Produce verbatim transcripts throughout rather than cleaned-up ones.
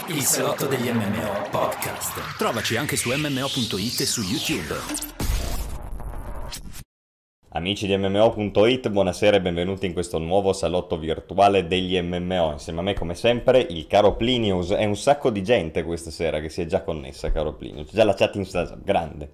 Il salotto degli M M O podcast. Trovaci anche su M M O punto it e su YouTube. Amici di M M O punto it, buonasera e benvenuti in questo nuovo salotto virtuale degli M M O. Insieme a me, come sempre, il caro Plinius. È un sacco di gente questa sera che si è già connessa, caro Plinius. Già la chat in sta grande.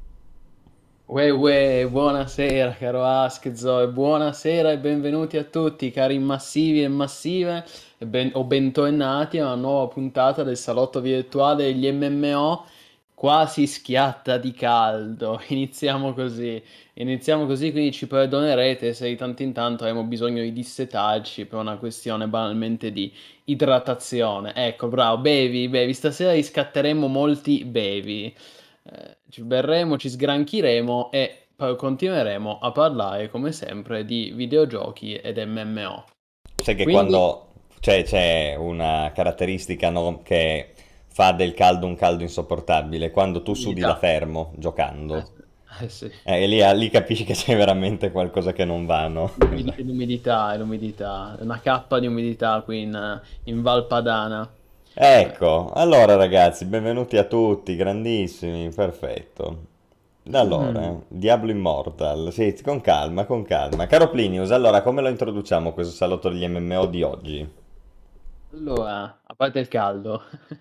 Uè, uè, buonasera caro Askzo, buonasera e benvenuti a tutti cari massivi e massive e ben- o bentornati a una nuova puntata del salotto virtuale degli M M O. Qua si schiatta di caldo, iniziamo così, iniziamo così, quindi ci perdonerete se di tanto in tanto avremo bisogno di dissetarci per una questione banalmente di idratazione. Ecco, bravo, bevi, bevi, stasera riscatteremo molti bevi. Eh, ci berremo, ci sgranchiremo e poi continueremo a parlare come sempre di videogiochi ed M M O. Sai che Quindi, quando c'è, c'è una caratteristica, no, che fa del caldo un caldo insopportabile, quando tu sudi da umidità. fermo Eh, giocando, eh sì, eh, e lì, lì capisci che c'è veramente qualcosa che non va, no? L'umidi- l'umidità, è l'umidità, è una cappa di umidità qui in, in Val Padana. Eh, Ecco, allora ragazzi, benvenuti a tutti, grandissimi, perfetto. Allora, mm. Diablo Immortal, sì, con calma, con calma. Caro Plinius, allora come lo introduciamo questo salotto degli M M O di oggi? Allora, a parte il caldo,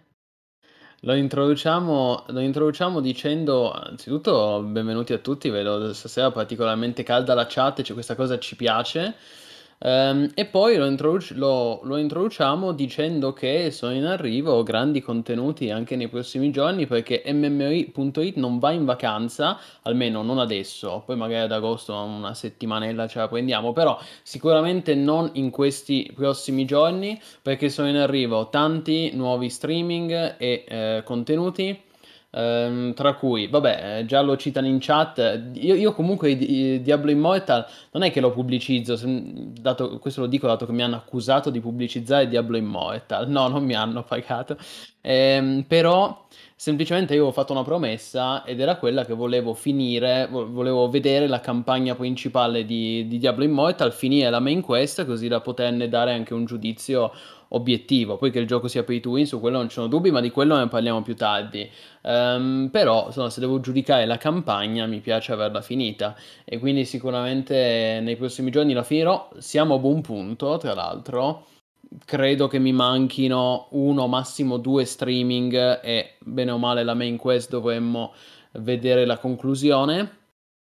lo introduciamo, lo introduciamo dicendo, anzitutto, benvenuti a tutti, vedo stasera particolarmente calda la chat, cioè questa cosa ci piace. Ehm, e poi lo, introduc- lo- lo introduciamo dicendo che sono in arrivo grandi contenuti anche nei prossimi giorni perché M M O punto it non va in vacanza, almeno non adesso, poi magari ad agosto una settimanella ce la prendiamo, però sicuramente non in questi prossimi giorni perché sono in arrivo tanti nuovi streaming e eh, contenuti. Ehm, tra cui, vabbè, eh, già lo citano in chat. Io, io comunque di- Diablo Immortal non è che lo pubblicizzo, se- dato- questo lo dico dato che mi hanno accusato di pubblicizzare Diablo Immortal. No, non mi hanno pagato. Ehm, però semplicemente io ho fatto una promessa ed era quella che volevo finire, vo- volevo vedere la campagna principale di, di Diablo Immortal, finire la main quest così da poterne dare anche un giudizio obiettivo. Poi che il gioco sia pay to win, su quello non ci sono dubbi, ma di quello ne parliamo più tardi. Ehm, però, insomma, se devo giudicare la campagna, mi piace averla finita e quindi sicuramente nei prossimi giorni la finirò. Siamo a buon punto, tra l'altro. Credo che mi manchino uno, massimo due streaming e bene o male la main quest dovremmo vedere la conclusione.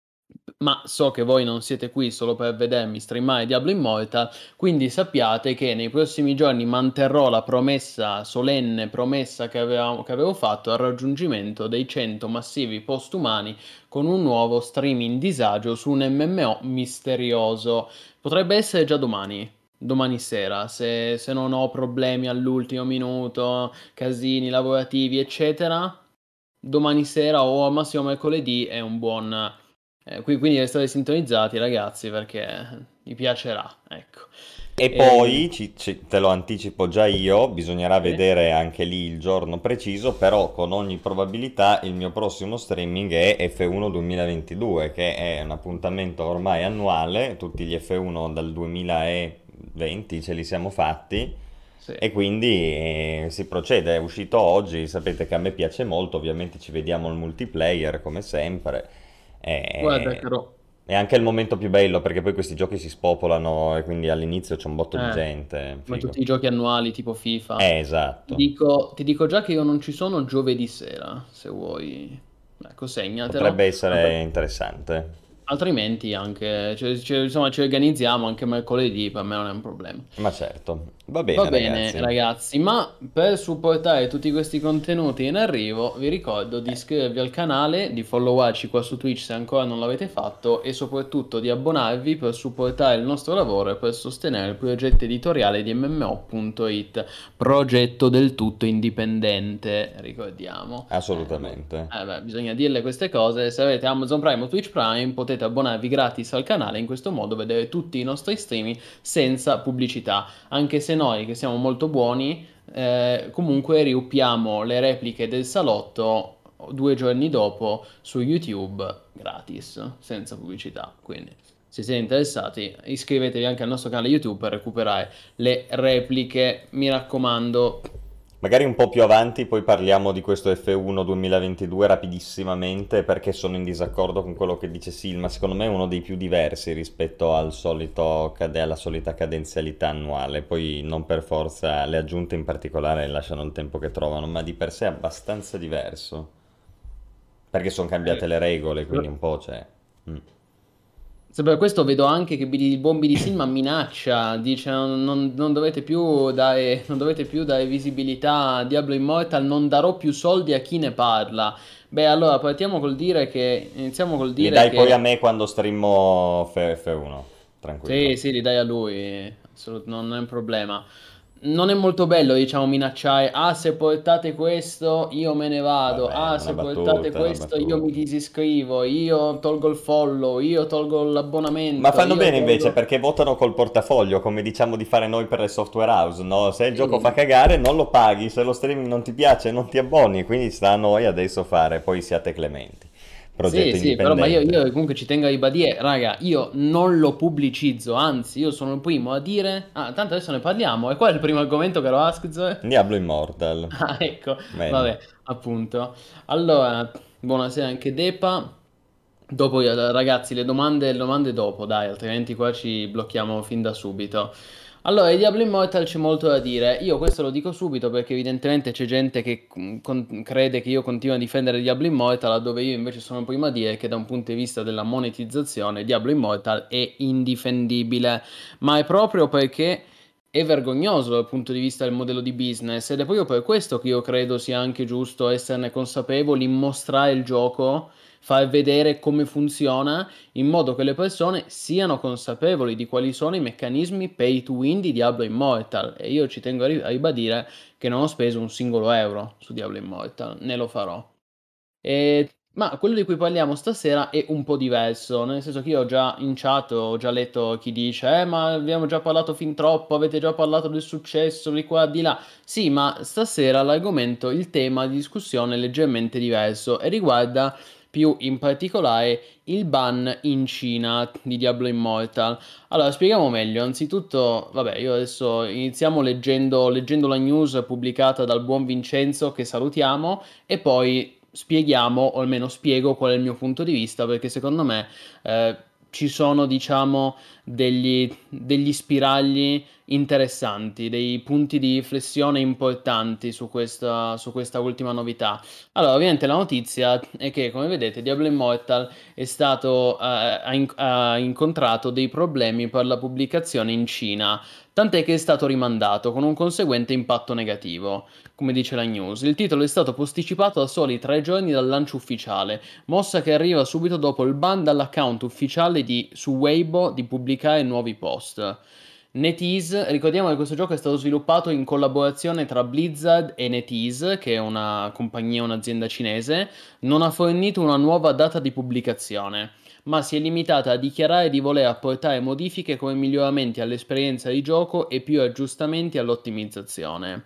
Ma so che voi non siete qui solo per vedermi streamare Diablo Immortal, quindi sappiate che nei prossimi giorni manterrò la promessa, solenne promessa che avevo, che avevo fatto al raggiungimento dei cento massivi postumani con un nuovo streaming disagio su un M M O misterioso. Potrebbe essere già domani. Domani sera, se, se non ho problemi all'ultimo minuto, casini lavorativi, eccetera, domani sera o al massimo mercoledì è un buon. Eh, qui- quindi restate sintonizzati, ragazzi, perché vi piacerà. Ecco. E E- poi, ci- ci- te lo anticipo già io, bisognerà sì. vedere anche lì il giorno preciso, però con ogni probabilità il mio prossimo streaming è F uno duemilaventidue, che è un appuntamento ormai annuale, tutti gli F uno dal duemilaventi ce li siamo fatti, Sì. e quindi eh, si procede, è uscito oggi, sapete che a me piace molto, ovviamente ci vediamo il multiplayer come sempre. Guarda, E... caro. È anche il momento più bello perché poi questi giochi si spopolano e quindi all'inizio c'è un botto di Eh, gente, come figo. tutti i giochi annuali tipo FIFA. Eh, Ti esatto. dico, ti dico già che io non ci sono giovedì sera, se vuoi. Ecco, segnatelo. Potrebbe essere interessante. Altrimenti anche, cioè, cioè, insomma, ci organizziamo anche mercoledì, per me non è un problema. Ma certo. Va Va bene, bene, ragazzi. ragazzi, ma per supportare tutti questi contenuti in arrivo, vi ricordo di iscrivervi al canale, di followarci qua su Twitch se ancora non l'avete fatto e soprattutto di abbonarvi per supportare il nostro lavoro e per sostenere il progetto editoriale di M M O punto it, progetto del tutto indipendente, ricordiamo. Eh, Assolutamente. eh beh, bisogna dirle queste cose. Se avete Amazon Prime o Twitch Prime potete abbonarvi gratis al canale, in questo modo vedere tutti i nostri streaming senza pubblicità. Anche se noi che siamo molto buoni, eh, comunque riuppiamo le repliche del salotto due giorni dopo su YouTube gratis, senza pubblicità. Quindi, se siete interessati, iscrivetevi anche al nostro canale YouTube per recuperare le repliche. Mi raccomando, Magari un po' più avanti poi parliamo di questo F uno duemilaventidue rapidissimamente perché sono in disaccordo con quello che dice Silma, secondo me è uno dei più diversi rispetto al solito cade- alla solita cadenzialità annuale, poi non per forza le aggiunte in particolare lasciano il tempo che trovano, ma di per sé è abbastanza diverso, perché sono Eh, cambiate le regole, quindi un po' c'è. Mm. Se per questo vedo anche che Billy- il buon Billy Silma minaccia, dice non, non- non dovete più dare, non dovete più dare visibilità a Diablo Immortal, non darò più soldi a chi ne parla. Beh, allora partiamo col dire che, iniziamo col Li dire dai poi a che me quando streammo F uno, sì, tranquillo. sì, li dai a lui, assolut- non è un problema. Non è molto bello, diciamo, minacciare, ah, se portate questo io me ne vado, Vabbè, ah, è una se portate battuta, è una questo io mi battuta. disiscrivo, io tolgo il follow, io tolgo Ma l'abbonamento, fanno io bene invece tolgo... perché votano col portafoglio, come diciamo di fare noi per le software house, no? Se il gioco fa Sì, cagare non lo paghi, se lo streaming non ti piace non ti abboni, quindi sta a noi adesso fare, poi siate clementi. sì, Progetto sì, però ma io, indipendente. io comunque ci tengo a ribadire, raga, io non lo pubblicizzo, anzi, io sono il primo a dire, ah, tanto adesso ne parliamo, e qual è il primo argomento, caro Askz? Diablo Immortal. Ah, ecco, Bene. vabbè, appunto. Allora, buonasera anche Depa. Dopo, eh, ragazzi, le domande, le domande dopo, dai, altrimenti qua ci blocchiamo fin da subito. Allora, di Diablo Immortal c'è molto da dire. Io questo lo dico subito perché evidentemente c'è gente che mm, con- crede che io continuo a difendere Diablo Immortal, laddove io invece sono il primo a dire che da un punto di vista della monetizzazione Diablo Immortal è indifendibile. Ma è proprio perché è vergognoso dal punto di vista del modello di business ed è proprio per questo che io credo sia anche giusto esserne consapevoli, mostrare il gioco, far vedere come funziona in modo che le persone siano consapevoli di quali sono i meccanismi pay to win di Diablo Immortal. E io ci tengo a ri- a ribadire che non ho speso un singolo euro su Diablo Immortal, né lo farò. E- ma quello di cui parliamo stasera è un po' diverso, nel senso che io ho già in chat, ho già letto chi dice, eh, ma abbiamo già parlato fin troppo, avete già parlato del successo di qua, di là. Sì, ma stasera l'argomento, il tema di discussione è leggermente diverso e riguarda più in particolare il ban in Cina di Diablo Immortal. Allora, spieghiamo meglio. Anzitutto, vabbè, io adesso iniziamo leggendo, leggendo la news pubblicata dal buon Vincenzo, che salutiamo, e poi spieghiamo, o almeno spiego qual è il mio punto di vista, perché secondo me eh, ci sono, diciamo, degli, degli spiragli interessanti, dei punti di riflessione importanti su questa, su questa ultima novità. Allora, ovviamente la notizia è che, come vedete, Diablo Immortal è stato, eh, ha, in- ha incontrato dei problemi per la pubblicazione in Cina, tant'è che è stato rimandato con un conseguente impatto negativo. Come dice la news, il titolo è stato posticipato a soli tre giorni dal lancio ufficiale, mossa che arriva subito dopo il ban dall'account ufficiale di, su Weibo di pubblicare nuovi post. NetEase, ricordiamo che questo gioco è stato sviluppato in collaborazione tra Blizzard e NetEase, che è una compagnia, un'azienda cinese, non ha fornito una nuova data di pubblicazione, ma si è limitata a dichiarare di voler apportare modifiche come miglioramenti all'esperienza di gioco e più aggiustamenti all'ottimizzazione.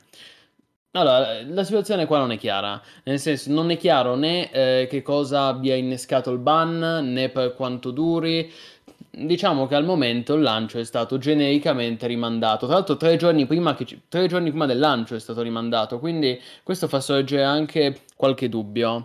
Allora, la situazione qua non è chiara, nel senso non è chiaro né eh, che cosa abbia innescato il ban né per quanto duri. Diciamo che al momento il lancio è stato genericamente rimandato. Tra l'altro, tre giorni prima, che ci- tre giorni prima del lancio è stato rimandato, quindi questo fa sorgere anche qualche dubbio.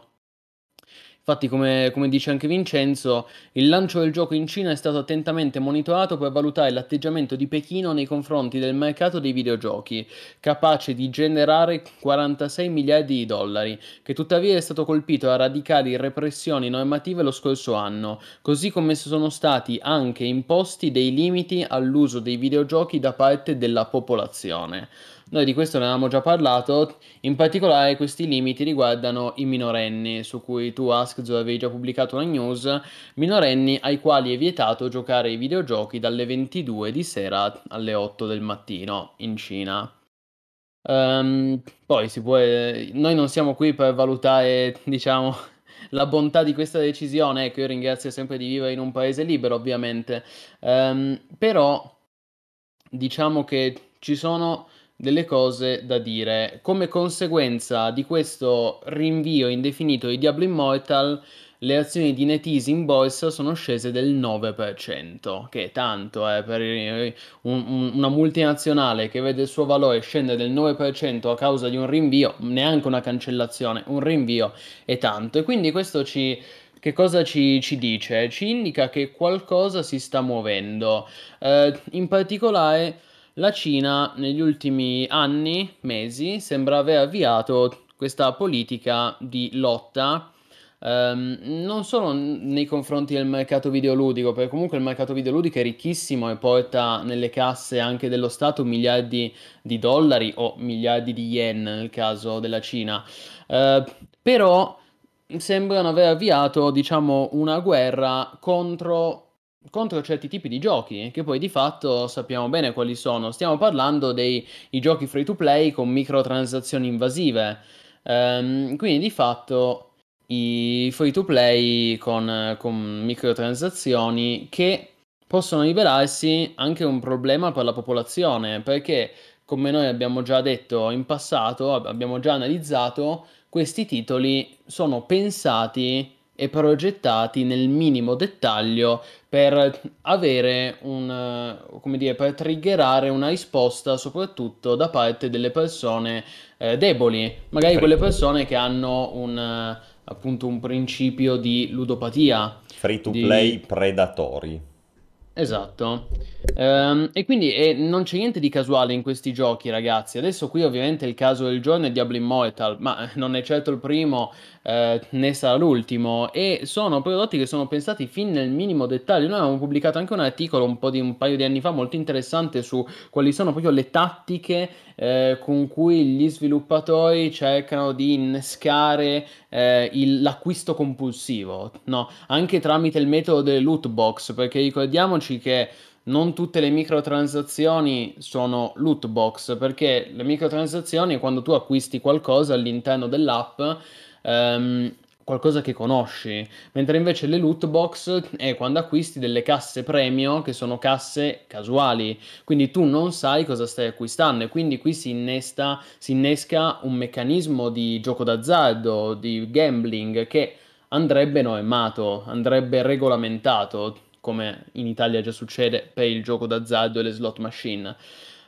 Infatti, come, come dice anche Vincenzo, il lancio del gioco in Cina è stato attentamente monitorato per valutare l'atteggiamento di Pechino nei confronti del mercato dei videogiochi, capace di generare quarantasei miliardi di dollari, che tuttavia è stato colpito da radicali repressioni normative lo scorso anno, così come sono stati anche imposti dei limiti all'uso dei videogiochi da parte della popolazione. Noi di questo ne avevamo già parlato, in particolare questi limiti riguardano i minorenni, su cui tu Askzo avevi già pubblicato una news, minorenni ai quali è vietato giocare ai videogiochi dalle ventidue di sera alle otto del mattino in Cina. Ehm, poi si può, eh, noi non siamo qui per valutare, diciamo, la bontà di questa decisione, ecco, io ringrazio sempre di vivere in un paese libero, ovviamente. Ehm, però diciamo che ci sono delle cose da dire. Come conseguenza di questo rinvio indefinito di Diablo Immortal, le azioni di NetEase in borsa sono scese del nove per cento, che è tanto, eh, per un- un- una multinazionale che vede il suo valore scendere del nove per cento a causa di un rinvio, neanche una cancellazione, un rinvio è tanto. E quindi questo ci... Che cosa ci, ci dice? Ci indica che qualcosa si sta muovendo. Eh, in particolare la Cina negli ultimi anni, mesi, sembra aver avviato questa politica di lotta, ehm, non solo n- nei confronti del mercato videoludico, perché comunque il mercato videoludico è ricchissimo e porta nelle casse anche dello Stato miliardi di dollari o miliardi di yen nel caso della Cina. Eh, Però sembrano aver avviato, diciamo, una guerra contro contro certi tipi di giochi, che poi di fatto sappiamo bene quali sono. Stiamo parlando dei i giochi free to play con microtransazioni invasive. Ehm, quindi di fatto i free to play con, con microtransazioni che possono rivelarsi anche un problema per la popolazione, perché come noi abbiamo già detto in passato, ab- abbiamo già analizzato, questi titoli sono pensati e progettati nel minimo dettaglio per avere un, eh, come dire, per triggerare una risposta soprattutto da parte delle persone eh, deboli, magari Free, quelle persone che hanno un, eh, appunto un principio di ludopatia, free to play di... predatori. Esatto. Ehm, e quindi eh, non c'è niente di casuale in questi giochi, ragazzi. Adesso qui ovviamente il caso del giorno è Diablo Immortal, ma non è certo il primo, eh, né sarà l'ultimo. E sono prodotti che sono pensati fin nel minimo dettaglio. Noi avevamo pubblicato anche un articolo un po' di un paio di anni fa molto interessante su quali sono proprio le tattiche eh, con cui gli sviluppatori cercano di innescare eh, il- l'acquisto compulsivo, no? Anche tramite il metodo delle loot box, perché ricordiamoci che non tutte le microtransazioni sono loot box, perché le microtransazioni è quando tu acquisti qualcosa all'interno dell'app, ehm, qualcosa che conosci, mentre invece le loot box è quando acquisti delle casse premio, che sono casse casuali, quindi tu non sai cosa stai acquistando e quindi qui si innesta, si innesca un meccanismo di gioco d'azzardo, di gambling che andrebbe normato, andrebbe regolamentato, come in Italia già succede per il gioco d'azzardo e le slot machine.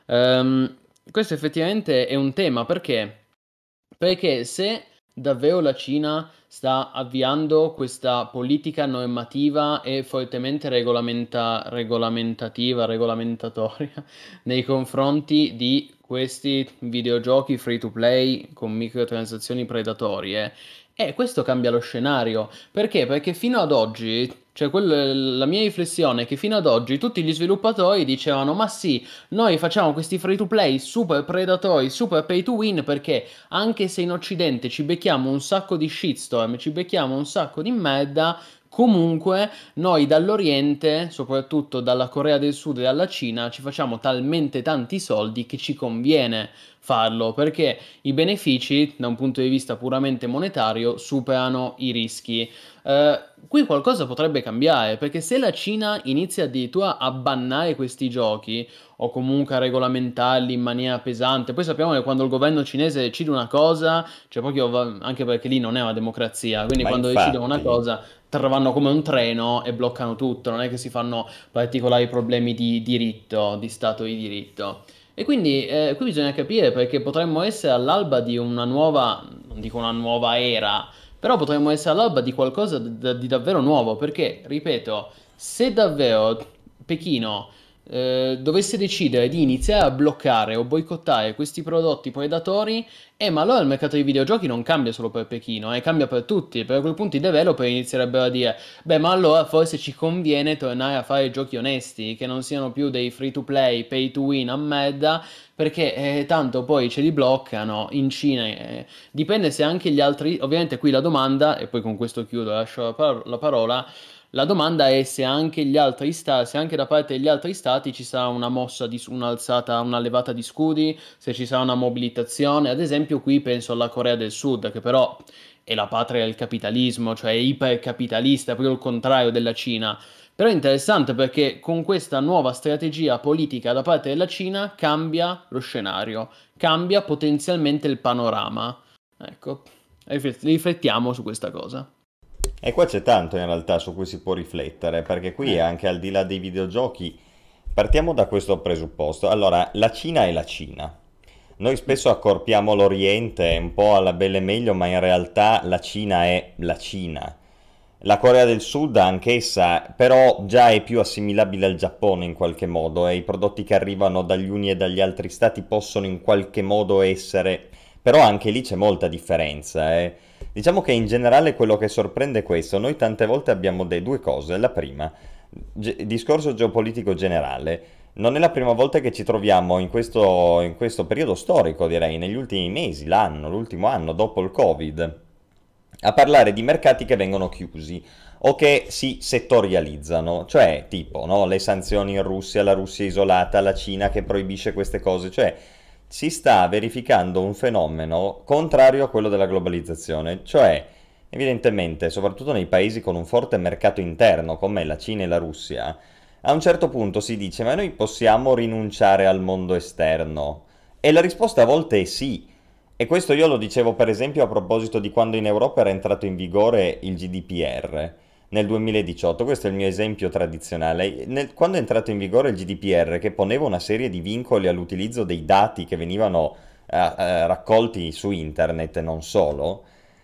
Ehm, Questo effettivamente è un tema perché? Perché se davvero la Cina sta avviando questa politica normativa e fortemente regolamenta- regolamentativa, regolamentatoria nei confronti di questi videogiochi free to play con microtransazioni predatorie, e questo cambia lo scenario. Perché? Perché fino ad oggi, cioè quel- la mia riflessione è che fino ad oggi tutti gli sviluppatori dicevano: ma sì, noi facciamo questi free to play super predatori, super pay to win, perché anche se in Occidente ci becchiamo un sacco di shitstorm, ci becchiamo un sacco di merda, comunque noi dall'Oriente, soprattutto dalla Corea del Sud e dalla Cina, ci facciamo talmente tanti soldi che ci conviene farlo, perché i benefici, da un punto di vista puramente monetario, superano i rischi. Eh, qui qualcosa potrebbe cambiare, perché se la Cina inizia addirittura a bannare questi giochi, o comunque a regolamentarli in maniera pesante. Poi sappiamo che quando il governo cinese decide una cosa, cioè proprio va- anche perché lì non è una democrazia, quindi Ma quando decidono una infatti, cosa tra- vanno come un treno e bloccano tutto, non è che si fanno particolari problemi di diritto, di stato di diritto. E quindi eh, qui bisogna capire perché potremmo essere all'alba di una nuova, non dico una nuova era, però potremmo essere all'alba di qualcosa d- d- di davvero nuovo, perché, ripeto, se davvero Pechino eh, dovesse decidere di iniziare a bloccare o boicottare questi prodotti predatori, eh, ma allora il mercato dei videogiochi non cambia solo per Pechino, eh, cambia per tutti. Per quel punto i developer inizierebbero a dire: beh, ma allora forse ci conviene tornare a fare giochi onesti, che non siano più dei free to play, pay to win a merda, perché eh, tanto poi ce li bloccano in Cina. eh. Dipende se anche gli altri, ovviamente qui la domanda, e poi con questo chiudo, lascio la, par- la parola. La domanda è se anche gli altri stati, se anche da parte degli altri stati ci sarà una mossa di un'alzata, una levata di scudi, se ci sarà una mobilitazione. Ad esempio, qui penso alla Corea del Sud, che però è la patria del capitalismo, cioè è ipercapitalista, è proprio il contrario della Cina. Però è interessante perché con questa nuova strategia politica da parte della Cina cambia lo scenario, cambia potenzialmente il panorama. Ecco, riflettiamo su questa cosa. E qua c'è tanto in realtà su cui si può riflettere, perché qui Eh. anche al di là dei videogiochi partiamo da questo presupposto. Allora, la Cina è la Cina. Noi spesso accorpiamo l'Oriente un po' alla belle e meglio, ma in realtà la Cina è la Cina. La Corea del Sud anch'essa, però già è più assimilabile al Giappone in qualche modo e i prodotti che arrivano dagli uni e dagli altri stati possono in qualche modo essere... Però anche lì c'è molta differenza. Eh. Diciamo che in generale quello che sorprende è questo. Noi tante volte abbiamo de- due cose. La prima, ge- discorso geopolitico generale. Non è la prima volta che ci troviamo in questo, in questo periodo storico, direi, negli ultimi mesi, l'anno, l'ultimo anno, dopo il Covid, a parlare di mercati che vengono chiusi o che si settorializzano, cioè tipo no, le sanzioni in Russia, la Russia isolata, la Cina che proibisce queste cose, cioè si sta verificando un fenomeno contrario a quello della globalizzazione, cioè evidentemente, soprattutto nei paesi con un forte mercato interno come la Cina e la Russia, a un certo punto si dice ma noi possiamo rinunciare al mondo esterno? E la risposta a volte è sì. E questo io lo dicevo per esempio a proposito di quando in Europa era entrato in vigore il G D P R nel duemiladiciotto, questo è il mio esempio tradizionale. Nel- quando è entrato in vigore il G D P R che poneva una serie di vincoli all'utilizzo dei dati che venivano eh, eh, raccolti su internet e non solo,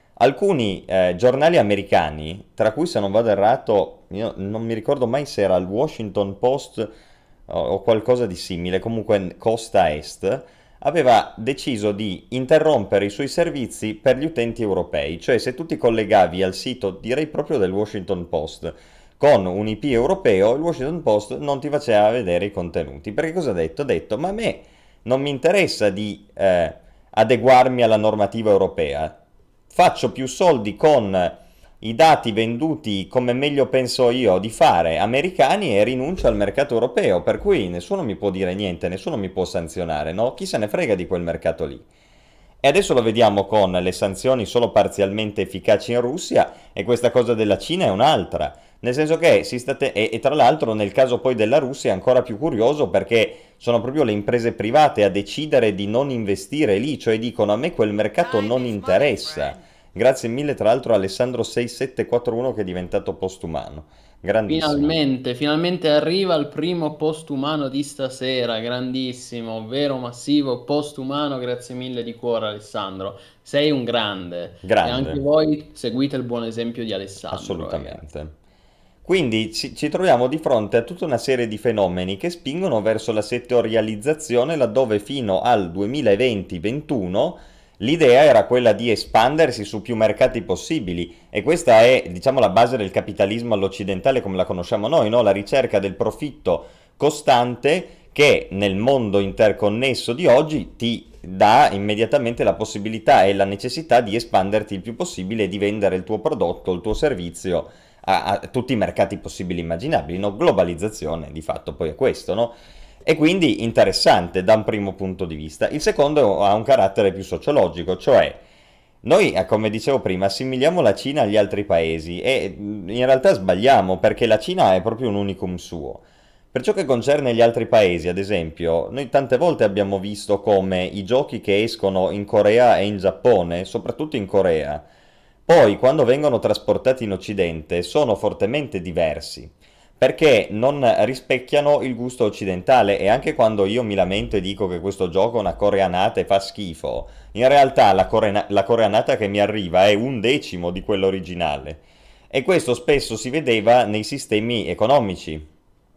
alcuni eh, giornali americani, tra cui se non vado errato, io non mi ricordo mai se era il Washington Post o, o qualcosa di simile, comunque costa est, aveva deciso di interrompere i suoi servizi per gli utenti europei, cioè se tu ti collegavi al sito, direi proprio del Washington Post, con un I P europeo, il Washington Post non ti faceva vedere i contenuti. Perché cosa ha detto? Ha detto, ma a me non mi interessa di eh, adeguarmi alla normativa europea, faccio più soldi con i dati venduti come meglio penso io di fare americani e rinuncio al mercato europeo, per cui nessuno mi può dire niente, nessuno mi può sanzionare, no? Chi se ne frega di quel mercato lì? E adesso lo vediamo con le sanzioni solo parzialmente efficaci in Russia e questa cosa della Cina è un'altra. Nel senso che si state... e, e tra l'altro nel caso poi della Russia è ancora più curioso perché sono proprio le imprese private a decidere di non investire lì, cioè dicono a me quel mercato non interessa. Grazie mille tra l'altro a Alessandro sei sette quattro uno che è diventato postumano. Grandissimo. Finalmente, finalmente arriva il primo postumano di stasera, grandissimo, vero massivo postumano, grazie mille di cuore Alessandro, sei un grande e anche Grande, voi seguite il buon esempio di Alessandro, ragazzi. assolutamente. Quindi ci, ci troviamo di fronte a tutta una serie di fenomeni che spingono verso la settorializzazione laddove fino al duemilaventi ventuno l'idea era quella di espandersi su più mercati possibili e questa è, diciamo, la base del capitalismo all'occidentale come la conosciamo noi, no? La ricerca del profitto costante che nel mondo interconnesso di oggi ti dà immediatamente la possibilità e la necessità di espanderti il più possibile e di vendere il tuo prodotto, il tuo servizio a, a tutti i mercati possibili e immaginabili, no? Globalizzazione di fatto poi è questo, no? E quindi interessante da un primo punto di vista. Il secondo ha un carattere più sociologico, cioè noi, eh, come dicevo prima, assimiliamo la Cina agli altri paesi e mh, in realtà sbagliamo perché la Cina è proprio un unicum suo. Per ciò che concerne gli altri paesi, ad esempio, noi tante volte abbiamo visto come i giochi che escono in Corea e in Giappone, soprattutto in Corea, poi quando vengono trasportati in Occidente sono fortemente diversi perché non rispecchiano il gusto occidentale e anche quando io mi lamento e dico che questo gioco è una coreanata e fa schifo, in realtà la, coreana- la coreanata che mi arriva è un decimo di quella originale e questo spesso si vedeva nei sistemi economici,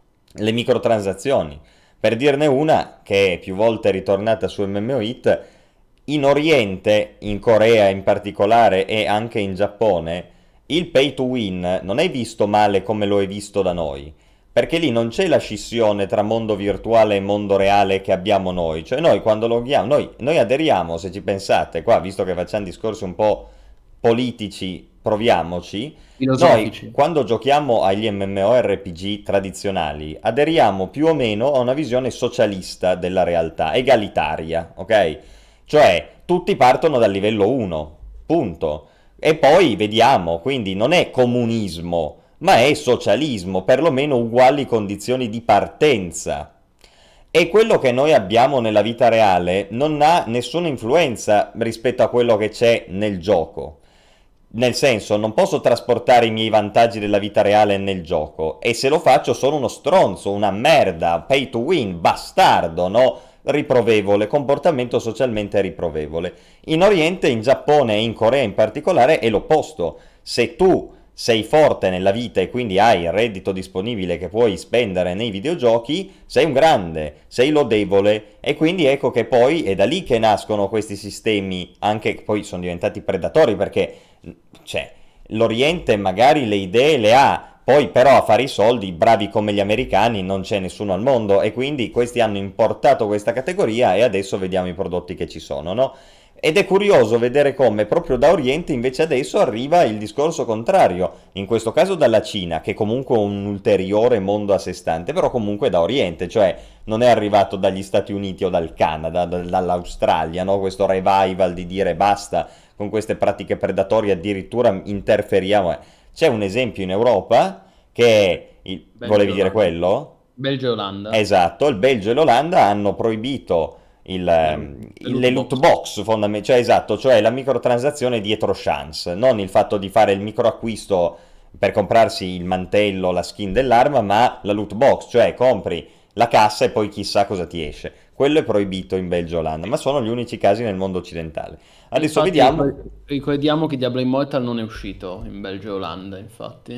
le microtransazioni. Per dirne una, che è più volte ritornata su M M O Hit, in Oriente, in Corea in particolare e anche in Giappone, il pay to win non è visto male come lo è visto da noi, perché lì non c'è la scissione tra mondo virtuale e mondo reale che abbiamo noi, cioè noi quando loghiamo, noi, noi aderiamo, se ci pensate, qua visto che facciamo discorsi un po' politici, proviamoci, noi Filosofici. quando giochiamo agli MMORPG tradizionali aderiamo più o meno a una visione socialista della realtà, egalitaria, ok? Cioè tutti partono dal livello uno, punto. E poi vediamo, quindi non è comunismo, ma è socialismo, perlomeno uguali condizioni di partenza. E quello che noi abbiamo nella vita reale non ha nessuna influenza rispetto a quello che c'è nel gioco. Nel senso, non posso trasportare i miei vantaggi della vita reale nel gioco, e se lo faccio sono uno stronzo, una merda, pay to win, bastardo, no? Riprovevole, comportamento socialmente riprovevole. In Oriente, in Giappone e in Corea in particolare è l'opposto. Se tu sei forte nella vita e quindi hai il reddito disponibile che puoi spendere nei videogiochi, sei un grande, sei lodevole, e quindi ecco che poi è da lì che nascono questi sistemi, anche poi sono diventati predatori, perché cioè, l'Oriente magari le idee le ha, poi però a fare i soldi, bravi come gli americani, non c'è nessuno al mondo, e quindi questi hanno importato questa categoria e adesso vediamo i prodotti che ci sono, no? Ed è curioso vedere come proprio da Oriente invece adesso arriva il discorso contrario, in questo caso dalla Cina, che comunque è un ulteriore mondo a sé stante, però comunque da Oriente, cioè non è arrivato dagli Stati Uniti o dal Canada, da, dall'Australia, no? Questo revival di dire basta con queste pratiche predatorie, addirittura interferiamo. C'è un esempio in Europa che è... Il... Volevi dire quello? Belgio e Olanda. Esatto, il Belgio e l'Olanda hanno proibito il, Le loot le loot box, fondamentalmente, cioè esatto, cioè la microtransazione dietro chance, non il fatto di fare il microacquisto per comprarsi il mantello, la skin dell'arma, ma la loot box, cioè compri la cassa e poi chissà cosa ti esce. Quello è proibito in Belgio e Olanda, ma sono gli unici casi nel mondo occidentale. Adesso Infatti, vediamo... ricor- ricordiamo che Diablo Immortal non è uscito in Belgio e Olanda, infatti.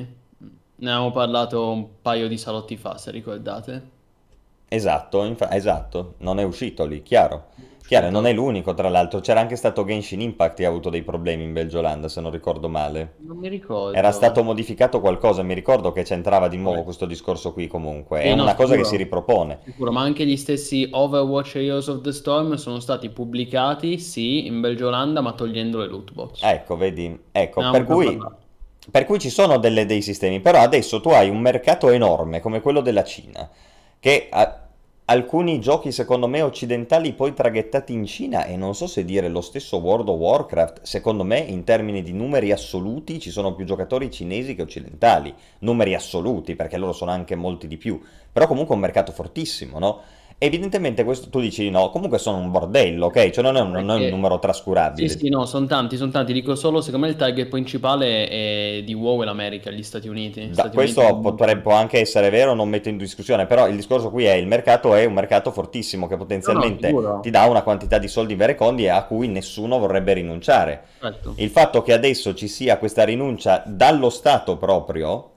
Ne avevamo parlato un paio di salotti fa, se ricordate. Esatto, infa- esatto, non è uscito lì, chiaro. Chiaro, non è l'unico, tra l'altro. C'era anche stato Genshin Impact che ha avuto dei problemi in Belgio e Olanda, se non ricordo male. Non mi ricordo. Era stato modificato qualcosa, mi ricordo che c'entrava di nuovo Vabbè. questo discorso qui comunque. Sì, È no, una cosa che sicuro. si ripropone. Sicuro, ma anche gli stessi Overwatch e Heroes of the Storm sono stati pubblicati, sì, in Belgio e Olanda, ma togliendo le loot box. Ecco, vedi, ecco, Ne per avevamo già cui, parlato. per cui ci sono delle- dei sistemi, però adesso tu hai un mercato enorme come quello della Cina, che ha alcuni giochi secondo me occidentali poi traghettati in Cina, e non so se dire lo stesso World of Warcraft, secondo me in termini di numeri assoluti ci sono più giocatori cinesi che occidentali, numeri assoluti perché loro sono anche molti di più, però comunque è un mercato fortissimo, no? Evidentemente questo tu dici no, comunque sono un bordello, ok? Cioè non è un, non è un Perché- numero Sì, trascurabile. sì, no, sono tanti, sono tanti. Dico solo, secondo me il target principale è di WoW e l'America, gli Stati Uniti. Da, Stati questo Uniti... potrebbe anche essere vero, non metto in discussione, però il discorso qui è il mercato è un mercato fortissimo che No, no, potenzialmente sicuro. ti dà una quantità di soldi verecondi a cui nessuno vorrebbe rinunciare. Certo. Il fatto che adesso ci sia questa rinuncia dallo Stato proprio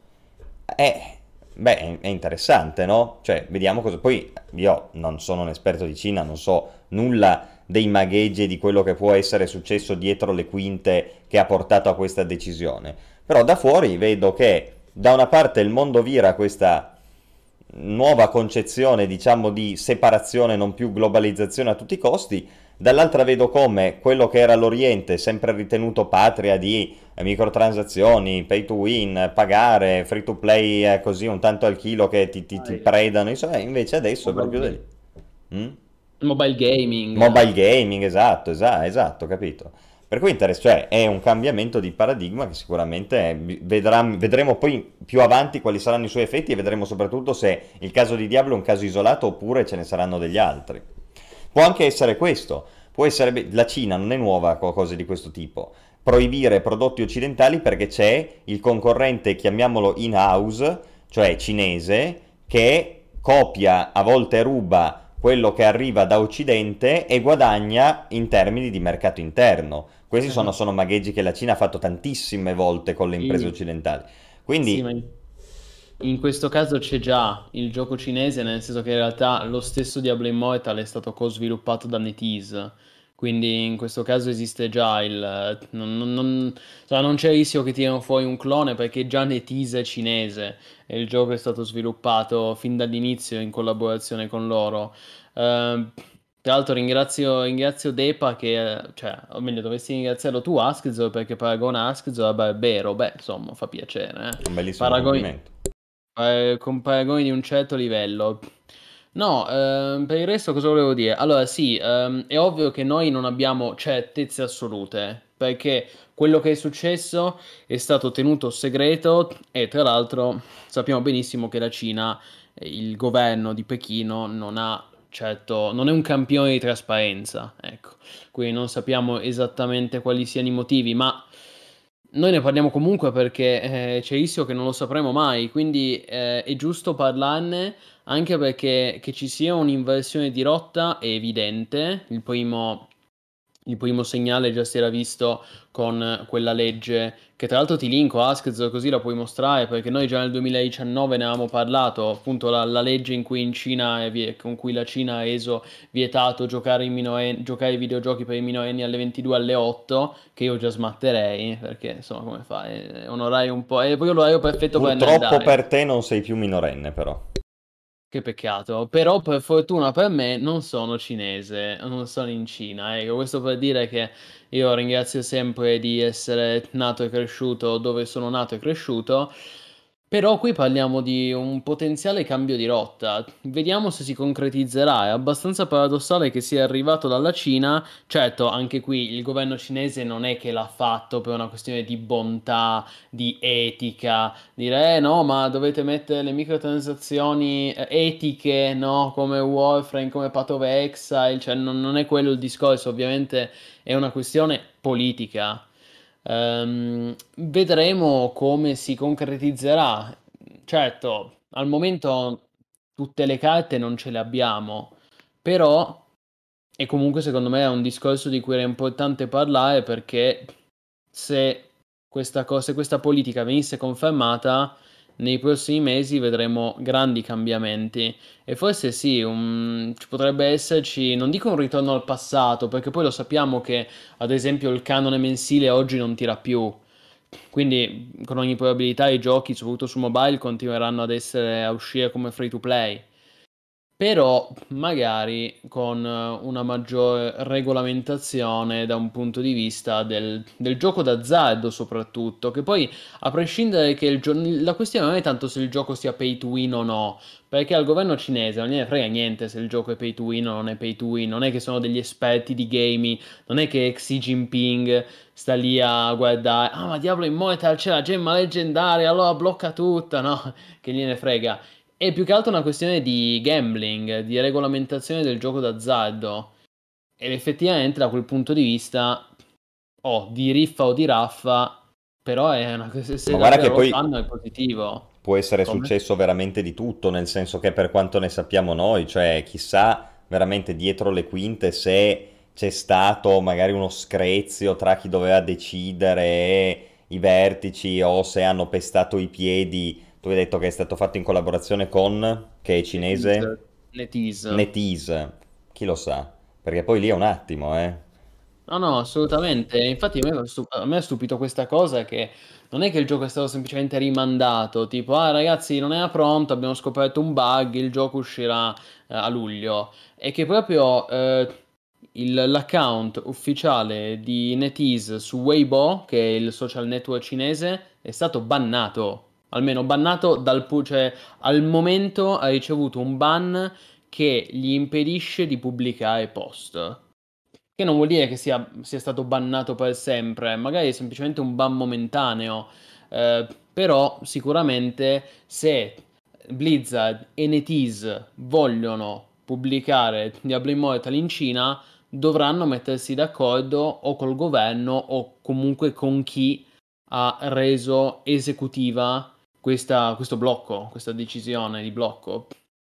è, beh, è- è interessante, no? Cioè, vediamo cosa... Poi io non sono un esperto di Cina, non so nulla dei magheggi e di quello che può essere successo dietro le quinte che ha portato a questa decisione. Però da fuori vedo che da una parte il mondo vira questa nuova concezione, diciamo, di separazione, non più globalizzazione a tutti i costi, dall'altra vedo come quello che era l'Oriente, sempre ritenuto patria di eh, microtransazioni, pay to win, pagare, free to play, eh, così un tanto al chilo che ti, ti- ti predano, insomma, invece adesso è proprio da lì. Mm? Mobile gaming. Mobile gaming, esatto, esatto, esatto, capito. Per cui interessa, cioè è un cambiamento di paradigma che sicuramente è- vedrà- vedremo poi più avanti quali saranno i suoi effetti, e vedremo soprattutto se il caso di Diablo è un caso isolato oppure ce ne saranno degli altri. Può anche essere questo, può essere, la Cina non è nuova a cose di questo tipo, proibire prodotti occidentali perché c'è il concorrente, chiamiamolo in-house, cioè cinese, che copia, a volte ruba quello che arriva da Occidente e guadagna in termini di mercato interno. Questi Eh, sono, sono magheggi che la Cina ha fatto tantissime volte con le imprese sì, occidentali. sì, Quindi, ma in, in questo caso c'è già il gioco cinese, nel senso che in realtà lo stesso Diablo Immortal è stato co-sviluppato da NetEase. Quindi in questo caso esiste già il... Non, non- non- cioè, non c'è il rischio che tirino fuori un clone perché già NetEase è cinese e il gioco è stato sviluppato fin dall'inizio in collaborazione con loro. Ehm, Tra l'altro ringrazio, ringrazio Depa che, eh, cioè, o meglio, dovresti ringraziarlo tu Askzo perché paragona Askzo a Barbero, beh, insomma, fa piacere, è un eh. bellissimo Paragoni, complimento. eh, con paragoni di un certo livello. No, ehm, per il resto cosa volevo dire? Allora sì, ehm, è ovvio che noi non abbiamo certezze assolute, perché quello che è successo è stato tenuto segreto e tra l'altro sappiamo benissimo che la Cina, eh, il governo di Pechino non ha certo, non è un campione di trasparenza, ecco, quindi non sappiamo esattamente quali siano i motivi, ma noi ne parliamo comunque perché eh, c'è il rischio che non lo sapremo mai, quindi eh, è giusto parlarne anche perché che ci sia un'inversione di rotta è evidente. Il primo, il primo segnale già si era visto con quella legge, che tra l'altro ti linko Askz così la puoi mostrare, perché noi già nel duemiladiciannove ne avevamo parlato, appunto la, la legge in cui in Cina, è vie- con cui la Cina ha reso vietato giocare, in minoren- giocare ai videogiochi per i minorenni alle ventidue alle otto, che io già smatterei, perché insomma come fai? È un orario un po'... è proprio l'orario perfetto per Purtroppo andare. per te non sei più minorenne, però. Che peccato, però per fortuna per me non sono cinese, non sono in Cina, ecco, questo per dire che io ringrazio sempre di essere nato e cresciuto dove sono nato e cresciuto, però qui parliamo di un potenziale cambio di rotta, vediamo se si concretizzerà, è abbastanza paradossale che sia arrivato dalla Cina, certo anche qui il governo cinese non è che l'ha fatto per una questione di bontà, di etica, dire, eh no, ma dovete mettere le microtransazioni eh, etiche, no? Come Warframe, come Path of Exile, cioè non, non è quello il discorso, ovviamente è una questione politica. Ehm, vedremo come si concretizzerà. Certo, al momento tutte le carte non ce le abbiamo, però, e comunque secondo me è un discorso di cui era importante parlare perché se questa cosa, se questa politica venisse confermata, nei prossimi mesi vedremo grandi cambiamenti. E forse sì, un- ci potrebbe esserci, non dico un ritorno al passato, perché poi lo sappiamo che, ad esempio, il canone mensile oggi non tira più. Quindi, con ogni probabilità, i giochi, soprattutto su mobile, continueranno ad essere a uscire come free to play. Però magari con eh, una maggiore regolamentazione da un punto di vista del, del gioco d'azzardo soprattutto, che poi a prescindere che il gio- la questione non è tanto se il gioco sia pay to win o no, perché al governo cinese non gliene frega niente se il gioco è pay to win o non è pay to win, non è che sono degli esperti di gaming, non è che Xi Jinping sta lì a guardare, ah ma Diablo Immortal c'è la gemma leggendaria, allora blocca tutto, no? Che gliene frega. È più che altro una questione di gambling, di regolamentazione del gioco d'azzardo. Ed effettivamente da quel punto di vista, oh, di riffa o di raffa, però è una, se se Ma guarda che davvero lo poi fanno è positivo. può essere Come? successo veramente di tutto, nel senso che per quanto ne sappiamo noi, cioè chissà veramente dietro le quinte se c'è stato magari uno screzio tra chi doveva decidere e i vertici o se hanno pestato i piedi. Tu hai detto che è stato fatto in collaborazione con, che è NetEase. cinese, NetEase. NetEase, chi lo sa, perché poi lì è un attimo, eh. No, no, assolutamente. Infatti a me, ha stu- a me ha stupito questa cosa che non è che il gioco è stato semplicemente rimandato, tipo, ah ragazzi, non era pronto, abbiamo scoperto un bug, il gioco uscirà eh, a luglio. E che proprio eh, il- l'account ufficiale di NetEase su Weibo, che è il social network cinese, è stato bannato. Almeno bannato dal... pu- cioè al momento ha ricevuto un ban che gli impedisce di pubblicare post. Che non vuol dire che sia, sia stato bannato per sempre, magari è semplicemente un ban momentaneo. Eh, però sicuramente se Blizzard e NetEase vogliono pubblicare Diablo Immortal in Cina, dovranno mettersi d'accordo o col governo o comunque con chi ha reso esecutiva questa- questo blocco, questa decisione di blocco.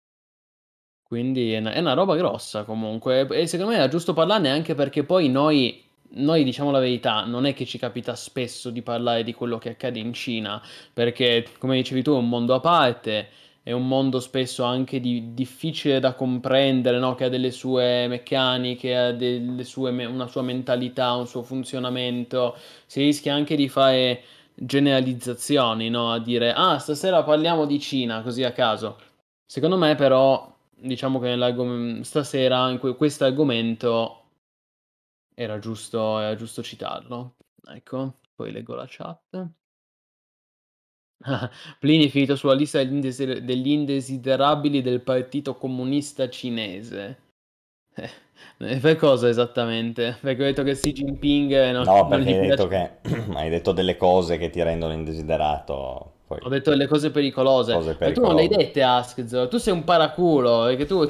Quindi è una, è una roba grossa comunque. E secondo me era giusto parlarne anche perché poi noi, noi, diciamo la verità, non è che ci capita spesso di parlare di quello che accade in Cina, perché come dicevi tu è un mondo a parte, è un mondo spesso anche di- difficile da comprendere, no? Che ha delle sue meccaniche, ha delle sue me- una sua mentalità, un suo funzionamento. Si rischia anche di fare generalizzazioni, no? A dire, ah, stasera parliamo di Cina, così a caso. Secondo me però, diciamo che nell'argom- stasera in questo argomento era giusto, era giusto citarlo. Ecco, poi leggo la chat. Plini è finito sulla lista degli indesi degli indesiderabili del Partito Comunista Cinese. Eh, per cosa esattamente? Perché ho detto che Xi Jinping non No, non perché gli hai detto piace. che hai detto delle cose che ti rendono indesiderato, poi Ho detto delle cose pericolose, cose ma tu non le hai pericolose. dette, Askz, tu sei un paraculo, perché tu,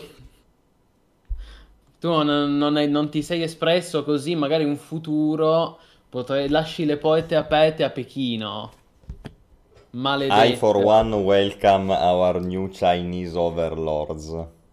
tu non, non hai- non ti sei espresso così, magari in futuro potrai, lasci le porte aperte a Pechino, I for maledetto. one welcome our new Chinese overlords.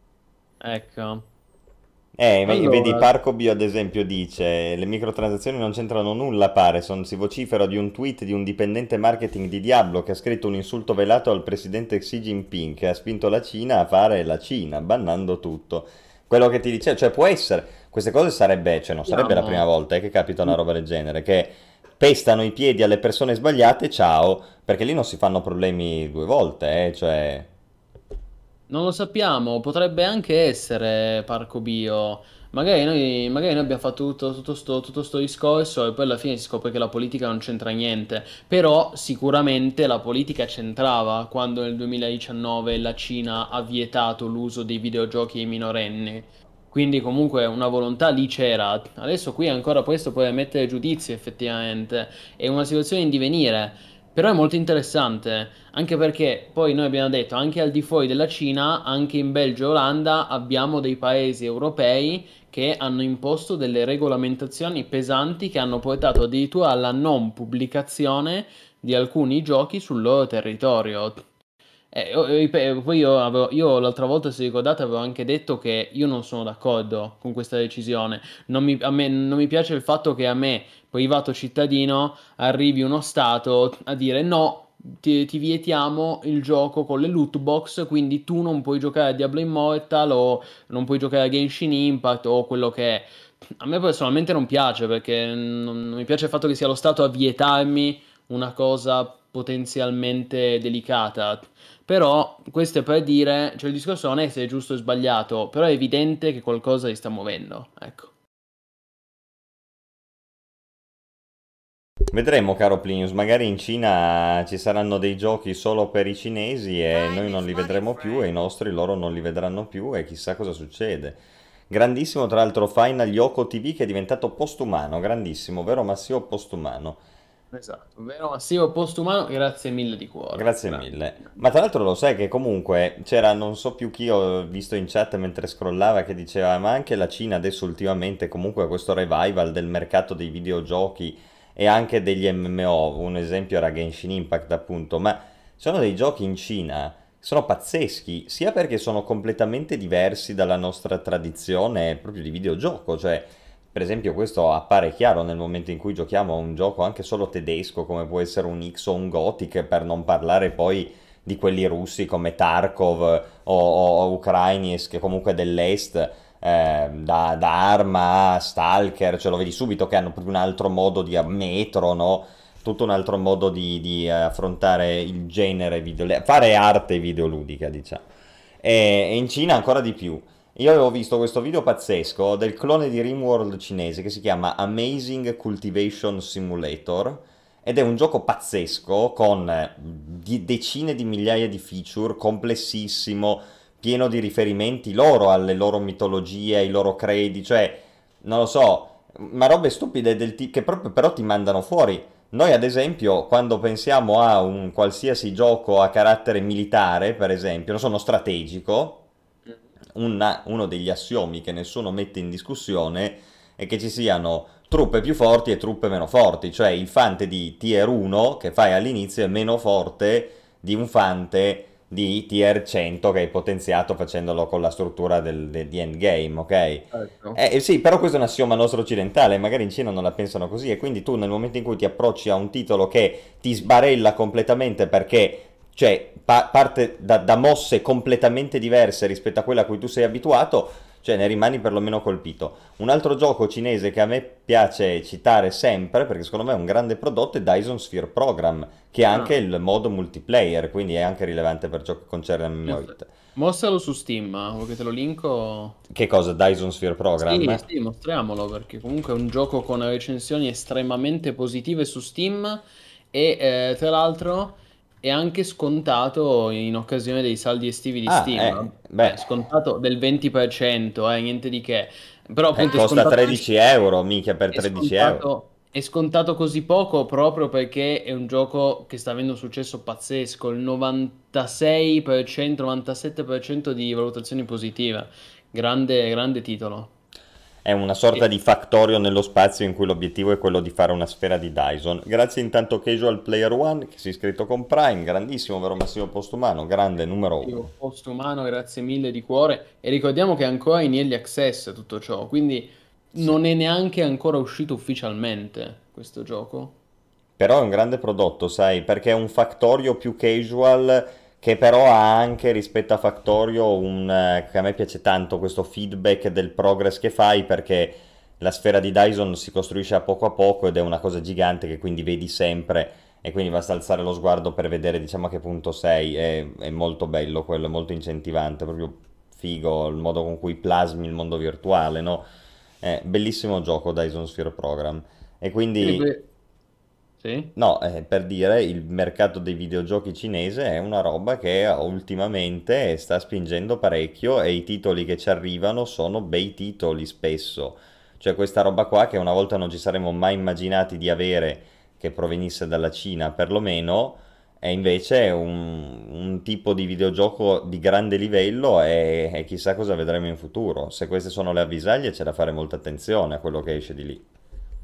Ecco, Eh, ve- vedi, allora, Parco ad esempio dice le microtransazioni non c'entrano nulla, pare, son, si vocifera di un tweet di un dipendente marketing di Diablo che ha scritto un insulto velato al presidente Xi Jinping che ha spinto la Cina a fare la Cina, bannando tutto. Quello che ti dicevo, cioè può essere, queste cose sarebbe, cioè non sarebbe la prima vediamo. volta eh, che capita una roba del genere, che pestano i piedi alle persone sbagliate, ciao, perché lì non si fanno problemi due volte, eh, cioè... Non lo sappiamo, potrebbe anche essere Parco Bio. Magari noi, magari noi abbiamo fatto tutto, tutto sto, tutto sto discorso e poi alla fine si scopre che la politica non c'entra niente. Però sicuramente la politica c'entrava quando nel duemiladiciannove la Cina ha vietato l'uso dei videogiochi ai minorenni. Quindi comunque una volontà lì c'era. Adesso qui è ancora questo può emettere giudizi effettivamente. È una situazione in divenire. Però è molto interessante, anche perché poi noi abbiamo detto, anche al di fuori della Cina, anche in Belgio e Olanda abbiamo dei paesi europei che hanno imposto delle regolamentazioni pesanti che hanno portato addirittura alla non pubblicazione di alcuni giochi sul loro territorio. Eh, io- io- poi io, avevo- io l'altra volta, se ricordate, avevo anche detto che io non sono d'accordo con questa decisione. Non mi, a me, non mi piace il fatto che a me, privato cittadino, arrivi uno Stato a dire no, ti, ti vietiamo il gioco con le loot box, quindi tu non puoi giocare a Diablo Immortal o non puoi giocare a Genshin Impact o quello che è. A me personalmente non piace perché non, non mi piace il fatto che sia lo Stato a vietarmi una cosa potenzialmente delicata. Però questo è per dire, cioè il discorso non è se è giusto o sbagliato, però è evidente che qualcosa si sta muovendo, ecco. Vedremo, caro Plinius, magari in Cina ci saranno dei giochi solo per i cinesi e noi non li vedremo più e i nostri loro non li vedranno più e chissà cosa succede. Grandissimo, tra l'altro, Final Yoko T V che è diventato postumano, grandissimo, vero Massimo postumano. Esatto, vero massivo postumano, grazie mille di cuore. Grazie Grazie. mille. Ma tra l'altro lo sai che comunque c'era, non so più chi ho visto in chat mentre scrollava, che diceva, ma anche la Cina adesso ultimamente comunque ha questo revival del mercato dei videogiochi e anche degli M M O, un esempio era Genshin Impact appunto, ma sono dei giochi in Cina che sono pazzeschi, sia perché sono completamente diversi dalla nostra tradizione proprio di videogioco, cioè per esempio questo appare chiaro nel momento in cui giochiamo a un gioco anche solo tedesco come può essere un X o un Gothic, per non parlare poi di quelli russi come Tarkov o, o, o Ukrainies che comunque dell'est, eh, da, da Arma a Stalker, cioè lo vedi subito che hanno proprio un altro modo di metro, no? Tutto un altro modo di, di affrontare il genere video, fare arte videoludica, diciamo. E, e in Cina ancora di più. Io avevo visto questo video pazzesco del clone di RimWorld cinese che si chiama Amazing Cultivation Simulator ed è un gioco pazzesco con eh, di- decine di migliaia di feature, complessissimo, pieno di riferimenti loro alle loro mitologie, ai loro credi, cioè, non lo so, ma robe stupide del tipo che proprio però ti mandano fuori. Noi ad esempio, quando pensiamo a un qualsiasi gioco a carattere militare, per esempio, non sono strategico, una- uno degli assiomi che nessuno mette in discussione è che ci siano truppe più forti e truppe meno forti, cioè il fante di tier uno che fai all'inizio è meno forte di un fante di tier cento che hai potenziato facendolo con la struttura del, de- di endgame, ok? Certo. Eh, sì, però questo è un assioma nostro occidentale, magari in Cina non la pensano così e quindi tu nel momento in cui ti approcci a un titolo che ti sbarella completamente perché cioè pa- parte da, da mosse completamente diverse rispetto a quella a cui tu sei abituato, cioè ne rimani perlomeno colpito. Un altro gioco cinese che a me piace citare sempre, perché secondo me è un grande prodotto, è Dyson Sphere Program, che ha anche Ah, il modo multiplayer, quindi è anche rilevante per ciò che concerne M M O mostra- Hit. mostralo su Steam, vuoi che te lo linko? Che cosa? Dyson Sphere Sì, Program? sì, mostriamolo perché comunque è un gioco con recensioni estremamente positive su Steam e eh, tra l'altro è anche scontato in occasione dei saldi estivi di Ah, Steam. eh, Beh, beh, scontato del venti per cento, eh, niente di che. Però eh, appunto è costa scontato tredici euro, mica per è tredici euro. scontato, è scontato così poco proprio perché è un gioco che sta avendo un successo pazzesco, il novantasei per cento, novantasette per cento di valutazioni positive. Grande, grande titolo. È una sorta E- di Factorio nello spazio in cui l'obiettivo è quello di fare una sfera di Dyson. Grazie intanto Casual Player One che si è iscritto con Prime, grandissimo, vero Massimo Postumano, grande numero uno. Posto umano, grazie mille di cuore. E ricordiamo che è ancora in early access tutto ciò, quindi Sì. non è neanche ancora uscito ufficialmente questo gioco. Però è un grande prodotto, sai, perché è un Factorio più casual che però ha anche rispetto a Factorio un... eh, che a me piace tanto questo feedback del progress che fai perché la sfera di Dyson si costruisce a poco a poco ed è una cosa gigante che quindi vedi sempre e quindi basta alzare lo sguardo per vedere diciamo a che punto sei, è, è molto bello quello, è molto incentivante, proprio figo il modo con cui plasmi il mondo virtuale, no? È bellissimo gioco Dyson Sphere Program e Quindi, quindi... beh, sì. No, eh, per dire, il mercato dei videogiochi cinese è una roba che ultimamente sta spingendo parecchio e i titoli che ci arrivano sono bei titoli spesso. Cioè questa roba qua che una volta non ci saremmo mai immaginati di avere che provenisse dalla Cina, perlomeno, è invece un, un tipo di videogioco di grande livello e, e chissà cosa vedremo in futuro. Se queste sono le avvisaglie c'è da fare molta attenzione a quello che esce di lì.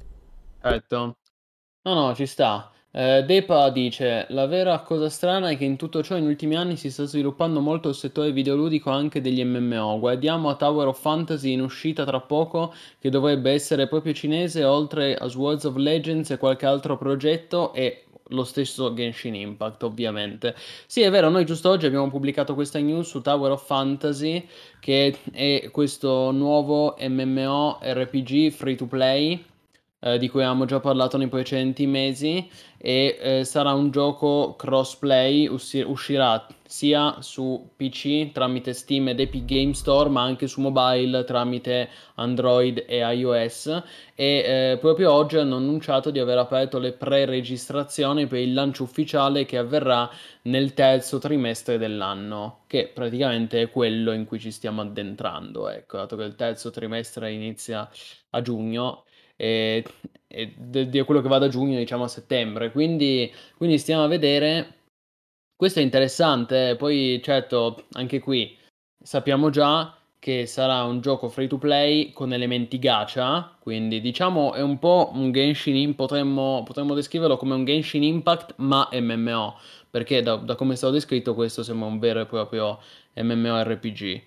Certo. No, no, ci sta. Eh, Depa dice: La vera cosa strana è che in tutto ciò, negli ultimi anni si sta sviluppando molto il settore videoludico anche degli M M O. Guardiamo a Tower of Fantasy in uscita tra poco, che dovrebbe essere proprio cinese, oltre a Swords of Legends e qualche altro progetto, e lo stesso Genshin Impact, ovviamente. Sì, è vero, noi giusto oggi abbiamo pubblicato questa news su Tower of Fantasy, che è questo nuovo M M O R P G free to play eh, di cui avevamo già parlato nei precedenti mesi e eh, sarà un gioco crossplay, usci- uscirà sia su P C tramite Steam ed Epic Game Store, ma anche su mobile tramite Android e iOS. E eh, proprio oggi hanno annunciato di aver aperto le pre-registrazioni per il lancio ufficiale che avverrà nel terzo trimestre dell'anno, che praticamente è quello in cui ci stiamo addentrando, ecco, dato che il terzo trimestre inizia a giugno e, e de- di quello che va da giugno diciamo a settembre, quindi, quindi stiamo a vedere. Questo è interessante, eh. Poi certo anche qui sappiamo già che sarà un gioco free to play con elementi gacha, quindi diciamo è un po' un Genshin Impact, potremmo, potremmo descriverlo come un Genshin Impact ma M M O, perché da, da come è stato descritto questo sembra un vero e proprio MMORPG.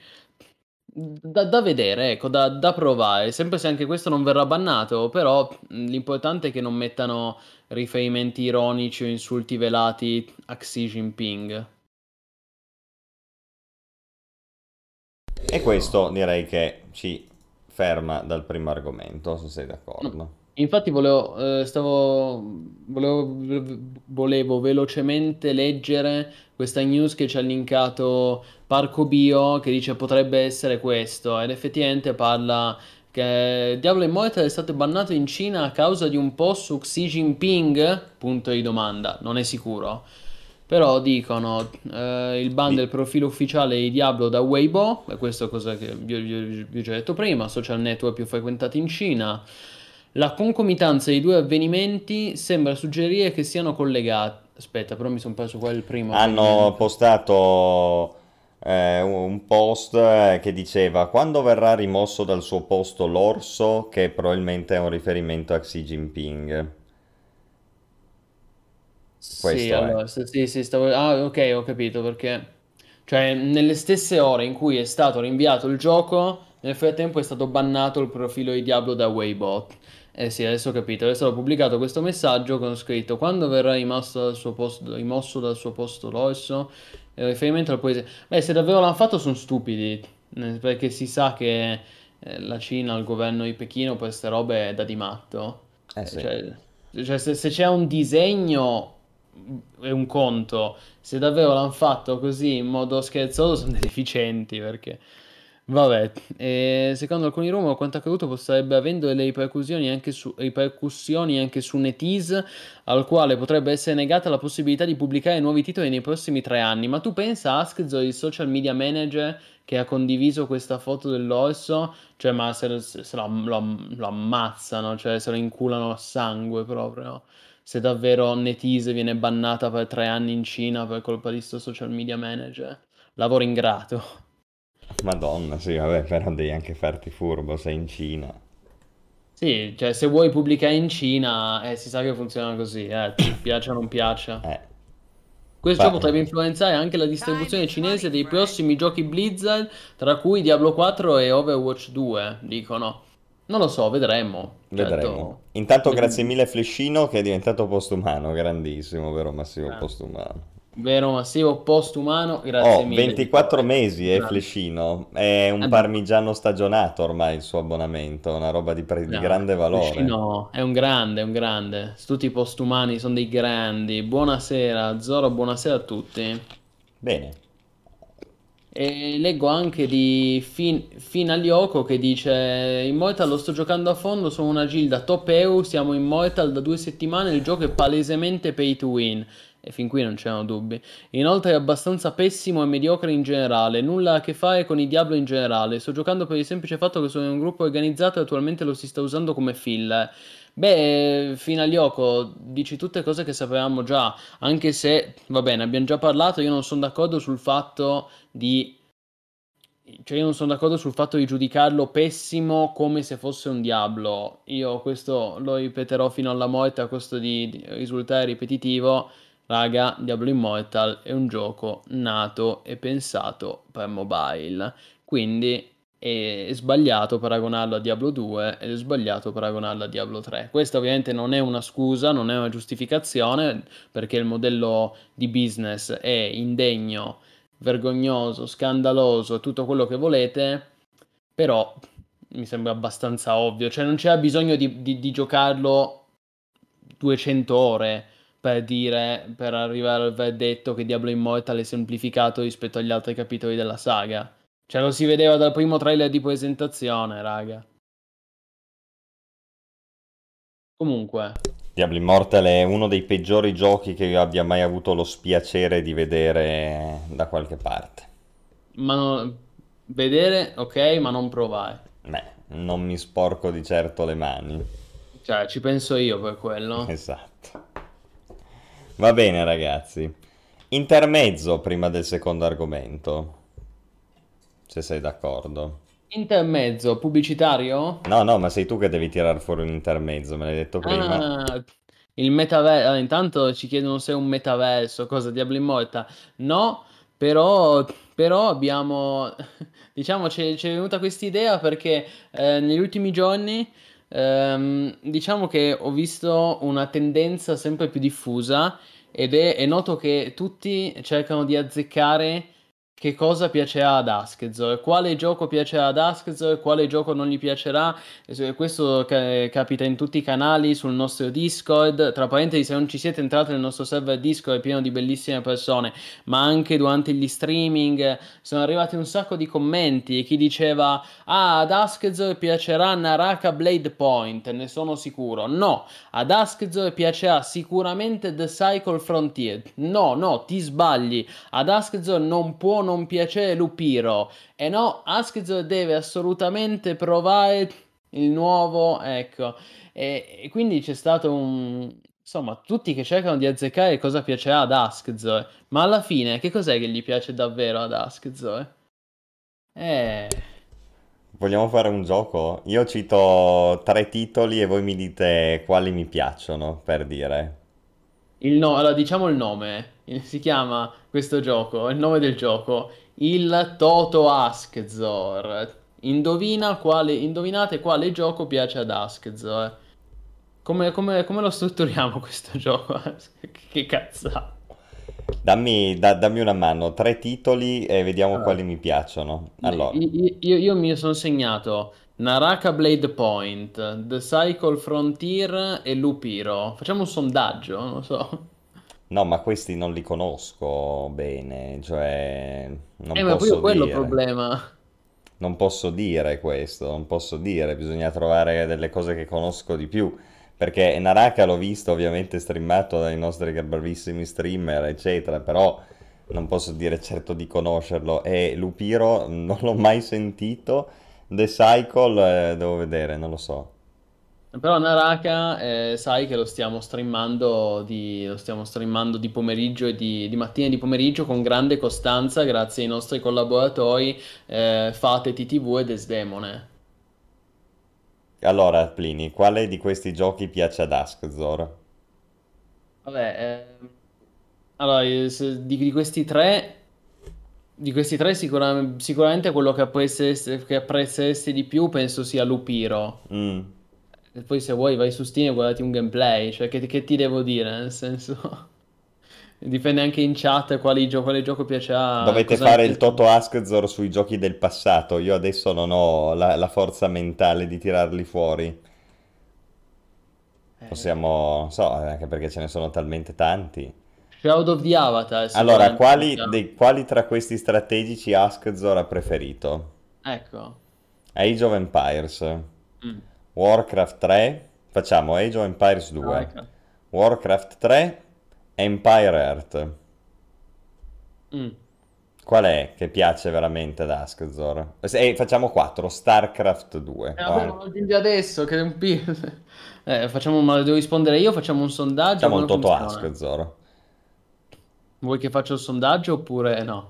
Da, da vedere, ecco, da, da provare, sempre se anche questo non verrà bannato, però mh, l'importante è che non mettano riferimenti ironici o insulti velati a Xi Jinping. E questo direi che ci ferma dal primo argomento, se sei No, d'accordo. infatti volevo, eh, stavo, volevo, volevo velocemente leggere questa news che ci ha linkato Parco Bio che dice potrebbe essere questo ed effettivamente parla che Diablo Immortal è stato bannato in Cina a causa di un post su Xi Jinping? Punto di domanda, non è sicuro. Però dicono eh, il ban del Di- profilo ufficiale di Diablo da Weibo, e questo è cosa che vi, vi- vi ho già detto prima, social network più frequentati in Cina. La concomitanza dei due avvenimenti sembra suggerire che siano collegati. Aspetta, però mi sono perso qual è il primo Hanno avvenimento. postato eh, un post eh, che diceva quando verrà rimosso dal suo posto l'orso, che probabilmente è un riferimento a Xi Jinping. Sì, Questo è. allora, s- sì, sì, stavo... Ah, ok, ho capito perché... Cioè, nelle stesse ore in cui è stato rinviato il gioco, nel frattempo è stato bannato il profilo di Diablo da Weibo. Eh sì, adesso ho capito. Adesso ho pubblicato questo messaggio con scritto quando verrà rimosso dal suo posto, rimosso dal suo posto l'orso, eh, riferimento al paese. Beh, se davvero l'hanno fatto sono stupidi, eh, perché si sa che eh, la Cina, il governo di Pechino, per queste robe è da di matto. Eh Eh, sì. Cioè, cioè, se, se c'è un disegno è un conto, se davvero l'hanno fatto così in modo scherzoso sono deficienti perché Vabbè, e secondo alcuni rumor quanto accaduto potrebbe avendo delle ripercussioni anche su, ripercussioni anche su NetEase, al quale potrebbe essere negata la possibilità di pubblicare nuovi titoli nei prossimi tre anni. Ma tu pensa a Askzo, il social media manager che ha condiviso questa foto dell'orso, cioè ma se, se- se lo, lo- lo ammazzano, cioè se lo inculano a sangue proprio. Se davvero NetEase viene bannata per tre anni in Cina per colpa di sto social media manager. Lavoro ingrato. Madonna, sì, vabbè, però devi anche farti furbo, sei in Cina. Sì, cioè se vuoi pubblicare in Cina, eh, si sa che funziona così, eh, piaccia o non piaccia. Eh, Questo ma potrebbe influenzare anche la distribuzione cinese dei prossimi giochi Blizzard, tra cui Diablo quattro e Overwatch due, dicono. Non lo so, vedremo. vedremo. Certo. Intanto grazie Ve- mille Flescino che è diventato postumano, grandissimo, vero Massimo eh, postumano. Vero massivo postumano, grazie Oh, mille di ventiquattro cuore. mesi, eh, Grande. Flescino. È un Eh beh, parmigiano stagionato ormai il suo abbonamento, una roba di, pre- di no, grande valore. Lucino è un grande, è un grande. Tutti i postumani sono dei grandi. Buonasera, Zoro, buonasera a tutti. Bene. E leggo anche di fin, Finalioko che dice: Immortal lo sto giocando a fondo, sono una gilda top E U, siamo Immortal da due settimane, il gioco è palesemente pay to win. E fin qui non c'erano dubbi. Inoltre è abbastanza pessimo e mediocre in generale, nulla a che fare con i Diablo in generale. Sto giocando per il semplice fatto che sono in un gruppo organizzato e attualmente lo si sta usando come filler. Beh, Finalioko, dici tutte cose che sapevamo già, anche se, va bene, abbiamo già parlato, io non sono d'accordo sul fatto di... Cioè io non sono d'accordo sul fatto di giudicarlo pessimo come se fosse un Diablo. Io questo lo ripeterò fino alla morte a costo di, di risultare ripetitivo. Raga, Diablo Immortal è un gioco nato e pensato per mobile. Quindi è sbagliato paragonarlo a Diablo due ed è sbagliato paragonarlo a Diablo tre. Questa ovviamente non è una scusa, non è una giustificazione, perché il modello di business è indegno, vergognoso, scandaloso, tutto quello che volete, però mi sembra abbastanza ovvio, cioè non c'era bisogno di, di- di giocarlo duecento ore per dire, per arrivare al verdetto che Diablo Immortal è semplificato rispetto agli altri capitoli della saga. Cioè lo si vedeva dal primo trailer di presentazione, raga. Comunque, Diablo Immortal è uno dei peggiori giochi che io abbia mai avuto lo spiacere di vedere da qualche parte. ma non- vedere, ok, ma non provare. Beh, non mi sporco di certo le mani. Cioè, ci penso io per quello. Esatto. Va bene, ragazzi. Intermezzo prima del secondo argomento, se sei d'accordo. Intermezzo pubblicitario? No, no, ma sei tu che devi tirar fuori un intermezzo, me l'hai detto prima. Ah, il metaverso. Intanto ci chiedono se è un metaverso, cosa Diablo Immortal. No, però, però abbiamo, diciamo, ci ci è venuta questa idea perché eh, negli ultimi giorni, ehm, diciamo che ho visto una tendenza sempre più diffusa ed è, è noto che tutti cercano di azzeccare che cosa piacerà ad Askzor, quale gioco piacerà ad Askzor, quale gioco non gli piacerà. E questo ca- capita in tutti i canali, sul nostro Discord. Tra parentesi, se non ci siete entrati nel nostro server Discord è pieno di bellissime persone, ma anche durante gli streaming sono arrivati un sacco di commenti. Chi diceva: Ah, ad Askzor piacerà Naraka Blade Point, ne sono sicuro. No, ad Askzor piacerà sicuramente The Cycle Frontier. No, no, ti sbagli. Ad Askzor non può non piacere Lupiro. E no, Askzor deve assolutamente provare il nuovo, ecco. E, e quindi c'è stato un... Insomma, tutti che cercano di azzeccare cosa piacerà ad Askzor. Ma alla fine, che cos'è che gli piace davvero ad Askzor? Eh... Vogliamo fare un gioco? Io cito tre titoli e voi mi dite quali mi piacciono, per dire. Il no... Allora, diciamo il nome. Il- Si chiama questo gioco, il nome del gioco, il Toto Askzor. Indovina quale... Indovinate quale gioco piace ad Askzor. Come, come- come lo strutturiamo questo gioco? Che cazzata. Dammi, da- dammi una mano, tre titoli e vediamo Allora, quali mi piacciono. Allora, io, io- io mi sono segnato Naraka Blade Point, The Cycle Frontier e Lupiro. Facciamo un sondaggio, non lo so. no, ma questi non li conosco bene, cioè non Eh, ma poi ho posso quello dire. problema. non posso dire questo, non posso dire, bisogna trovare delle cose che conosco di più. Perché Naraka l'ho visto ovviamente streamato dai nostri bravissimi streamer, eccetera, però non posso dire certo di conoscerlo. E Lupiro non l'ho mai sentito. The Cycle, eh, devo vedere, non lo so. Però Naraka, eh, sai che lo stiamo streamando di, lo stiamo streamando di pomeriggio e di, di mattina e di pomeriggio con grande costanza, grazie ai nostri collaboratori, eh, Fate T T V e Desdemone. Allora, Plini, quale di questi giochi piace ad Askzor? Vabbè, ehm, allora, eh, se- di, di questi tre, di questi tre sicura- sicuramente quello che apprezzeresti, che apprezzeresti di più penso sia Lupiro. Mm. E poi se vuoi vai su Steam e guardati un gameplay, cioè che, che ti devo dire, nel senso... Dipende anche in chat quali gio- quale gioco piace a Dovete cosa ne fare il pensi. Toto Askzor sui giochi del passato. Io adesso non ho la, la forza mentale di tirarli fuori. Eh, Possiamo, non so, anche perché ce ne sono talmente tanti. Shadow of the Avatar Allora, sicuramente quali, piace. dei, quali tra questi strategici Askzor ha preferito? Ecco. Age of Empires, Mm. Warcraft tre, facciamo Age of Empires Ah, due, ecco. Warcraft tre, Empire Earth. Mm. Qual è che piace veramente ad Askzor? E facciamo quattro, StarCraft due. Eh, o vabbè, ma anche- lo aggiungi adesso che è un pi- Eh, facciamo, ma devo rispondere io, facciamo un sondaggio, Facciamo il come Toto funziona? Askzor. Vuoi che faccia il sondaggio oppure no?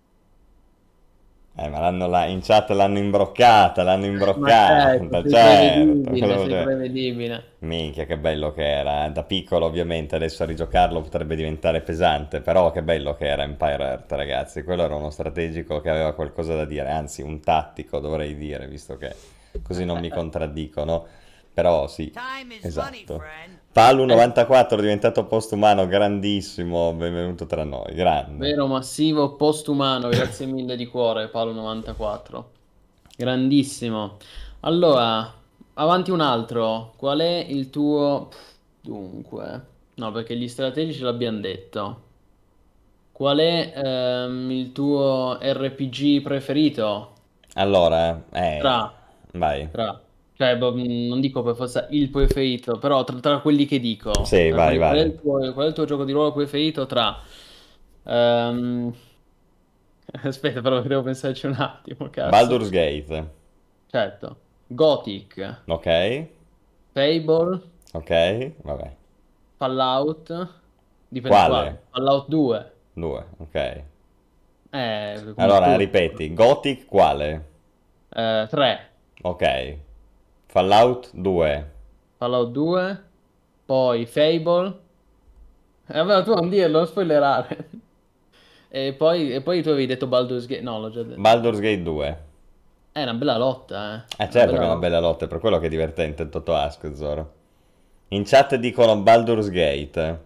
Eh, ma l'hanno là, in chat l'hanno imbroccata, l'hanno Ma certo, imbroccata, sei certo. prevedibile, quello sei che- prevedibile. Minchia, che bello che era. Da piccolo, ovviamente, adesso a rigiocarlo potrebbe diventare pesante, però che bello che era Empire Earth, ragazzi. Quello era uno strategico che aveva qualcosa da dire, anzi, un tattico, dovrei dire, visto che così non mi contraddicono. Però sì, Time is money, esatto. friend. Palu novantaquattro, diventato postumano, grandissimo, benvenuto tra noi, grande. Vero, massivo, postumano, grazie mille di cuore, Paolo novantaquattro. Grandissimo. Allora, avanti un altro. Qual è il tuo... Dunque, no, perché gli strategici l'abbiamo detto. Qual è ehm, il tuo R P G preferito? Allora, eh, Tra, vai. tra, cioè, boh, mh, non dico per forza il preferito, però tra, tra quelli che dico, Sì, tra vai, quelli- qual è vai. il tuo, qual è il tuo gioco di ruolo preferito tra... ehm, aspetta, però devo pensarci un attimo, cazzo. Baldur's Gate, Certo. Gothic, ok? Fable, Ok, vabbè. Fallout, dipende Quale? quale. Fallout due. Due, ok. Eh, come Allora, tutti. ripeti, Gothic quale? Eh, tre. Ok. Fallout due. Fallout due, poi Fable. Eh, vabbè, tu non dirlo, non spoilerare. E poi, e poi tu avevi detto Baldur's Gate. No, l'ho già detto. Baldur's Gate due. È una bella lotta, eh. Eh Una certo che è bella una lotta. bella lotta, è per quello che è divertente il Toto Askzor. In chat dicono Baldur's Gate.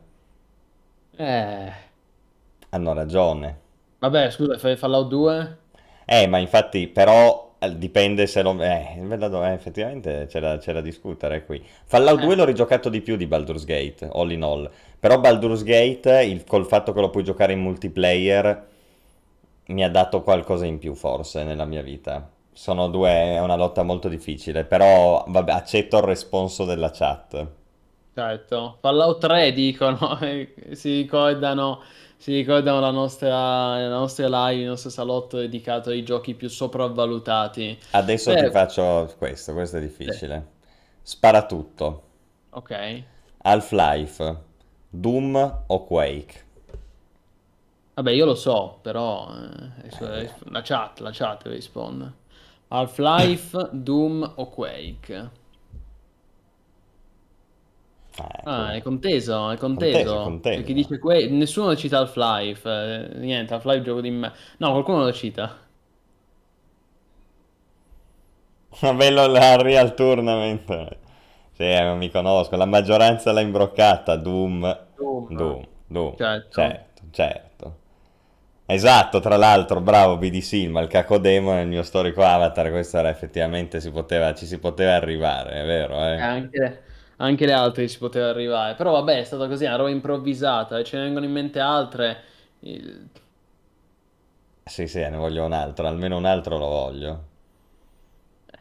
Eh. Hanno ragione. Vabbè, scusa, fai Fallout due? Eh, ma infatti, però eh, dipende se lo... Eh, bella do- eh, effettivamente c'è da, c'è da discutere qui. Fallout Eh. due l'ho rigiocato di più di Baldur's Gate, all in all. Però Baldur's Gate, il- col fatto che lo puoi giocare in multiplayer, mi ha dato qualcosa in più, forse, nella mia vita. Sono due... È una lotta molto difficile, però, vabbè, accetto il responso della chat. Certo, Fallout tre dicono, eh, si ricordano, si ricordano la nostra, la nostra live, il nostro salotto dedicato ai giochi più sopravvalutati. Adesso ti Beh, faccio questo, questo è sì, difficile. Spara tutto. ok. Half-Life, Doom o Quake? Vabbè, io lo so, però eh, su- Eh, la chat, la chat risponde. Half-Life, Doom o Quake? Ah, Ah, è ecco. conteso, è Conteso, conteso. C'è chi conteso. dice Quake, nessuno cita Half-Life, eh, niente, Half-Life gioco di me. No, qualcuno lo cita. Ma bello l'Unreal Tournament. Sì, eh, mi conosco. La maggioranza l'ha imbroccata. Doom, Doom, Doom, Doom. certo. Certo, certo. Esatto, tra l'altro, bravo B D Silma, il cacodemo nel mio storico avatar. Questo era effettivamente, si poteva, ci si poteva arrivare, è vero, E eh? anche, anche le altre si poteva arrivare. Però vabbè, è stata così, una roba improvvisata e ce ne vengono in mente altre. Il- Sì, sì, ne voglio un altro, almeno un altro lo voglio.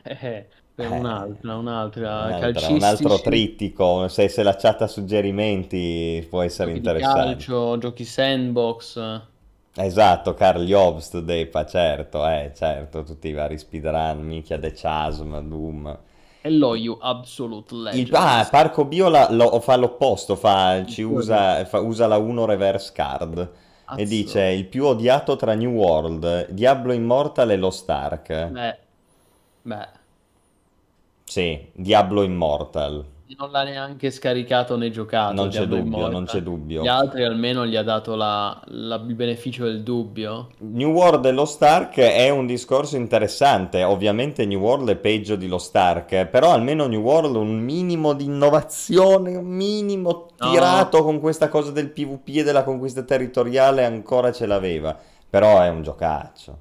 Eh, per Eh, un'altra, un'altra, un'altra- un altro calcistici, trittico, se, se la chat ha suggerimenti può essere giochi di interessante. calcio, giochi sandbox. Esatto, Carl Jobst, Depa, certo, eh, certo, tutti i vari speedrun, minchia The Chasm, Doom. Hello, you absolute Il, ah, legends. Parco Bio la- lo- fa l'opposto, fa, ci Io di usa, fa- usa la uno reverse card e dice cazzo. il più odiato tra New World, Diablo Immortal e Lost Ark. Beh, beh, Sì, Diablo Immortal, non l'ha neanche scaricato né giocato non c'è Diablo dubbio, non c'è Immortal. Gli dubbio. altri almeno gli ha dato la- la- il beneficio del dubbio. New World e Lost Ark è un discorso interessante, ovviamente New World è peggio di Lost Ark, eh, però almeno New World un minimo di innovazione, un minimo No, tirato con questa cosa del PvP e della conquista territoriale ancora ce l'aveva, però è un giocaccio.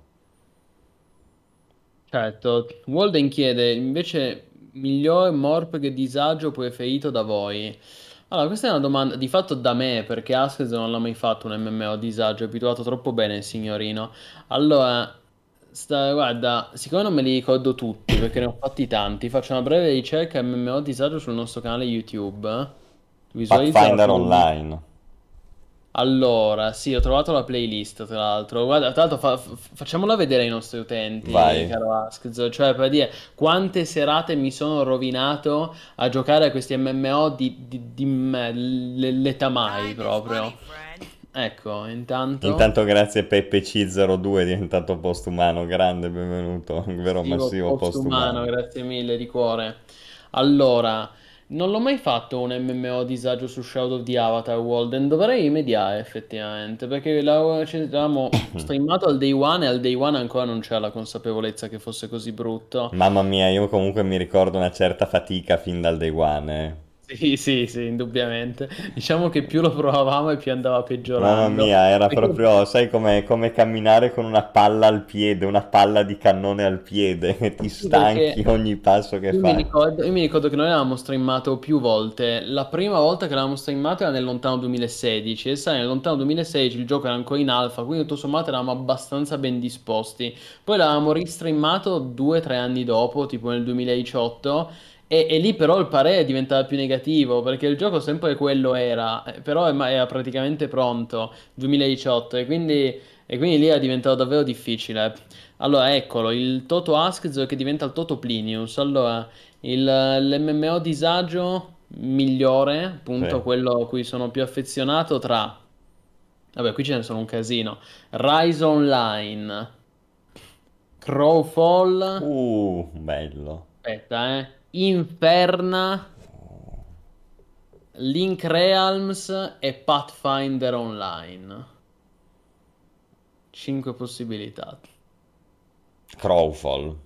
certo. Walden chiede invece migliore Morpg e disagio preferito da voi. Allora, questa è una domanda di fatto da me, perché Askez non l'ha mai fatto un M M O a disagio, è abituato troppo bene il signorino. Allora, sta- guarda, siccome non me li ricordo tutti, perché ne ho fatti tanti, faccio una breve ricerca M M O a disagio sul nostro canale YouTube. Visualizzo la Pathfinder playlist. Online. Allora, sì, ho trovato la playlist, tra l'altro. Guarda, tra l'altro fa- fa- facciamola vedere ai nostri utenti, Vai. caro Askz, cioè per dire quante serate mi sono rovinato a giocare a questi M M O di, di, di me- le- l'età mai proprio. Ecco, intanto, Intanto grazie Peppe C zero due è diventato postumano, grande, benvenuto, un vero massivo massivo postumano, postumano. grazie mille di cuore. Allora, non l'ho mai fatto un M M O a disagio su Shadow of the Avatar Walden, dovrei rimediare effettivamente, perché la- ci avevamo streamato al day one e al day one ancora non c'era la consapevolezza che fosse così brutto. Mamma mia, io comunque mi ricordo una certa fatica fin dal day one, eh. Sì, sì, sì, indubbiamente. Diciamo che più lo provavamo e più andava Mamma peggiorando. mia, era Perché proprio, sai come come camminare con una palla al piede, una palla di cannone al piede, e ti Sì, perché stanchi ogni passo che io mi fai. ricordo, io mi ricordo che noi l'avevamo streamato più volte. La prima volta che l'avevamo streamato era nel lontano duemilasedici. E sai, nel lontano duemilasedici il gioco era ancora in alfa, quindi tutto sommato eravamo abbastanza ben disposti. Poi l'avevamo restreamato due o tre anni dopo, tipo nel duemiladiciotto. E, e lì però il parere diventava più negativo perché il gioco sempre quello era, eh, però è- ma era praticamente pronto duemiladiciotto e quindi, e quindi lì è diventato davvero difficile. Allora, eccolo, il Toto Askz che diventa il Toto Plinius. Allora, il, l'M M O disagio migliore, Sì. appunto quello a cui sono più affezionato tra... Vabbè, qui ce ne sono un casino. Rise Online, Crowfall, Uh, bello. aspetta, eh, Inferna, Link Realms e Pathfinder Online. Cinque possibilità. Crowfall.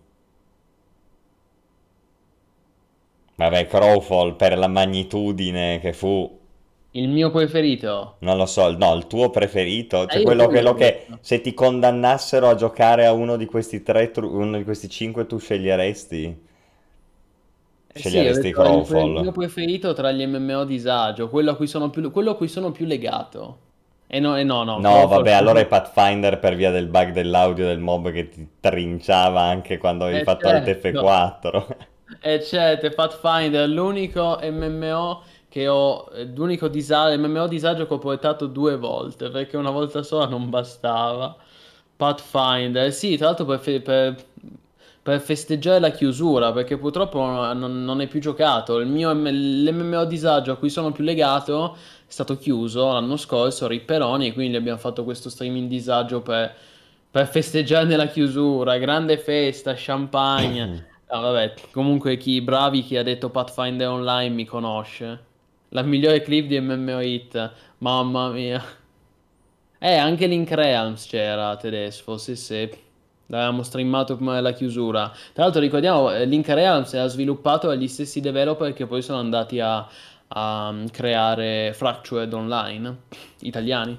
Vabbè, Crowfall per la magnitudine che fu, Il mio preferito. non lo so, no, il tuo preferito, Eh, cioè io quello, quello quello ho che detto. se ti condannassero a giocare a uno di questi tre, tru- uno di questi cinque, tu sceglieresti? Eh sì, ho Sceglieresti detto il, pre- il Crowfall. mio preferito tra gli M M O disagio, quello a cui sono più, quello a cui sono più legato. E no, e no, no, No, Crowfall. vabbè, allora è Pathfinder per via del bug dell'audio del mob che ti trinciava anche quando avevi Eh fatto Alt F certo, quattro. e c'è Pathfinder, l'unico M M O che ho, eh, l'unico disagio, M M O disagio che ho portato due volte, perché una volta sola non bastava. Pathfinder, sì, tra l'altro per, fe- per- per festeggiare la chiusura, perché purtroppo non, non- non è più giocato. Il mio M- l'M M O disagio a cui sono più legato è stato chiuso l'anno scorso, Ripperoni, e quindi abbiamo fatto questo streaming disagio per, per festeggiarne la chiusura. Grande festa, champagne. Ah, vabbè, comunque chi bravi, chi ha detto Pathfinder Online mi conosce. La migliore clip di M M O Hit, mamma mia. Eh, anche Link Realms c'era tedesco, sì sì. L'avevamo streamato prima della chiusura. Tra l'altro ricordiamo, eh, Link Realms era sviluppato dagli stessi developer che poi sono andati a, a mm, creare Fractured Online, italiani.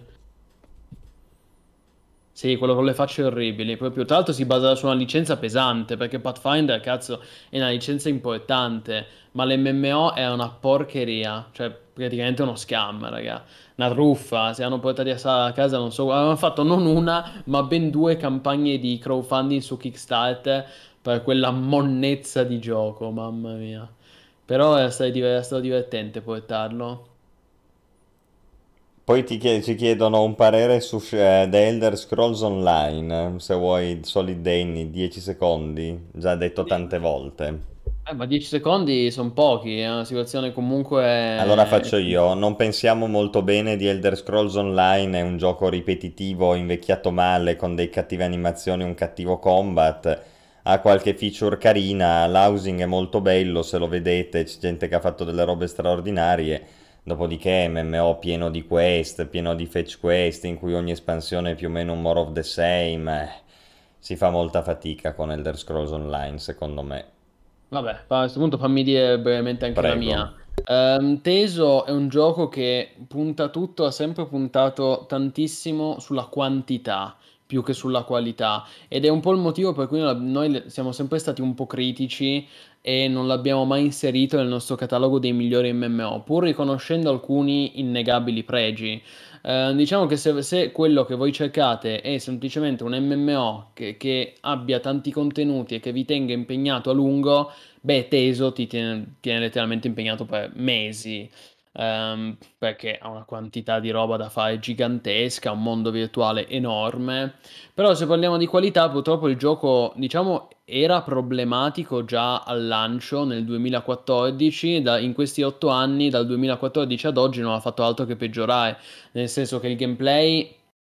Sì, quello con le facce orribili. Proprio, tra l'altro si basa su una licenza pesante, perché Pathfinder, cazzo, è una licenza importante, ma l'M M O è una porcheria, cioè praticamente uno scam, raga. Una truffa, si hanno portati a sa- a casa, non so, avevano fatto non una, ma ben due campagne di crowdfunding su Kickstarter per quella monnezza di gioco, mamma mia. Però è stato, div- è stato divertente portarlo. Poi ti chie- ci chiedono un parere su eh, The Elder Scrolls Online, se vuoi Solid Danny, dieci secondi, già detto tante volte. Eh, ma dieci secondi sono pochi, è una situazione Allora comunque... faccio io, non pensiamo molto bene di Elder Scrolls Online, è un gioco ripetitivo, invecchiato male, con dei cattive animazioni, un cattivo combat, ha qualche feature carina, l'housing è molto bello, se lo vedete, c'è gente che ha fatto delle robe straordinarie, dopodiché M M O pieno di quest, pieno di fetch quest, in cui ogni espansione è più o meno un more of the same, eh, si fa molta fatica con Elder Scrolls Online, secondo me. Vabbè, a questo punto fammi dire brevemente anche la Prego. mia. Ehm, Teso è un gioco che punta tutto, ha sempre puntato tantissimo sulla quantità più che sulla qualità ed è un po' il motivo per cui noi siamo sempre stati un po' critici e non l'abbiamo mai inserito nel nostro catalogo dei migliori M M O, pur riconoscendo alcuni innegabili pregi. Eh, diciamo che se, se quello che voi cercate è semplicemente un M M O che, che abbia tanti contenuti e che vi tenga impegnato a lungo, beh, Teso ti tiene, tiene letteralmente impegnato per mesi, ehm, perché ha una quantità di roba da fare gigantesca, un mondo virtuale enorme. Però se parliamo di qualità, purtroppo il gioco, diciamo, era problematico già al lancio nel duemilaquattordici, da- in questi otto anni, dal duemilaquattordici ad oggi, non ha fatto altro che peggiorare, nel senso che il gameplay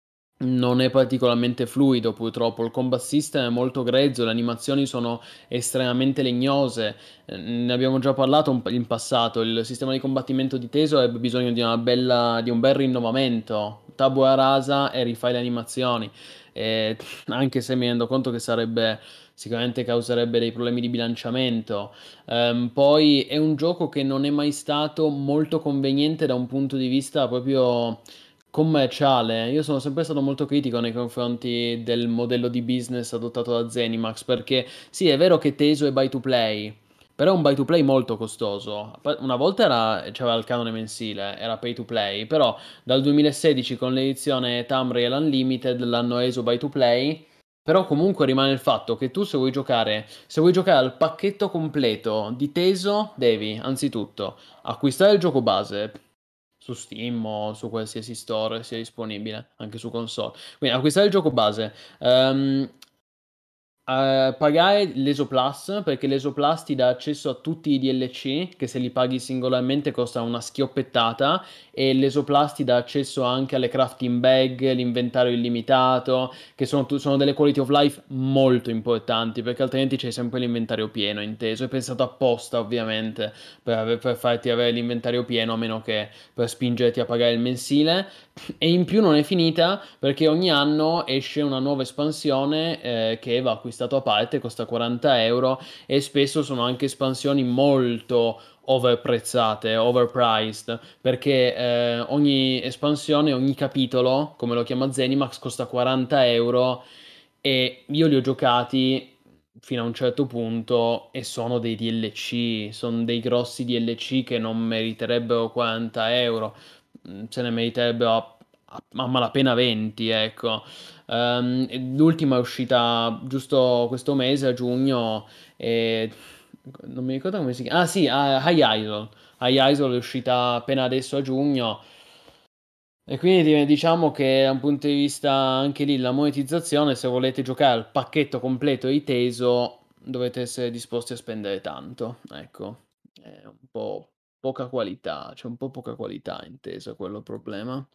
non è particolarmente fluido, purtroppo. Il combat system è molto grezzo, le animazioni sono estremamente legnose. Eh, Ne abbiamo già parlato un- in passato. Il sistema di combattimento di Teso ha bisogno di una bella, di un bel rinnovamento. Tabula rasa e rifai le animazioni. Eh, Anche se mi rendo conto che sarebbe sicuramente causerebbe dei problemi di bilanciamento. Ehm, poi è un gioco che non è mai stato molto conveniente da un punto di vista proprio commerciale. Io sono sempre stato molto critico nei confronti del modello di business adottato da Zenimax, perché sì, è vero che Teso è buy to play, però è un buy to play molto costoso. Una volta era, c'era il canone mensile, era pay to play, però dal duemilasedici con l'edizione Tamriel Unlimited l'hanno reso buy to play. Però comunque rimane il fatto che tu se vuoi giocare, se vuoi giocare al pacchetto completo di Teso, devi anzitutto acquistare il gioco base su Steam o su qualsiasi store sia disponibile, anche su console. Quindi acquistare il gioco base, ehm, eh, pagare l'E S O Plus, perché l'E S O Plus ti dà accesso a tutti i D L C che se li paghi singolarmente costa una schioppettata, e l'E S O Plus ti dà accesso anche alle crafting bag, l'inventario illimitato, che sono, tu- sono delle quality of life molto importanti, perché altrimenti c'è sempre l'inventario pieno, inteso. È pensato apposta ovviamente per, ave- per farti avere l'inventario pieno, a meno che per spingerti a pagare il mensile. E in più non è finita, perché ogni anno esce una nuova espansione eh, che va acquistato a parte, costa quaranta euro, e spesso sono anche espansioni molto overprezzate, overpriced, perché eh, ogni espansione, ogni capitolo, come lo chiama Zenimax, costa quaranta euro, e io li ho giocati fino a un certo punto e sono dei D L C, sono dei grossi D L C che non meriterebbero quaranta euro. Mm, se ne meriterebbero a, a, a malapena venti, ecco. Ehm, e l'ultima è uscita giusto questo mese, a giugno, e non mi ricordo come si chiama. Ah sì, ah, High Isle. High Isle è uscita appena adesso a giugno. E quindi di- diciamo che da un punto di vista anche lì la monetizzazione, se volete giocare al pacchetto completo di Teso, dovete essere disposti a spendere tanto. Ecco, è un po' poca qualità, c'è un po' poca qualità in Teso, è quello il problema.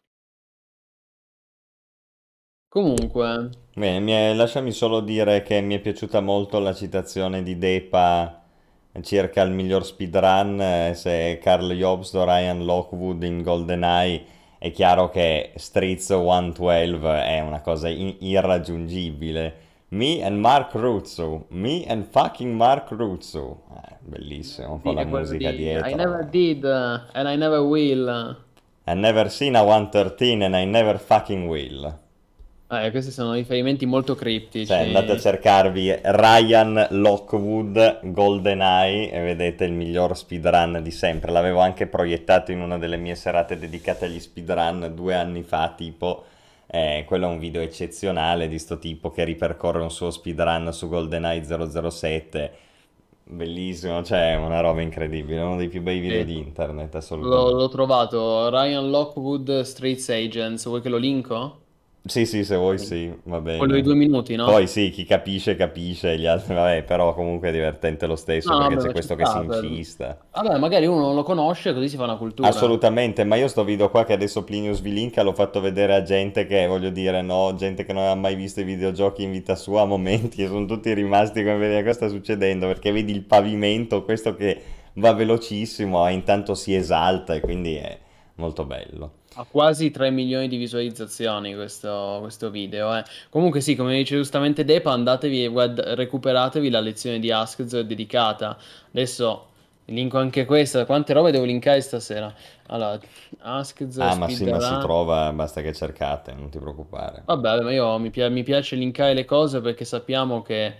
Comunque, Bene, mi è- lasciami solo dire che mi è piaciuta molto la citazione di Depa circa il miglior speedrun, eh, se Carl Jobst o Ryan Lockwood in GoldenEye. È chiaro che Streets centododici è una cosa in- irraggiungibile. Me and Mark Russo, me and fucking Mark Russo. Eh, bellissimo, con sì, la è quello musica di I never dietro. did uh, and I never will. I never seen a centotredici and I never fucking will. Eh, questi sono riferimenti molto Cioè, andate a criptici. cercarvi Ryan Lockwood GoldenEye e vedete il miglior speedrun di sempre. L'avevo anche proiettato in una delle mie serate dedicate agli speedrun due anni fa, tipo. Eh, quello è un video eccezionale di sto tipo che ripercorre un suo speedrun su GoldenEye zero zero sette. Bellissimo, cioè è una roba incredibile, uno dei più bei video Sì. di internet, L'ho assolutamente. l'ho trovato, Ryan Lockwood Streets Agents, vuoi che lo linko? Sì, sì, se vuoi Sì. sì, va Quello di bene. due minuti, Poi no? sì, chi capisce capisce, gli altri vabbè, però comunque è divertente lo stesso No, no, perché vabbè, c'è ma ci questo che si sta. per- incista. Vabbè, magari uno non lo conosce, così si fa una cultura. Assolutamente, ma io sto video qua che adesso Plinius vi linka l'ho fatto vedere a gente che, voglio dire, no, gente che non aveva mai visto i videogiochi in vita sua, a momenti, e sono tutti rimasti come vedere cosa sta succedendo, perché vedi il pavimento, questo che va velocissimo, e intanto si esalta e quindi è molto bello. Ha quasi tre milioni di visualizzazioni questo, questo video, eh. Comunque sì, come dice giustamente Depa, andatevi e guard- recuperatevi la lezione di Askzo dedicata. Adesso linko anche questa. Quante robe devo linkare stasera? Allora, Askzo Ah, ma sì, ma si speedrun. trova, basta che cercate, non ti preoccupare. Vabbè, ma io mi, pia- mi piace linkare le cose perché sappiamo che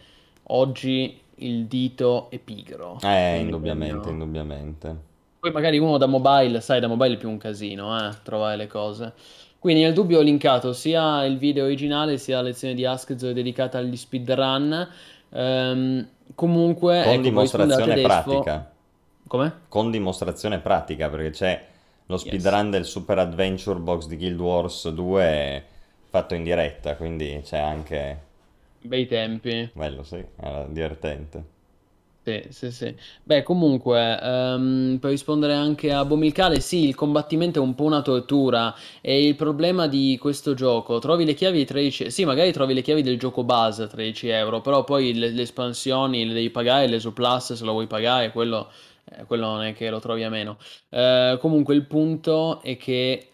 oggi il dito è pigro. Eh, Quindi indubbiamente, meglio. indubbiamente. Poi magari uno da mobile, sai, da mobile è più un casino, eh, trovare le cose. Quindi nel dubbio ho linkato sia il video originale sia la lezione di Askzo dedicata agli speedrun. Ehm, comunque, Con ecco, per rispondere a dimostrazione Tedesco. pratica. Come? Con dimostrazione pratica, perché c'è lo Yes. speedrun del Super Adventure Box di Guild Wars due fatto in diretta, quindi c'è anche Bei tempi. quello, sì, era divertente. Sì, sì, sì. Beh, comunque, ehm, per rispondere anche a Bomilcale, sì, il combattimento è un po' una tortura. E il problema di questo gioco, trovi le chiavi di tredici. Sì, magari trovi le chiavi del gioco base a tredici euro, però poi le, le espansioni le devi pagare, l'E S O Plus se lo vuoi pagare, quello, eh, quello non è che lo trovi a meno. Eh, comunque, il punto è che.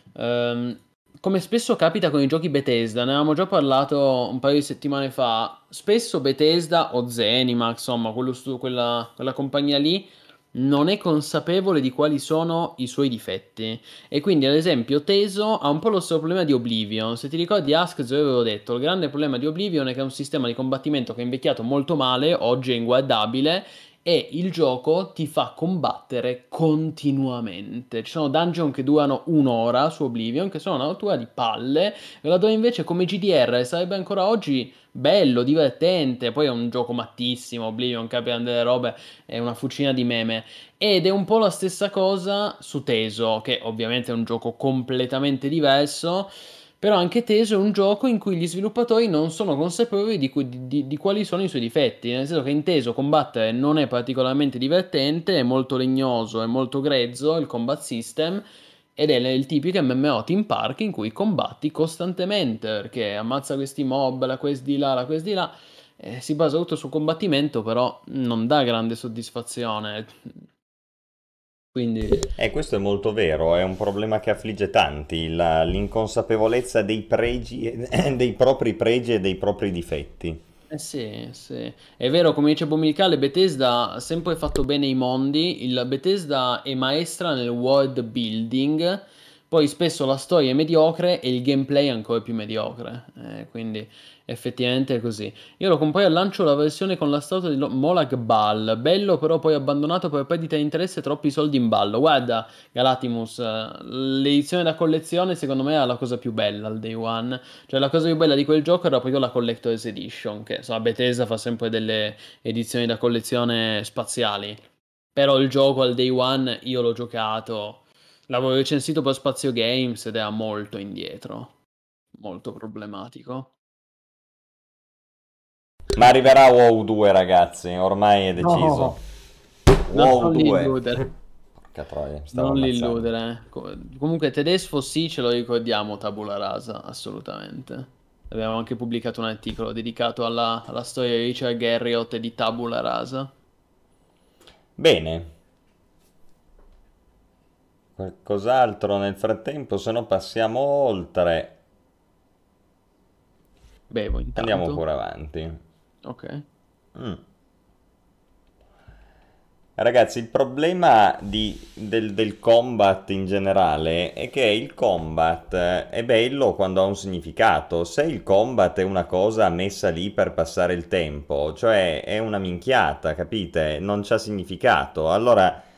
Ehm, come spesso capita con i giochi Bethesda, ne avevamo già parlato un paio di settimane fa, spesso Bethesda o Zenimax, insomma, quello stu- quella, quella compagnia lì, non è consapevole di quali sono i suoi difetti. E quindi, ad esempio, Teso ha un po' lo stesso problema di Oblivion. Se ti ricordi, Ask, io avevo detto, il grande problema di Oblivion è che è un sistema di combattimento che è invecchiato molto male, oggi è inguardabile, e il gioco ti fa combattere continuamente. Ci sono dungeon che durano un'ora su Oblivion, che sono una rottura di palle, laddove invece come G D R sarebbe ancora oggi bello, divertente, poi è un gioco mattissimo, Oblivion, capiamo delle robe, è una fucina di meme. Ed è un po' la stessa cosa su Teso, che ovviamente è un gioco completamente diverso, però anche Teso è un gioco in cui gli sviluppatori non sono consapevoli di, cui- di- di- di quali sono i suoi difetti, nel senso che in Teso combattere non è particolarmente divertente, è molto legnoso, è molto grezzo il combat system, ed è il tipico M M O team park in cui combatti costantemente, perché ammazza questi mob, la quest di là, la quest di là, eh, si basa tutto sul combattimento, però non dà grande soddisfazione. Quindi, E questo è molto vero, è un problema che affligge tanti, la- l'inconsapevolezza dei pregi, e- dei propri pregi e dei propri difetti. eh sì, sì. È vero, come dice Bomilcale, Bethesda ha sempre fatto bene i mondi, il Bethesda è maestra nel world building, poi spesso la storia è mediocre e il gameplay è ancora più mediocre, eh, quindi effettivamente è così. Io lo comprai al lancio la versione con la statua di Lo- Molag Bal, bello però poi abbandonato per perdita di interesse e troppi soldi in ballo. Guarda, Galatimus, eh, l'edizione da collezione secondo me è la cosa più bella al day one. Cioè, la cosa più bella di quel gioco era proprio la Collector's Edition, che insomma, Bethesda fa sempre delle edizioni da collezione spaziali. Però il gioco al day one io l'ho giocato, l'avevo recensito per Spazio Games ed era molto indietro, molto problematico. Ma arriverà WoW due, ragazzi, ormai è deciso. No, no, WoW non li due. illudere, Porca troia, mi stavo non li ammazzando. illudere. Co- Comunque Tedesco sì, ce lo ricordiamo, Tabula Rasa, assolutamente. Abbiamo anche pubblicato un articolo dedicato alla, alla storia di Richard Garriott e di Tabula Rasa. Bene, qualcos'altro nel frattempo, se no passiamo oltre. Bevo Andiamo intanto. pure avanti. Ok. Mm. Ragazzi, il problema di- del, del combat in generale è che il combat eh, è bello quando ha un significato. Se il combat è una cosa messa lì per passare il tempo, cioè è una minchiata, capite? Non c'ha significato. Allora,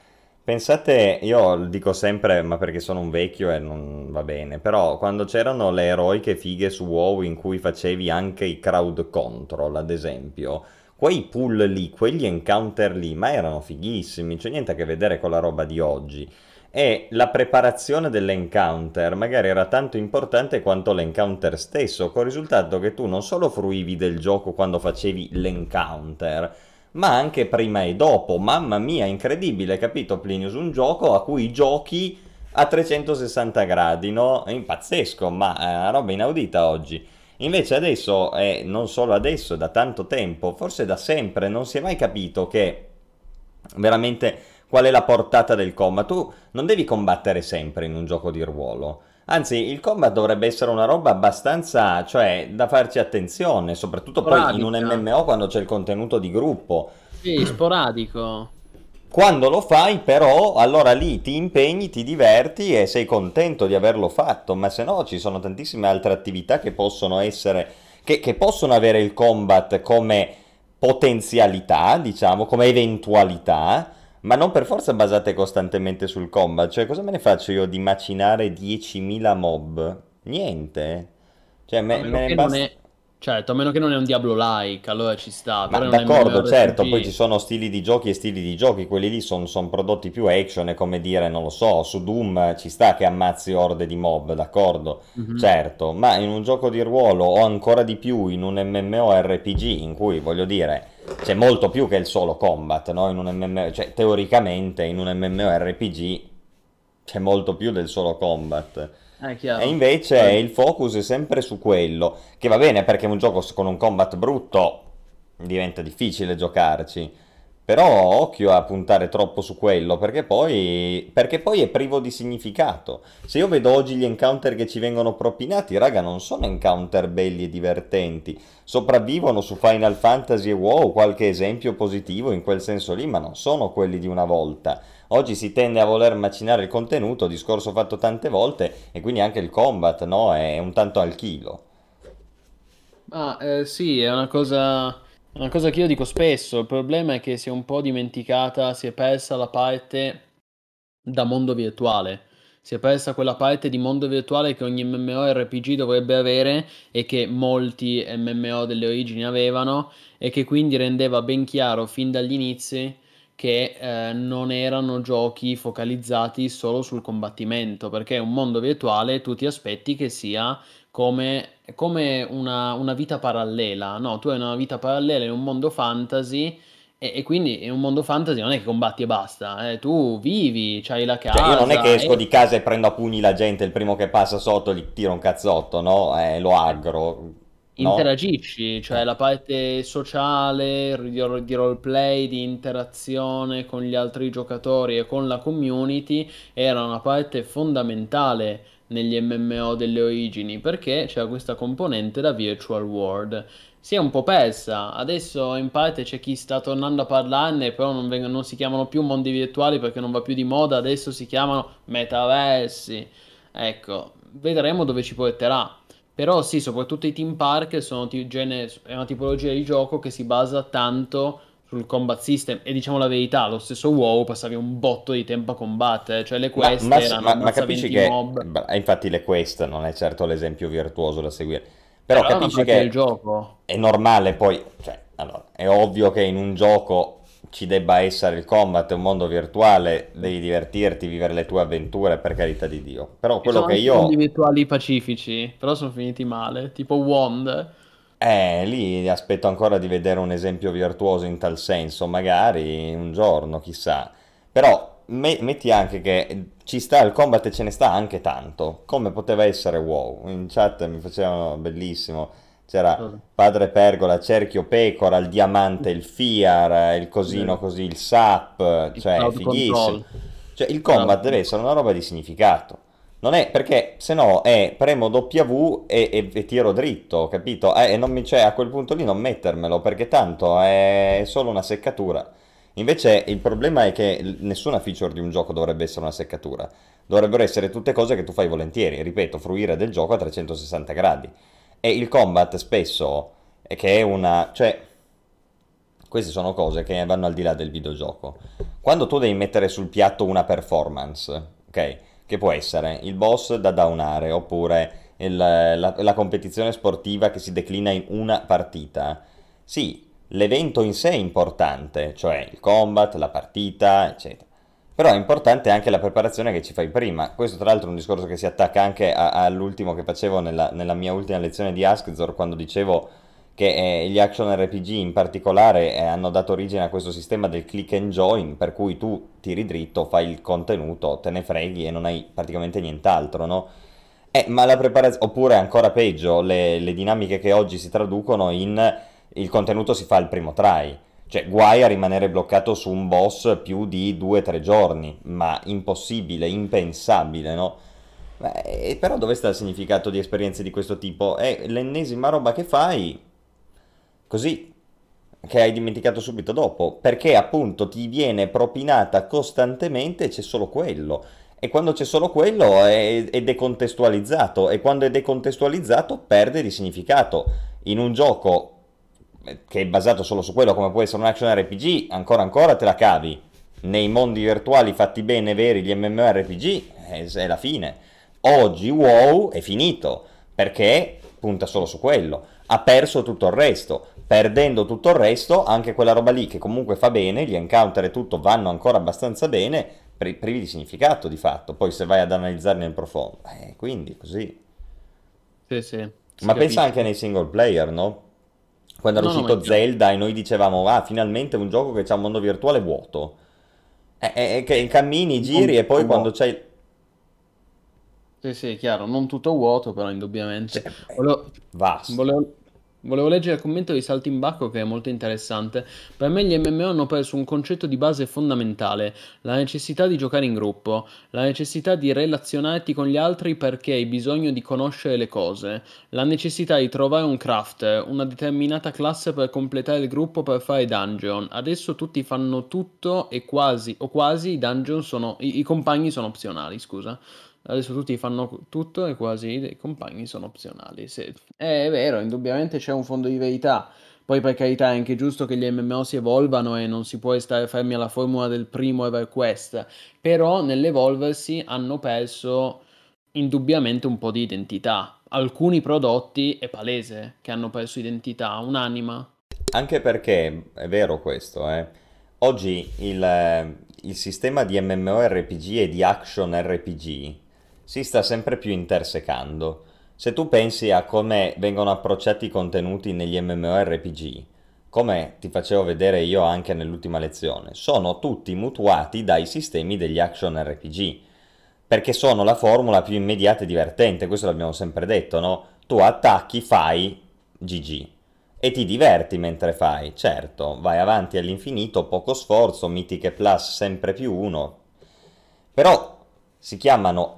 Pensate, io lo dico sempre, ma perché sono un vecchio e non va bene, però quando c'erano le eroiche fighe su WoW in cui facevi anche i crowd control, ad esempio, quei pull lì, quegli encounter lì, ma erano fighissimi, c'è niente a che vedere con la roba di oggi. E la preparazione dell'encounter magari era tanto importante quanto l'encounter stesso, col risultato che tu non solo fruivi del gioco quando facevi l'encounter, ma anche prima e dopo. Mamma mia, incredibile, capito Plinius? Un gioco a cui giochi a trecentosessanta gradi, no? È pazzesco, ma è una roba inaudita oggi. Invece adesso, e non solo adesso, da tanto tempo, forse da sempre, non si è mai capito che veramente qual è la portata del combat. Tu non devi combattere sempre in un gioco di ruolo. Anzi, il combat dovrebbe essere una roba abbastanza, cioè, da farci attenzione, soprattutto poi in un Sporadica. M M O quando c'è il contenuto di gruppo. Sì, sporadico. Quando lo fai, però, allora lì ti impegni, ti diverti e sei contento di averlo fatto, ma se no ci sono tantissime altre attività che possono essere, che, che possono avere il combat come potenzialità, diciamo, come eventualità, ma non per forza basate costantemente sul combat. Cioè, cosa me ne faccio io di macinare diecimila mob? Niente. Cioè, A me, meno me ne che non basta. è... Certo, a meno che non è un Diablo-like, allora ci sta, Ma però è un d'accordo, certo, poi ci MMORPG. sono stili di giochi e stili di giochi, quelli lì sono prodotti più action, è come dire, non lo so, su Doom ci sta che ammazzi orde di mob, d'accordo, Mhm. certo, ma in un gioco di ruolo o ancora di più in un MMORPG in cui, voglio dire, c'è molto più che il solo combat, no? In un M M O, cioè teoricamente in un MMORPG c'è molto più del solo combat. È E chiaro. invece Eh, il focus è sempre su quello, che va bene perché un gioco con un combat brutto diventa difficile giocarci. Però occhio a puntare troppo su quello, perché poi, perché poi è privo di significato. Se io vedo oggi gli encounter che ci vengono propinati, raga, non sono encounter belli e divertenti. Sopravvivono su Final Fantasy e WoW, qualche esempio positivo in quel senso lì, ma non sono quelli di una volta. Oggi si tende a voler macinare il contenuto, discorso fatto tante volte, e quindi anche il combat, no? È un tanto al chilo. Ma eh, sì, è una cosa, è una cosa che io dico spesso. Il problema è che si è un po' dimenticata, si è persa la parte da mondo virtuale. Si è persa quella parte di mondo virtuale che ogni MMORPG dovrebbe avere e che molti M M O delle origini avevano e che quindi rendeva ben chiaro fin dagli inizi che eh, non erano giochi focalizzati solo sul combattimento, perché è un mondo virtuale, tu ti aspetti che sia come, come una, una vita parallela, no? Tu hai una vita parallela in un mondo fantasy e, e quindi in un mondo fantasy non è che combatti e basta, eh, tu vivi, c'hai la Cioè, io non è che casa esco e di casa e prendo a pugni la gente, il primo che passa sotto gli tiro un cazzotto, no? Eh, lo aggro, no? interagisci, cioè Eh. la parte sociale, di, ro- di roleplay, di interazione con gli altri giocatori e con la community era una parte fondamentale negli M M O delle origini perché c'era questa componente da virtual world. Si è un po' persa, adesso in parte c'è chi sta tornando a parlarne, però non, vengono- non si chiamano più mondi virtuali perché non va più di moda, adesso si chiamano metaversi. Ecco, vedremo dove ci porterà. Però sì, soprattutto i team park sono ti- gene- è una tipologia di gioco che si basa tanto sul combat system e diciamo la verità, lo stesso WoW passavi un botto di tempo a combattere, cioè le Ma, quest ma s- erano ma- ma ammazza capisci venti che, mob, beh, infatti le quest non è certo l'esempio virtuoso da seguire, però però è una capisci parte del che gioco. è normale poi, cioè, allora, è ovvio che in un gioco ci debba essere il combat, è un mondo virtuale, devi divertirti, vivere le tue avventure, per carità di Dio. Però Ci quello sono che anche mondi io, virtuali pacifici, però sono finiti male, tipo Wand. eh, lì aspetto ancora di vedere un esempio virtuoso in tal senso, magari un giorno, chissà. Però me- metti anche che ci sta il combat e ce ne sta anche tanto, come poteva essere WoW. In chat mi facevano bellissimo, c'era Cosa? Padre Pergola, Cerchio Pecora, il Diamante, il Fiar, il cosino Vero. così, il SAP, Il cioè crowd fighissimo. control. Cioè il Crowd combat deve control. essere una roba di significato. Non è perché se no è premo W e, e- e tiro dritto, capito? Eh, e non mi, cioè, a quel punto lì non mettermelo perché tanto è solo una seccatura. Invece il problema è che l- nessuna feature di un gioco dovrebbe essere una seccatura. Dovrebbero essere tutte cose che tu fai volentieri, ripeto, fruire del gioco a trecentosessanta gradi. E il combat spesso è che è una, cioè queste sono cose che vanno al di là del videogioco. Quando tu devi mettere sul piatto una performance, ok? Che può essere il boss da downare, oppure il- la, la competizione sportiva che si declina in una partita. Sì, l'evento in sé è importante, cioè il combat, la partita, eccetera. Però è importante anche la preparazione che ci fai prima. Questo tra l'altro è un discorso che si attacca anche a- all'ultimo che facevo nella, nella mia ultima lezione di Askzor, quando dicevo che eh, gli action R P G in particolare eh, hanno dato origine a questo sistema del click and join, per cui tu tiri dritto, fai il contenuto, te ne freghi e non hai praticamente nient'altro, no? Eh, ma la preparazione, oppure ancora peggio, le, le dinamiche che oggi si traducono in il contenuto si fa al primo try. Cioè, guai a rimanere bloccato su un boss più di due tre giorni, ma impossibile, impensabile, no? Beh, però dove sta il significato di esperienze di questo tipo? È l'ennesima roba che fai così, che hai dimenticato subito dopo, perché appunto ti viene propinata costantemente e c'è solo quello. E quando c'è solo quello è, è decontestualizzato, e quando è decontestualizzato perde di significato. In un gioco eh, che è basato solo su quello, come può essere un action R P G, ancora ancora te la cavi. Nei mondi virtuali fatti bene, veri, gli MMORPG, è, è la fine. Oggi WoW è finito, perché punta solo su quello. Ha perso tutto il resto. Perdendo tutto il resto, anche quella roba lì che comunque fa bene, gli encounter e tutto vanno ancora abbastanza bene, pri- privi di significato di fatto. Poi se vai ad analizzarli nel profondo, eh, quindi così. Sì, sì, si Ma pensa capisce. anche nei single player, no? Quando era No, no, ma è uscito chiaro. Zelda e noi dicevamo, ah, finalmente un gioco che ha un mondo virtuale vuoto. Eh, eh, che cammini, Non giri e tutto poi quando vuoto. c'hai... Sì, sì, chiaro, non tutto vuoto, però Cioè, indubbiamente. è Volevo, vasto. volevo- volevo leggere il commento di Saltimbacco che è molto interessante. Per me gli M M O hanno perso un concetto di base fondamentale, la necessità di giocare in gruppo, la necessità di relazionarti con gli altri perché hai bisogno di conoscere le cose, la necessità di trovare un craft, una determinata classe per completare il gruppo per fare dungeon. Adesso tutti fanno tutto e quasi, o quasi i dungeon sono, i, i compagni sono opzionali, scusa. Adesso tutti fanno tutto e quasi i compagni sono opzionali. Sì. Eh, è vero, indubbiamente c'è un fondo di verità. Poi per carità è anche giusto che gli M M O si evolvano e non si può stare fermi alla formula del primo EverQuest, però nell'evolversi hanno perso indubbiamente un po' di identità. Alcuni prodotti è palese che hanno perso identità, un'anima. Anche perché, è vero questo, eh. Oggi il, eh, il sistema di MMORPG e di action R P G si sta sempre più intersecando. Se tu pensi a come vengono approcciati i contenuti negli MMORPG, come ti facevo vedere io anche nell'ultima lezione, sono tutti mutuati dai sistemi degli action R P G, perché sono la formula più immediata e divertente, questo l'abbiamo sempre detto, no? Tu attacchi, fai G G e ti diverti mentre fai, certo, vai avanti all'infinito, poco sforzo, Mythic e Plus sempre più uno, però si chiamano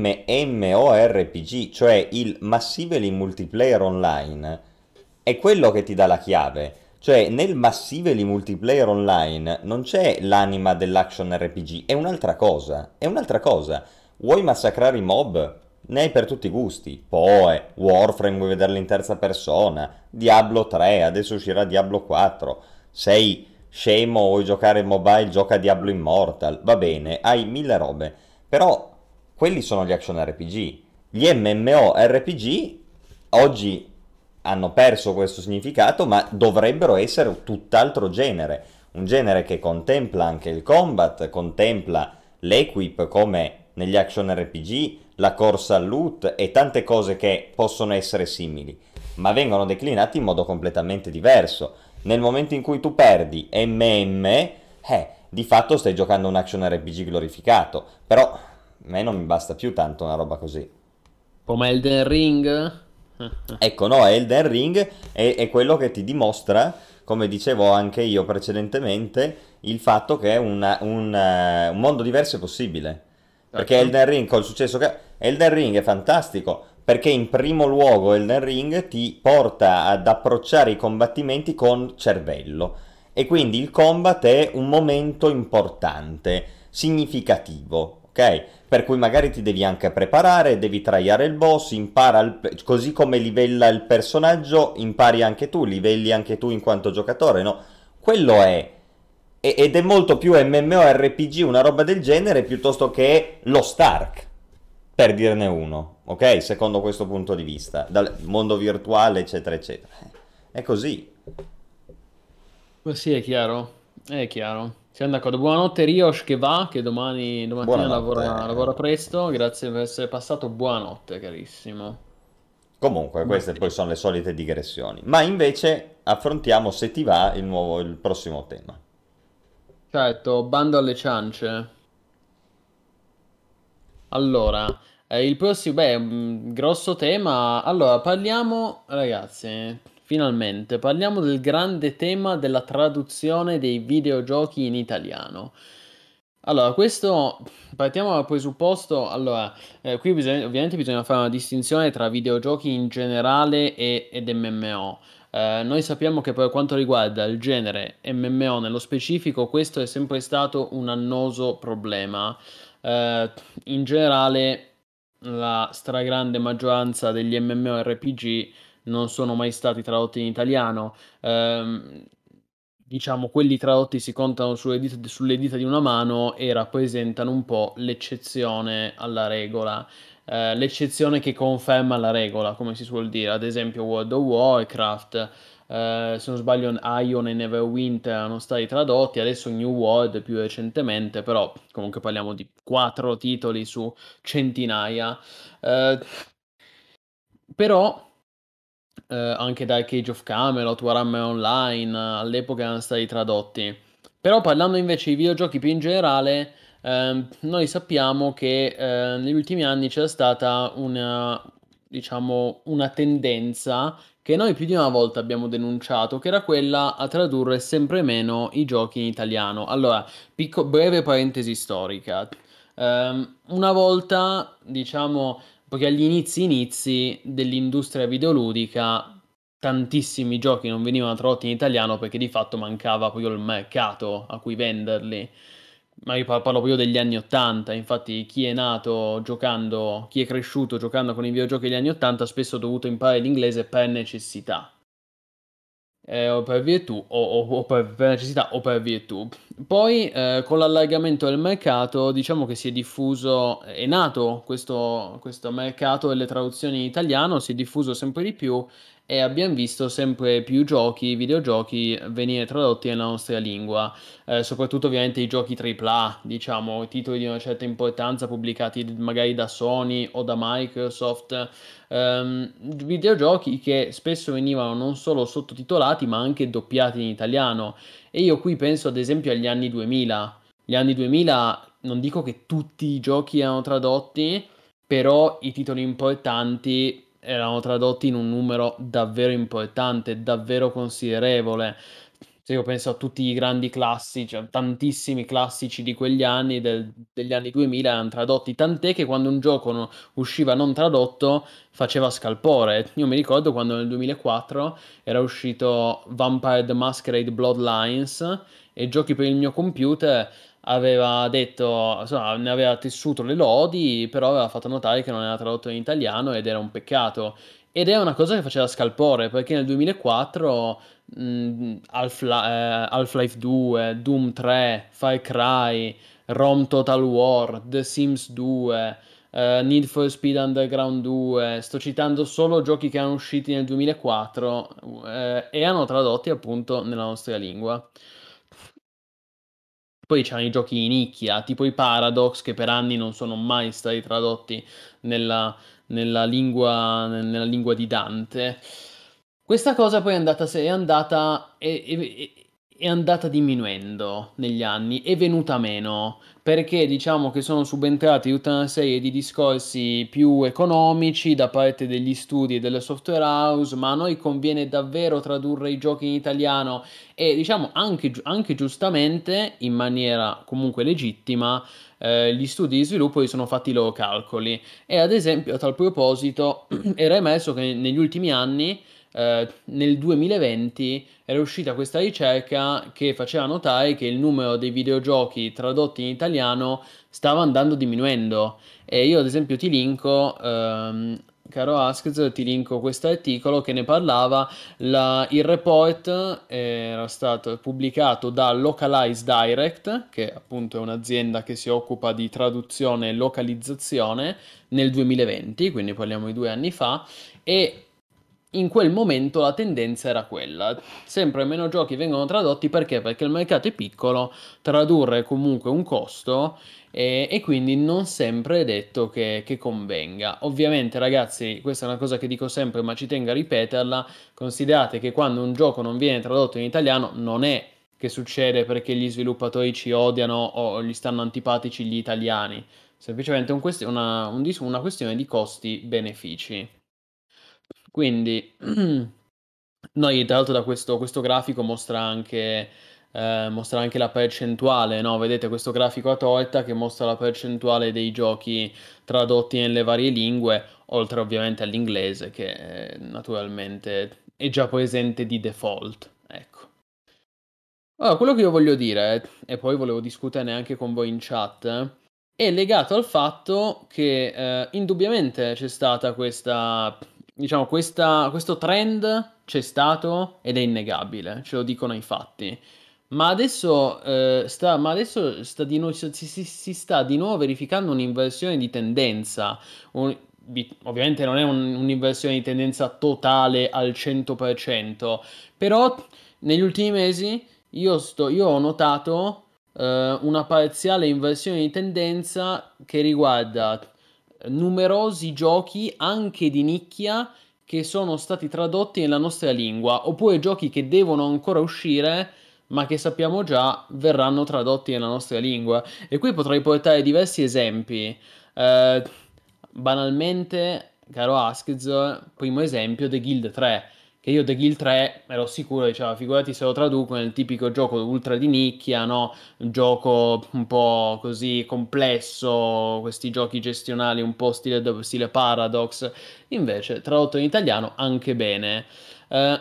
MMORPG, cioè il Massively Multiplayer Online, è quello che ti dà la chiave. Cioè, nel Massively Multiplayer Online non c'è l'anima dell'action R P G, è un'altra cosa, è un'altra cosa. Vuoi massacrare i mob? Ne hai per tutti i gusti. Poe, Warframe vuoi vederlo in terza persona, Diablo tre, adesso uscirà Diablo quattro. Sei scemo, vuoi giocare mobile, gioca Diablo Immortal. Va bene, hai mille robe. Però quelli sono gli action R P G. Gli MMORPG oggi hanno perso questo significato, ma dovrebbero essere tutt'altro genere. Un genere che contempla anche il combat, contempla l'equip come negli action R P G, la corsa al loot e tante cose che possono essere simili, ma vengono declinati in modo completamente diverso. Nel momento in cui tu perdi M M, eh, di fatto stai giocando un action R P G glorificato, però a me non mi basta più tanto una roba così. Come Elden Ring? Ecco, no, Elden Ring è, è quello che ti dimostra, come dicevo anche io precedentemente, il fatto che una- un, eh, un mondo diverso è possibile. Perché Certo. Elden Ring, col successo che... Elden Ring è fantastico, perché in primo luogo Elden Ring ti porta ad approcciare i combattimenti con cervello. E quindi il combat è un momento importante, significativo, ok? Per cui magari ti devi anche preparare, devi traiare il boss, impara il- così come livella il personaggio, impari anche tu, livelli anche tu in quanto giocatore, no? quello è. E- ed è molto più MMORPG, una roba del genere, piuttosto che lo Stark, per dirne uno, ok? Secondo questo punto di vista, dal mondo virtuale, eccetera, eccetera. È così. Ma sì, è chiaro, è chiaro. Siamo d'accordo. Buonanotte Riosh che va, che domani, domattina lavora, lavora Buonanotte. presto. Grazie per essere passato. Buonanotte, carissimo. Comunque, queste poi sono le solite digressioni. Ma invece affrontiamo, se ti va, il nuovo, il prossimo tema. Certo, bando alle ciance. Allora, eh, il prossimo, beh, un grosso tema. Allora, parliamo, ragazzi, finalmente, parliamo del grande tema della traduzione dei videogiochi in italiano. Allora, questo partiamo dal presupposto. Allora, eh, qui bisogna- ovviamente bisogna fare una distinzione tra videogiochi in generale e- ed M M O. Eh, noi sappiamo che per quanto riguarda il genere M M O nello specifico, questo è sempre stato un annoso problema. Eh, In generale, la stragrande maggioranza degli MMORPG non sono mai stati tradotti in italiano. Ehm, diciamo, quelli tradotti si contano sulle dita, sulle dita di una mano e rappresentano un po' l'eccezione alla regola. Eh, l'eccezione che conferma la regola, come si suol dire. Ad esempio, World of Warcraft. Eh, se non sbaglio, Ion e Neverwinter erano stati tradotti, adesso New World più recentemente, però comunque parliamo di quattro titoli su centinaia. Eh, però eh, anche Dark Age of Camelot, Warhammer Online, eh, all'epoca erano stati tradotti. Però parlando invece di videogiochi più in generale, ehm, noi sappiamo che eh, negli ultimi anni c'è stata una, diciamo, una tendenza che noi più di una volta abbiamo denunciato, che era quella a tradurre sempre meno i giochi in italiano. Allora, picco- breve parentesi storica. Ehm, una volta, diciamo, perché agli inizi inizi dell'industria videoludica tantissimi giochi non venivano tradotti in italiano perché di fatto mancava proprio il mercato a cui venderli. Ma io par- parlo proprio degli anni ottanta, infatti chi è nato giocando, chi è cresciuto giocando con i videogiochi degli anni ottanta spesso ha dovuto imparare l'inglese per necessità. Eh, o per virtù o, o- o per, per necessità o per virtù. Poi eh, con l'allargamento del mercato diciamo che si è diffuso, è nato questo, questo mercato delle traduzioni in italiano, si è diffuso sempre di più e abbiamo visto sempre più giochi, videogiochi venire tradotti nella nostra lingua. Eh, soprattutto ovviamente i giochi tripla A, diciamo, titoli di una certa importanza pubblicati magari da Sony o da Microsoft. Ehm, videogiochi che spesso venivano non solo sottotitolati ma anche doppiati in italiano. E io qui penso ad esempio agli anni duemila. Gli anni duemila non dico che tutti i giochi erano tradotti, però i titoli importanti erano tradotti in un numero davvero importante, davvero considerevole. Se io penso a tutti i grandi classici, a tantissimi classici di quegli anni, del- degli anni duemila, erano tradotti, tant'è che quando un gioco no- usciva non tradotto faceva scalpore. Io mi ricordo quando nel duemilaquattro era uscito Vampire the Masquerade Bloodlines e giochi per il mio computer aveva detto, insomma, ne aveva tessuto le lodi, però aveva fatto notare che non era tradotto in italiano ed era un peccato. Ed è una cosa che faceva scalpore, perché nel duemilaquattro mh, Half-Li- eh, Half-Life due, Doom tre, Far Cry, Rome Total War, The Sims due, eh, Need for Speed Underground due, sto citando solo giochi che erano usciti nel duemilaquattro eh, e hanno tradotti appunto nella nostra lingua. Poi c'erano i giochi di nicchia, tipo i Paradox, che per anni non sono mai stati tradotti nella, nella lingua, nella lingua di Dante. Questa cosa poi è andata, se- è andata, è, è- è andata diminuendo negli anni, è venuta meno, perché diciamo che sono subentrati tutta una serie di discorsi più economici da parte degli studi e delle software house, ma a noi conviene davvero tradurre i giochi in italiano e diciamo anche, giu- anche giustamente, in maniera comunque legittima, eh, gli studi di sviluppo si sono fatti i loro calcoli. E ad esempio, a tal proposito, era emerso che negli ultimi anni, eh, nel duemilaventi, era uscita questa ricerca che faceva notare che il numero dei videogiochi tradotti in italiano stava andando diminuendo. E io, ad esempio, ti linko ehm, caro Askz, ti linko questo articolo che ne parlava. La- il report era stato pubblicato da Localize Direct, che appunto è un'azienda che si occupa di traduzione e localizzazione, nel duemilaventi, quindi parliamo di due anni fa, e in quel momento la tendenza era quella. Sempre meno giochi vengono tradotti perché? Perché il mercato è piccolo, tradurre è comunque un costo e, e quindi non sempre è detto che, che convenga. Ovviamente, ragazzi, questa è una cosa che dico sempre, ma ci tengo a ripeterla. Considerate che quando un gioco non viene tradotto in italiano, non è che succede perché gli sviluppatori ci odiano o gli stanno antipatici gli italiani. Semplicemente un quest- una, un dis- una questione di costi-benefici. Quindi, noi tra l'altro da questo, questo grafico mostra anche, eh, mostra anche la percentuale, no? Vedete questo grafico a torta che mostra la percentuale dei giochi tradotti nelle varie lingue, oltre ovviamente all'inglese che eh, naturalmente è già presente di default. Ecco. Allora, quello che io voglio dire, e poi volevo discuterne anche con voi in chat, eh, è legato al fatto che eh, indubbiamente c'è stata questa, diciamo, questa, questo trend c'è stato ed è innegabile, ce lo dicono i fatti. Ma adesso, eh, sta, ma adesso sta di nu- si, si- si sta di nuovo verificando un'inversione di tendenza. Un- di- ovviamente non è un- un'inversione di tendenza totale al cento per cento, però negli ultimi mesi io, sto, io ho notato eh, una parziale inversione di tendenza che riguarda numerosi giochi anche di nicchia che sono stati tradotti nella nostra lingua, oppure giochi che devono ancora uscire, ma che sappiamo già verranno tradotti nella nostra lingua. E qui potrei portare diversi esempi. Eh, banalmente, caro Askz, primo esempio, The Guild tre. Che io The Guild tre ero sicuro, diceva, figurati se lo traduco nel tipico gioco ultra di nicchia, no? Un gioco un po' così complesso, questi giochi gestionali un po' stile, stile Paradox. Invece, tradotto in italiano, anche bene. Eh,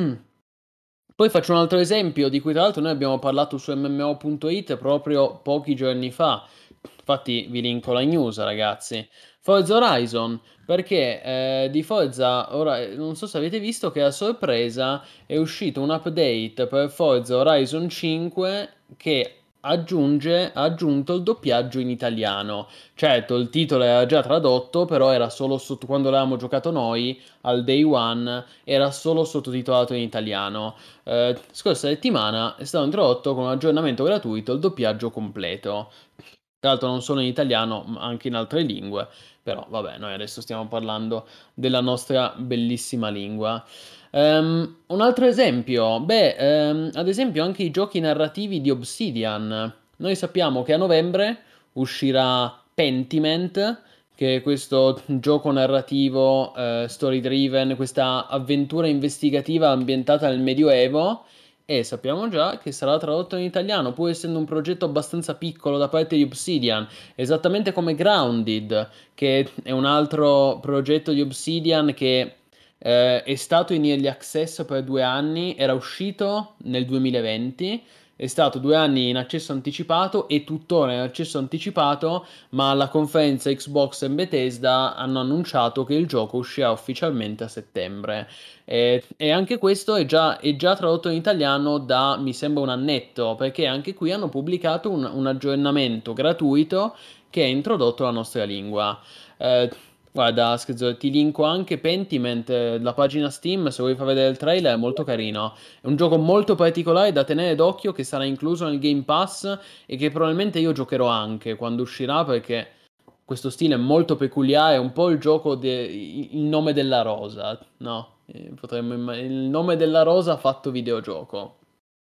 Poi faccio un altro esempio di cui tra l'altro noi abbiamo parlato su M M O punto it proprio pochi giorni fa. Infatti vi linko la news, ragazzi. Forza Horizon, perché eh, di Forza, ora, non so se avete visto che a sorpresa è uscito un update per Forza Horizon cinque che aggiunge, ha aggiunto il doppiaggio in italiano. Certo, il titolo era già tradotto, però era solo sotto, quando l'avevamo giocato noi, al day one, era solo sottotitolato in italiano. Eh, scorsa settimana è stato introdotto con un aggiornamento gratuito il doppiaggio completo. Tra l'altro non solo in italiano, ma anche in altre lingue, però vabbè, noi adesso stiamo parlando della nostra bellissima lingua. Ehm, un altro esempio, beh, ehm, ad esempio anche i giochi narrativi di Obsidian. Noi sappiamo che a novembre uscirà Pentiment, che è questo gioco narrativo eh, story driven, questa avventura investigativa ambientata nel Medioevo. E sappiamo già che sarà tradotto in italiano, pur essendo un progetto abbastanza piccolo da parte di Obsidian, esattamente come Grounded, che è un altro progetto di Obsidian che eh, è stato in early access per due anni, era uscito nel duemilaventi, è stato due anni in accesso anticipato e tuttora in accesso anticipato, ma alla conferenza Xbox e Bethesda hanno annunciato che il gioco uscirà ufficialmente a settembre. E, e anche questo è già, è già tradotto in italiano da, mi sembra, un annetto, perché anche qui hanno pubblicato un, un aggiornamento gratuito che ha introdotto la nostra lingua. Eh, Guarda, scherzo, ti linko anche Pentiment, eh, la pagina Steam, se vuoi far vedere il trailer, è molto carino. È un gioco molto particolare da tenere d'occhio che sarà incluso nel Game Pass e che probabilmente io giocherò anche quando uscirà perché questo stile è molto peculiare, è un po' il gioco de- il nome della rosa, no? Eh, Potremmo imma- il nome della rosa fatto videogioco.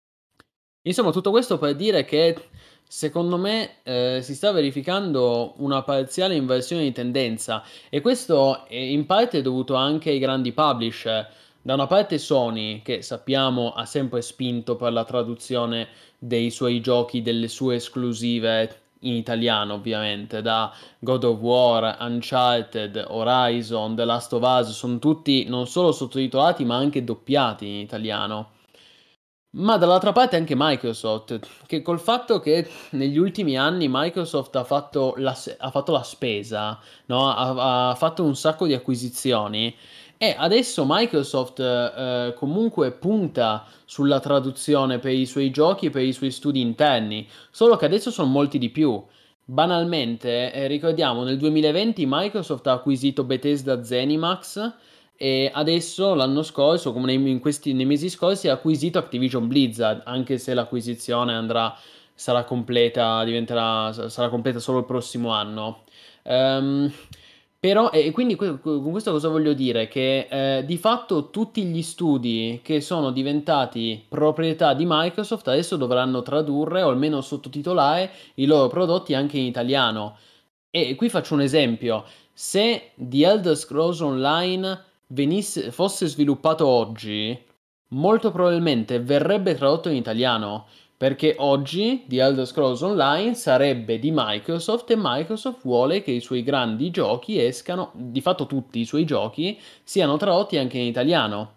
Insomma, tutto questo per dire che secondo me eh, si sta verificando una parziale inversione di tendenza e questo è in parte dovuto anche ai grandi publisher. Da una parte Sony, che sappiamo ha sempre spinto per la traduzione dei suoi giochi, delle sue esclusive in italiano, ovviamente, da God of War, Uncharted, Horizon, The Last of Us, sono tutti non solo sottotitolati ma anche doppiati in italiano. Ma dall'altra parte anche Microsoft, che col fatto che negli ultimi anni Microsoft ha fatto la, se- ha fatto la spesa, no? Ha, ha fatto un sacco di acquisizioni e adesso Microsoft eh, comunque punta sulla traduzione per i suoi giochi e per i suoi studi interni, solo che adesso sono molti di più. Banalmente, eh, ricordiamo, nel duemilaventi Microsoft ha acquisito Bethesda Zenimax e adesso, l'anno scorso, come nei, in questi, nei mesi scorsi, ha acquisito Activision Blizzard, anche se l'acquisizione andrà, sarà completa, diventerà, sarà completa solo il prossimo anno. Ehm, però, e quindi que- con questo cosa voglio dire? Che eh, di fatto tutti gli studi che sono diventati proprietà di Microsoft adesso dovranno tradurre o almeno sottotitolare i loro prodotti anche in italiano. E qui faccio un esempio. Se The Elder Scrolls Online venisse, fosse sviluppato oggi, molto probabilmente verrebbe tradotto in italiano, perché oggi The Elder Scrolls Online sarebbe di Microsoft e Microsoft vuole che i suoi grandi giochi escano, di fatto tutti i suoi giochi, siano tradotti anche in italiano.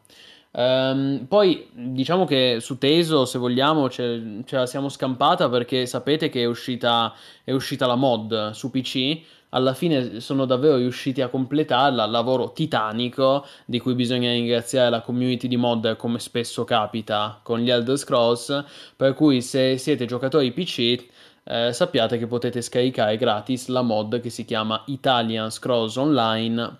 Ehm, poi diciamo che su Teso, se vogliamo, ce, ce la siamo scampata perché sapete che è uscita, è uscita la mod su P C. Alla fine sono davvero riusciti a completarla, lavoro titanico di cui bisogna ringraziare la community di mod come spesso capita con gli Elder Scrolls, per cui se siete giocatori P C eh, sappiate che potete scaricare gratis la mod che si chiama Italian Scrolls Online,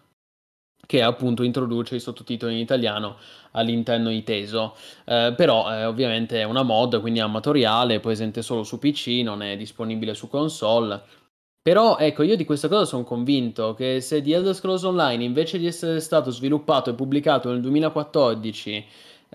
che appunto introduce i sottotitoli in italiano all'interno di Teso. Eh, però eh, ovviamente è una mod, quindi è amatoriale, è presente solo su P C, non è disponibile su console. Però ecco, io di questa cosa sono convinto che se The Elder Scrolls Online, invece di essere stato sviluppato e pubblicato nel duemilaquattordici,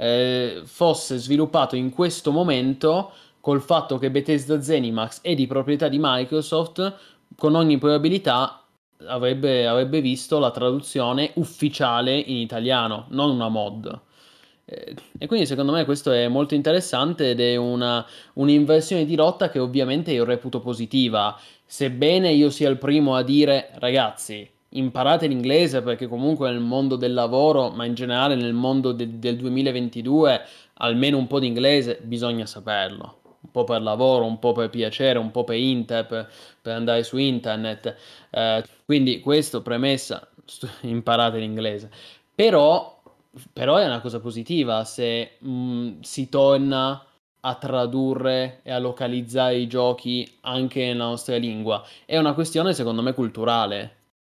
eh, fosse sviluppato in questo momento, col fatto che Bethesda Zenimax è di proprietà di Microsoft, con ogni probabilità avrebbe, avrebbe visto la traduzione ufficiale in italiano, non una mod. Eh, E quindi secondo me questo è molto interessante ed è una, un'inversione di rotta che ovviamente io reputo positiva. Sebbene io sia il primo a dire, ragazzi, imparate l'inglese perché comunque nel mondo del lavoro, ma in generale nel mondo de- del duemilaventidue, almeno un po' di inglese bisogna saperlo. Un po' per lavoro, un po' per piacere, un po' per inter, per, per andare su internet. Eh, quindi questo premessa, stu- imparate l'inglese. Però, però è una cosa positiva se mh, si torna a tradurre e a localizzare i giochi anche nella nostra lingua. È una questione, secondo me, culturale.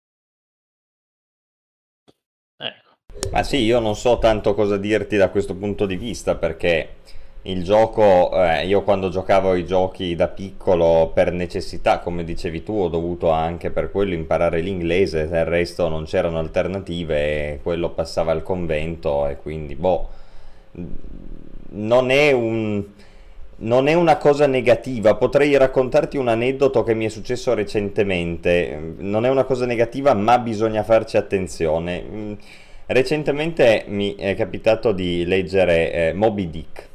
Ecco. Ma sì, io non so tanto cosa dirti da questo punto di vista perché il gioco, eh, io quando giocavo ai giochi da piccolo per necessità, come dicevi tu, ho dovuto anche per quello imparare l'inglese, del resto non c'erano alternative e quello passava al convento e quindi, boh, non è un, non è una cosa negativa. Potrei raccontarti un aneddoto che mi è successo recentemente. Non è una cosa negativa, ma bisogna farci attenzione. Mm, Recentemente mi è capitato di leggere eh, Moby Dick,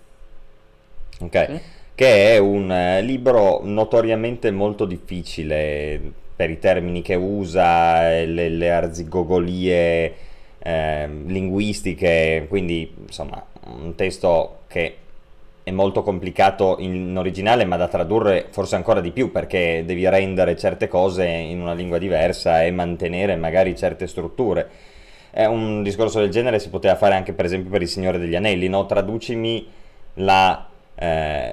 ok? Sì? Che è un eh, libro notoriamente molto difficile per i termini che usa, e le, le arzigogolie eh, linguistiche, quindi insomma un testo che è molto complicato in originale, ma da tradurre forse ancora di più perché devi rendere certe cose in una lingua diversa e mantenere magari certe strutture. È un discorso del genere si poteva fare anche per esempio per Il Signore degli Anelli, no? Traducimi la, ehm,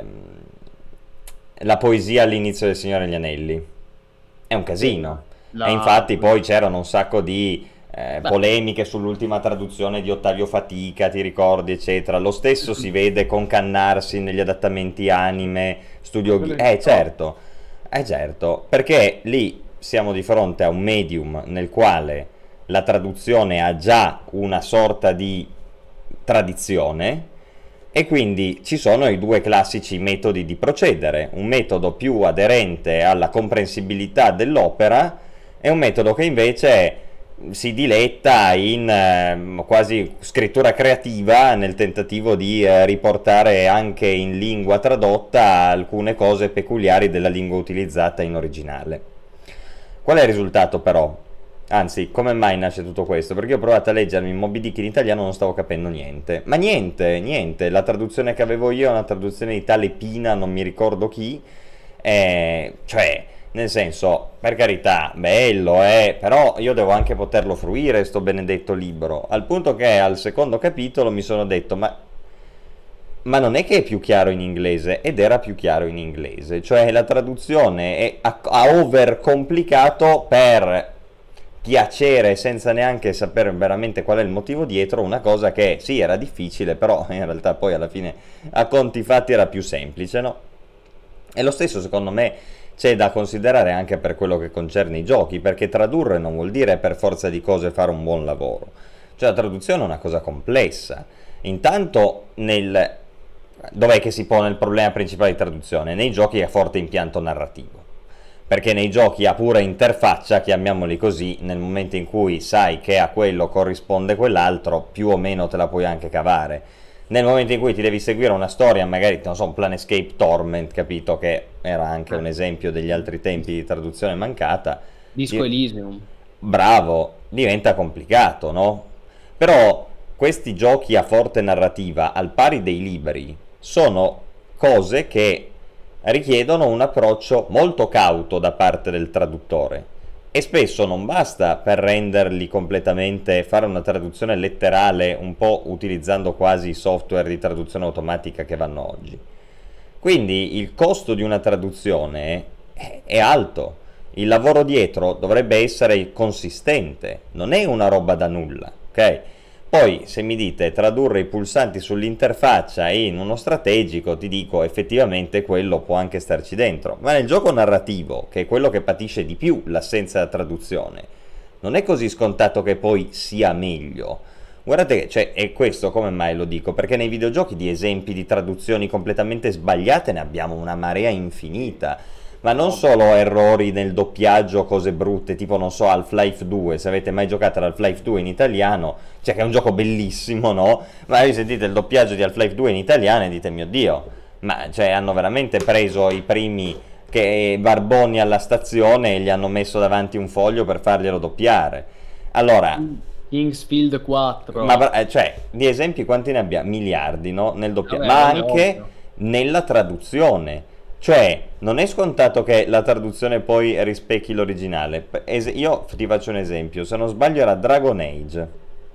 la poesia all'inizio del Signore degli Anelli. È un Sì. casino. E La... infatti poi c'erano un sacco di eh, Beh, polemiche sull'ultima traduzione di Ottavio Fatica, ti ricordi, eccetera. Lo stesso si vede con Cannarsi negli adattamenti anime, Studio quello Ghi- che Eh so. certo, eh certo, perché lì siamo di fronte a un medium nel quale la traduzione ha già una sorta di tradizione e quindi ci sono i due classici metodi di procedere, un metodo più aderente alla comprensibilità dell'opera e un metodo che invece si diletta in eh, quasi scrittura creativa nel tentativo di eh, riportare anche in lingua tradotta alcune cose peculiari della lingua utilizzata in originale. Qual è il risultato però? Anzi, come mai nasce tutto questo? Perché ho provato a leggermi Moby Dick in italiano e non stavo capendo niente. Ma niente, niente. La traduzione che avevo io è una traduzione di tale Pina, non mi ricordo chi. Eh, cioè, nel senso, per carità, bello, eh, però io devo anche poterlo fruire, sto benedetto libro. Al punto che al secondo capitolo mi sono detto, ma ma non è che è più chiaro in inglese, ed era più chiaro in inglese, cioè la traduzione è, ha, ha overcomplicato per piacere senza neanche sapere veramente qual è il motivo dietro una cosa che sì era difficile, però in realtà poi alla fine a conti fatti era più semplice, no? E lo stesso secondo me c'è da considerare anche per quello che concerne i giochi, perché tradurre non vuol dire per forza di cose fare un buon lavoro, cioè la traduzione è una cosa complessa. Intanto nel dov'è che si pone il problema principale di traduzione? Nei giochi a forte impianto narrativo, perché nei giochi a pura interfaccia, chiamiamoli così, nel momento in cui sai che a quello corrisponde quell'altro, più o meno te la puoi anche cavare. Nel momento in cui ti devi seguire una storia, magari, non so, un Planescape Torment, capito, che era anche un esempio degli altri tempi di traduzione mancata. Disco Elysium. Bravo, diventa complicato, no? Però questi giochi a forte narrativa, al pari dei libri, sono cose che richiedono un approccio molto cauto da parte del traduttore e spesso non basta per renderli completamente, fare una traduzione letterale un po' utilizzando quasi i software di traduzione automatica che vanno oggi. Quindi il costo di una traduzione è, è alto, il lavoro dietro dovrebbe essere consistente, non è una roba da nulla, ok? Poi, se mi dite tradurre i pulsanti sull'interfaccia in uno strategico, ti dico effettivamente quello può anche starci dentro. Ma nel gioco narrativo, che è quello che patisce di più l'assenza della traduzione, non è così scontato che poi sia meglio. Guardate che, cioè, e questo come mai lo dico? Perché nei videogiochi di esempi di traduzioni completamente sbagliate ne abbiamo una marea infinita. Ma non solo errori nel doppiaggio, cose brutte, tipo non so Half-Life due, se avete mai giocato ad Half-Life due in italiano, cioè che è un gioco bellissimo, no? Ma voi sentite il doppiaggio di Half-Life due in italiano e dite mio Dio, ma cioè hanno veramente preso i primi che barboni alla stazione e gli hanno messo davanti un foglio per farglielo doppiare. Allora, Kingsfield quattro. ma cioè, di esempi quanti ne abbiamo? Miliardi, no? Nel doppiaggio, Vabbè, ma vabbè, anche ovvio. nella traduzione. Cioè, non è scontato che la traduzione poi rispecchi l'originale. Es- io ti faccio un esempio, se non sbaglio era Dragon Age,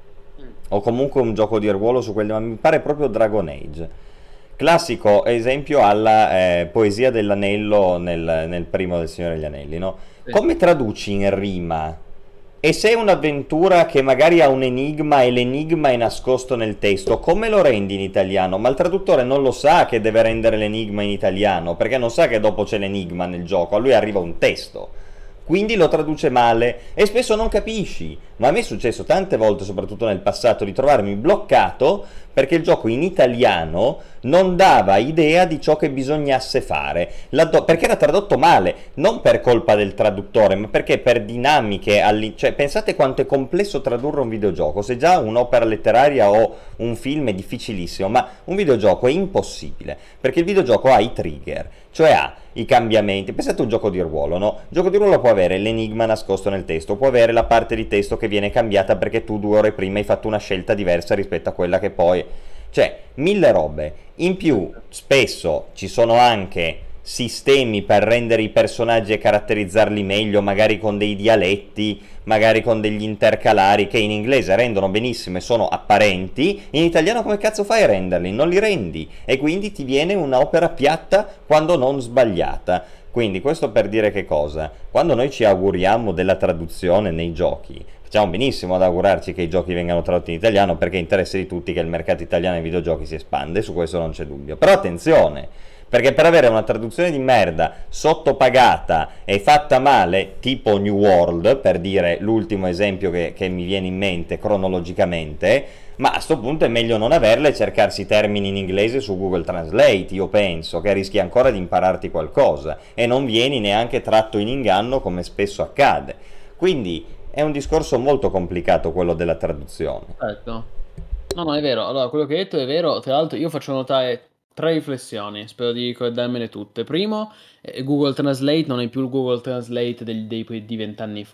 o comunque un gioco di ruolo su quelli, ma mi pare proprio Dragon Age. Classico esempio alla eh, Poesia dell'Anello nel, nel primo del Signore degli Anelli, no? Sì. Come traduci in rima? E se è un'avventura che magari ha un enigma e l'enigma è nascosto nel testo, come lo rendi in italiano? Ma il traduttore non lo sa che deve rendere l'enigma in italiano, perché non sa che dopo c'è l'enigma nel gioco, a lui arriva un testo. Quindi lo traduce male e spesso non capisci. Ma a me è successo tante volte, soprattutto nel passato, di trovarmi bloccato perché il gioco in italiano non dava idea di ciò che bisognasse fare, Laddò- perché era tradotto male, non per colpa del traduttore, ma perché per dinamiche, alli- cioè pensate quanto è complesso tradurre un videogioco, se già un'opera letteraria o un film è difficilissimo, ma un videogioco è impossibile, perché il videogioco ha i trigger, cioè ha i cambiamenti. Pensate a un gioco di ruolo, no? Il gioco di ruolo può avere l'enigma nascosto nel testo, può avere la parte di testo che viene cambiata perché tu due ore prima hai fatto una scelta diversa rispetto a quella che poi... Cioè, mille robe. In più, spesso ci sono anche sistemi per rendere i personaggi e caratterizzarli meglio, magari con dei dialetti, magari con degli intercalari che in inglese rendono benissimo e sono apparenti, in italiano come cazzo fai a renderli? Non li rendi e quindi ti viene un'opera piatta quando non sbagliata. Quindi questo per dire che cosa? Quando noi ci auguriamo della traduzione nei giochi, facciamo benissimo ad augurarci che i giochi vengano tradotti in italiano perché è interesse di tutti che il mercato italiano dei videogiochi si espande, su questo non c'è dubbio. Però attenzione, perché per avere una traduzione di merda sottopagata e fatta male, tipo New World, per dire l'ultimo esempio che, che mi viene in mente cronologicamente, ma a sto punto è meglio non averla e cercarsi termini in inglese su Google Translate, io penso, che rischi ancora di impararti qualcosa e non vieni neanche tratto in inganno come spesso accade. Quindi è un discorso molto complicato quello della traduzione. Certo. No, no, è vero. Allora, quello che hai detto è vero. Tra l'altro, io faccio notare tre riflessioni, spero di ricordarmene tutte. Primo, eh, Google Translate non è più il Google Translate del- dei di vent'anni fa.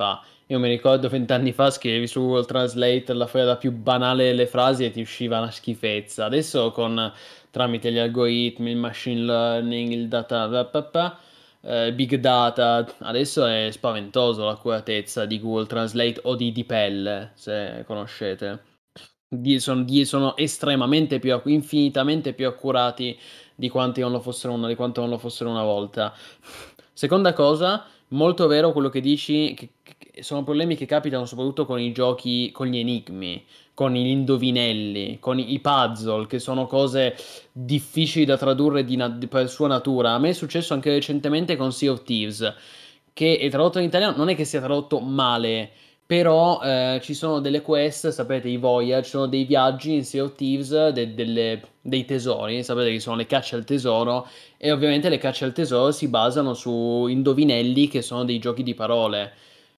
Io mi ricordo vent'anni fa scrivevi su Google Translate la, la più banale delle frasi e ti usciva una schifezza. Adesso con tramite gli algoritmi, il machine learning, il data, pa, pa, pa, eh, big data, adesso è spaventoso l'accuratezza di Google Translate o di DeepL, se conoscete. Di, sono, di, sono estremamente più, infinitamente più accurati di quanti non lo fossero una, di quanto non lo fossero una volta. Seconda cosa, molto vero quello che dici, che, che sono problemi che capitano soprattutto con i giochi, con gli enigmi, con gli indovinelli, con i puzzle, che sono cose difficili da tradurre di na- per sua natura. A me è successo anche recentemente con Sea of Thieves, che è tradotto in italiano, non è che sia tradotto male, però eh, ci sono delle quest, sapete, i voyage, ci sono dei viaggi in Sea of Thieves, de- delle- dei tesori, sapete che sono le cacce al tesoro, e ovviamente le cacce al tesoro si basano su indovinelli che sono dei giochi di parole,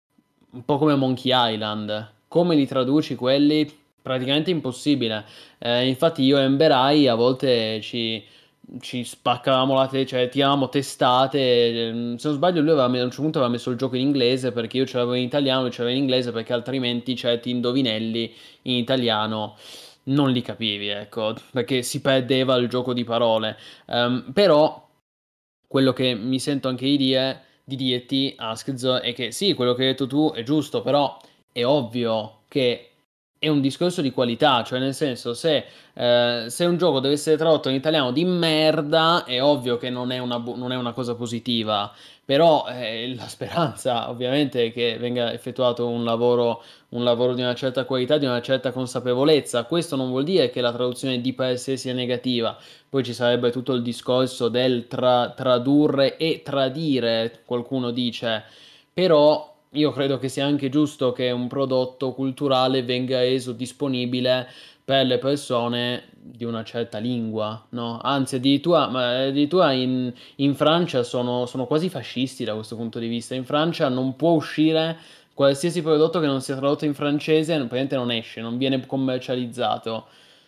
un po' come Monkey Island. Come li traduci quelli? Praticamente impossibile. Eh, infatti io e Emberai a volte ci, ci spaccavamo la te- cioè tiravamo testate. ehm, Se non sbaglio lui aveva, me- a un certo punto aveva messo il gioco in inglese perché io ce l'avevo in italiano, lui ce l'aveva in inglese perché altrimenti certi indovinelli in italiano non li capivi, ecco, perché si perdeva il gioco di parole. Ehm, però quello che mi sento anche di dire, di dirti, Askz, è che sì, quello che hai detto tu è giusto, però è ovvio che è un discorso di qualità, cioè nel senso, se, eh, se un gioco deve essere tradotto in italiano di merda, è ovvio che non è una, bu- non è una cosa positiva, però eh, la speranza ovviamente è che venga effettuato un lavoro, un lavoro di una certa qualità, di una certa consapevolezza. Questo non vuol dire che la traduzione di per sé sia negativa. Poi ci sarebbe tutto il discorso del tra- tradurre e tradire, qualcuno dice, però io credo che sia anche giusto che un prodotto culturale venga reso disponibile per le persone di una certa lingua, no? Anzi, addirittura, ma addirittura in, in Francia sono, sono quasi fascisti da questo punto di vista. In Francia non può uscire qualsiasi prodotto che non sia tradotto in francese, praticamente non esce, non viene commercializzato.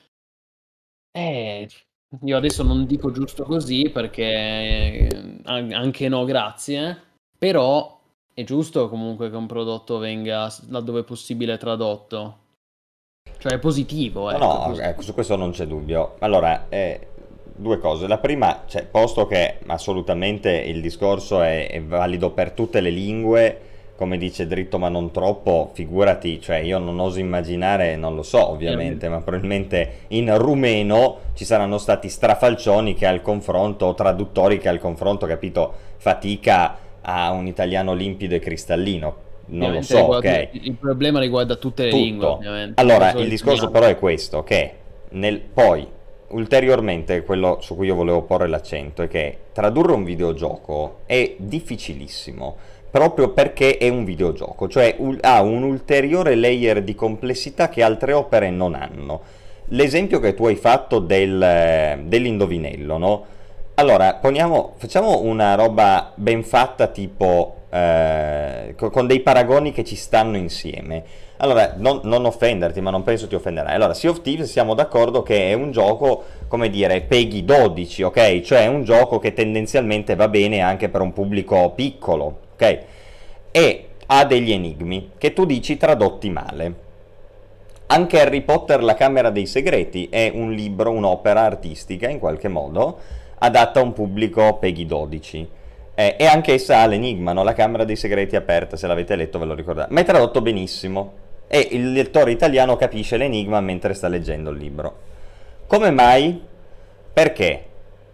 Eh, io adesso non dico giusto così perché eh, an- anche no, grazie, però è giusto comunque che un prodotto venga s- laddove è possibile tradotto, cioè è positivo, No, ecco, è no, ecco, positivo. su questo non c'è dubbio. Allora, eh, due cose. La prima, cioè, posto che assolutamente il discorso è, è valido per tutte le lingue, come dice dritto ma non troppo, figurati, cioè io non oso immaginare, non lo so ovviamente, ma probabilmente in rumeno ci saranno stati strafalcioni che al confronto, o traduttori che al confronto, capito, fatica a un italiano limpido e cristallino. Non lo Ovviamente so, riguarda- ok? il problema riguarda tutte le lingue, Tutto. ovviamente, non Allora, solo il discorso l'italiano. però è questo, che nel, poi, ulteriormente, quello su cui io volevo porre l'accento è che tradurre un videogioco è difficilissimo, proprio perché è un videogioco, cioè un- ha un ulteriore layer di complessità che altre opere non hanno. L'esempio che tu hai fatto del, dell'indovinello, no? Allora, poniamo, facciamo una roba ben fatta tipo eh, co- con dei paragoni che ci stanno insieme. Allora, non, non offenderti, ma non penso ti offenderai. Allora, Sea of Thieves siamo d'accordo che è un gioco, come dire, Peggy dodici, ok? Cioè è un gioco che tendenzialmente va bene anche per un pubblico piccolo, ok? E ha degli enigmi che tu dici tradotti male. Anche Harry Potter, la Camera dei Segreti è un libro, un'opera artistica in qualche modo, adatta a un pubblico Peggy dodici. Eh, e anche essa ha l'enigma, no? La Camera dei Segreti aperta, se l'avete letto ve lo ricordate. Ma è tradotto benissimo. E il lettore italiano capisce l'enigma mentre sta leggendo il libro. Come mai? Perché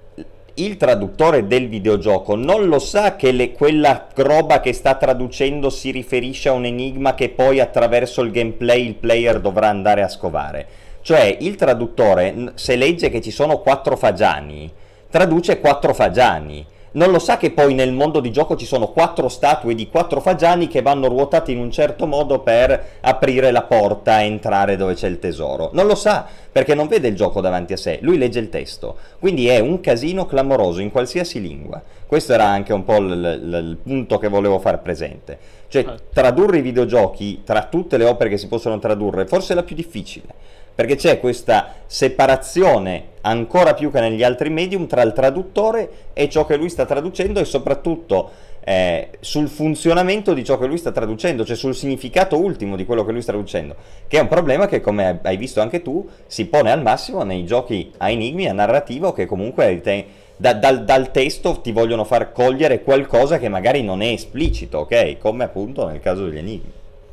il traduttore del videogioco non lo sa che le, quella roba che sta traducendo si riferisce a un enigma che poi attraverso il gameplay il player dovrà andare a scovare. Cioè il traduttore, se legge che ci sono quattro fagiani, traduce quattro fagiani. Non lo sa che poi nel mondo di gioco ci sono quattro statue di quattro fagiani che vanno ruotate in un certo modo per aprire la porta e entrare dove c'è il tesoro. Non lo sa, perché non vede il gioco davanti a sé, lui legge il testo. Quindi è un casino clamoroso in qualsiasi lingua. Questo era anche un po' il, il, il punto che volevo far presente. Cioè, tradurre i videogiochi, tra tutte le opere che si possono tradurre, forse è la più difficile. Perché c'è questa separazione, ancora più che negli altri medium, tra il traduttore e ciò che lui sta traducendo e soprattutto eh, sul funzionamento di ciò che lui sta traducendo, cioè sul significato ultimo di quello che lui sta traducendo, che è un problema che, come hai visto anche tu, si pone al massimo nei giochi a enigmi, a narrativo, che comunque te, da, dal, dal testo ti vogliono far cogliere qualcosa che magari non è esplicito, ok? Come appunto nel caso degli enigmi.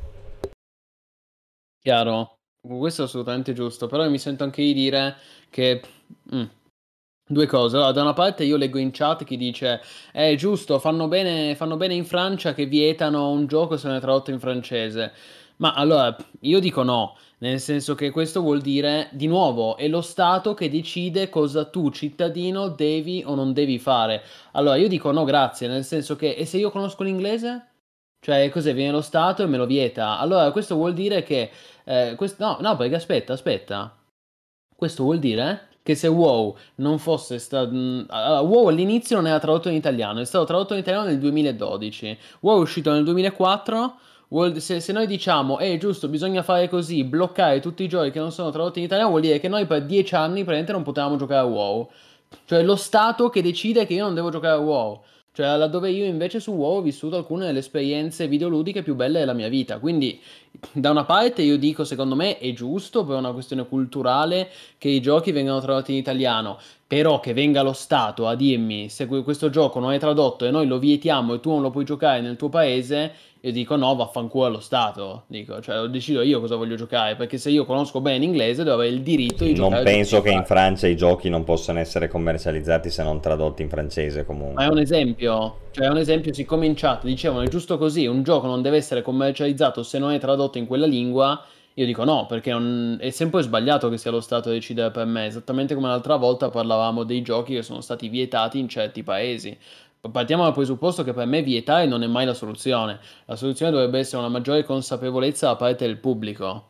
Chiaro, questo è assolutamente giusto, però mi sento anche di dire che... mm, due cose. Allora, da una parte io leggo in chat chi dice è giusto, fanno bene, fanno bene in Francia che vietano un gioco se non è tradotto in francese. Ma allora, io dico no, nel senso che questo vuol dire, di nuovo, è lo Stato che decide cosa tu, cittadino, devi o non devi fare. Allora, io dico no, grazie, nel senso che, e se io conosco l'inglese? Cioè, cos'è? Viene lo Stato e me lo vieta. Allora, questo vuol dire che... eh, quest- no, no, perché aspetta, aspetta. Questo vuol dire che se WoW non fosse stato... Allora, WoW all'inizio non era tradotto in italiano, è stato tradotto in italiano nel duemiladodici. WoW è uscito nel duemilaquattro. vuol- Se, se noi diciamo, eh, giusto, bisogna fare così, bloccare tutti i giochi che non sono tradotti in italiano, vuol dire che noi per dieci anni praticamente non potevamo giocare a WoW. Cioè, è lo Stato che decide che io non devo giocare a WoW. Cioè, laddove io invece su WoW ho vissuto alcune delle esperienze videoludiche più belle della mia vita. Quindi, da una parte io dico, secondo me è giusto per una questione culturale che i giochi vengano tradotti in italiano, però che venga lo Stato a dirmi se que- questo gioco non è tradotto e noi lo vietiamo e tu non lo puoi giocare nel tuo paese, io dico no, vaffanculo allo Stato. Dico, cioè, lo decido io cosa voglio giocare, perché se io conosco bene l'inglese devo avere il diritto di giocare. Non penso che in Francia i giochi non possano essere commercializzati se non tradotti in francese comunque. Ma è un esempio, cioè è un esempio, siccome in chat dicevano è giusto così, un gioco non deve essere commercializzato se non è tradotto in quella lingua, io dico no, perché non- è sempre sbagliato che sia lo Stato a decidere per me, esattamente come l'altra volta parlavamo dei giochi che sono stati vietati in certi paesi. Partiamo dal presupposto che per me vietare non è mai la soluzione, la soluzione dovrebbe essere una maggiore consapevolezza da parte del pubblico.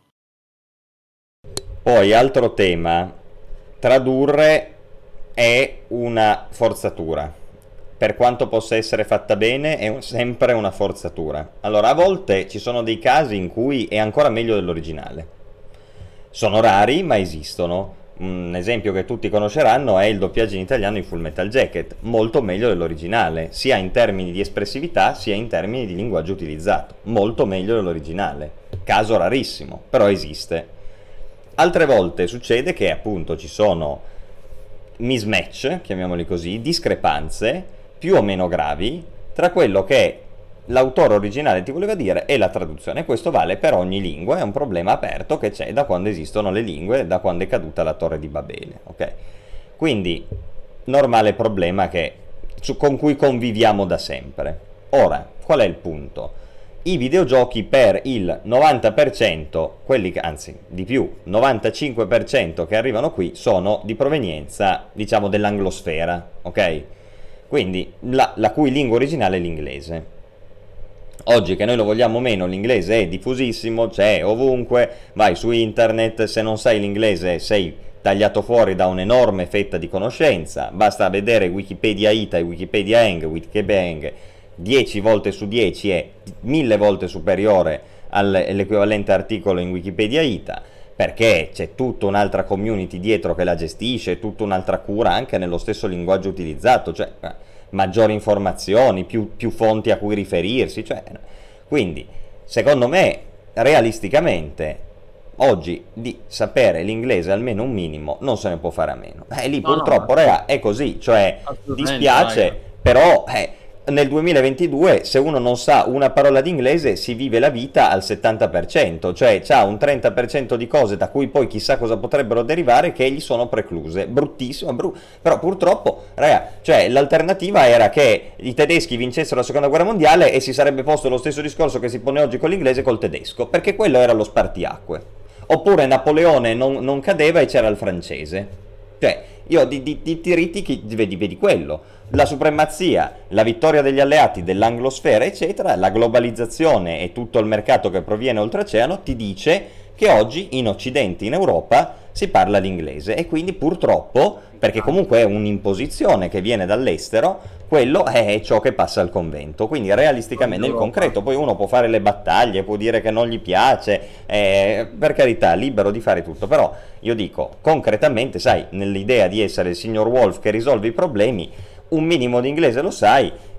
Poi, altro tema, tradurre è una forzatura. Per quanto possa essere fatta bene, è un- sempre una forzatura. Allora, a volte ci sono dei casi in cui è ancora meglio dell'originale. Sono rari, ma esistono. Un esempio che tutti conosceranno è il doppiaggio in italiano di Full Metal Jacket, molto meglio dell'originale, sia in termini di espressività, sia in termini di linguaggio utilizzato. Molto meglio dell'originale. Caso rarissimo, però esiste. Altre volte succede che appunto ci sono mismatch, chiamiamoli così, discrepanze più o meno gravi tra quello che l'autore originale ti voleva dire e la traduzione. Questo vale per ogni lingua, è un problema aperto che c'è da quando esistono le lingue, da quando è caduta la Torre di Babele, ok? Quindi, normale problema che, su, con cui conviviamo da sempre. Ora, qual è il punto? I videogiochi per il novanta per cento, quelli che, anzi di più, novantacinque per cento che arrivano qui sono di provenienza, diciamo, dell'anglosfera, ok? Quindi la, la cui lingua originale è l'inglese. Oggi, che noi lo vogliamo o meno, l'inglese è diffusissimo, c'è ovunque, vai su internet, se non sai l'inglese sei tagliato fuori da un'enorme fetta di conoscenza, basta vedere Wikipedia Ita e Wikipedia Eng, Wikipedia Eng dieci volte su dieci è mille volte superiore all'equivalente articolo in Wikipedia Ita, perché c'è tutta un'altra community dietro che la gestisce, tutta un'altra cura anche nello stesso linguaggio utilizzato, cioè maggiori informazioni, più, più fonti a cui riferirsi, cioè, quindi secondo me realisticamente oggi di sapere l'inglese almeno un minimo non se ne può fare a meno, e lì No, no, purtroppo ma- raga, è così, cioè Assolutamente, dispiace, raga. però eh, nel duemilaventidue se uno non sa una parola d'inglese si vive la vita al settanta per cento, cioè c'ha un trenta per cento di cose da cui poi chissà cosa potrebbero derivare che gli sono precluse, bruttissimo, bru- però purtroppo, raga, cioè l'alternativa era che i tedeschi vincessero la seconda guerra mondiale e si sarebbe posto lo stesso discorso che si pone oggi con l'inglese col tedesco, perché quello era lo spartiacque, oppure Napoleone non, non cadeva e c'era il francese, cioè io di, di, di tiritti vedi, vedi quello, la supremazia, la vittoria degli alleati dell'anglosfera eccetera, la globalizzazione e tutto il mercato che proviene oltreoceano ti dice che oggi in Occidente, in Europa, si parla l'inglese e quindi purtroppo, perché comunque è un'imposizione che viene dall'estero, quello è ciò che passa al convento. Quindi realisticamente nel concreto poi uno può fare le battaglie, può dire che non gli piace, eh, per carità, libero di fare tutto, però io dico concretamente, sai, nell'idea di essere il signor Wolf che risolve i problemi, un minimo di inglese lo sai,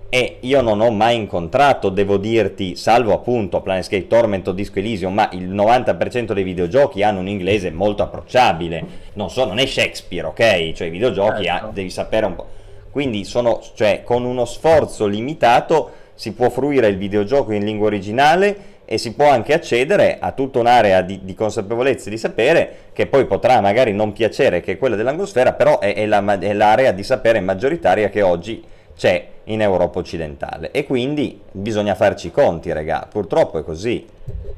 E io non ho mai incontrato, devo dirti, salvo appunto Planescape Torment o Disco Elysium, ma il novanta per cento dei videogiochi hanno un inglese molto approcciabile. Non so, non è Shakespeare, ok? Cioè i videogiochi Certo. ah, devi sapere un po'. Quindi sono, cioè, con uno sforzo limitato si può fruire il videogioco in lingua originale e si può anche accedere a tutta un'area di, di consapevolezza e di sapere che poi potrà magari non piacere, che è quella dell'angosfera, però è, è, la, è l'area di sapere maggioritaria che oggi c'è in Europa occidentale, e quindi bisogna farci i conti, regà, purtroppo è così.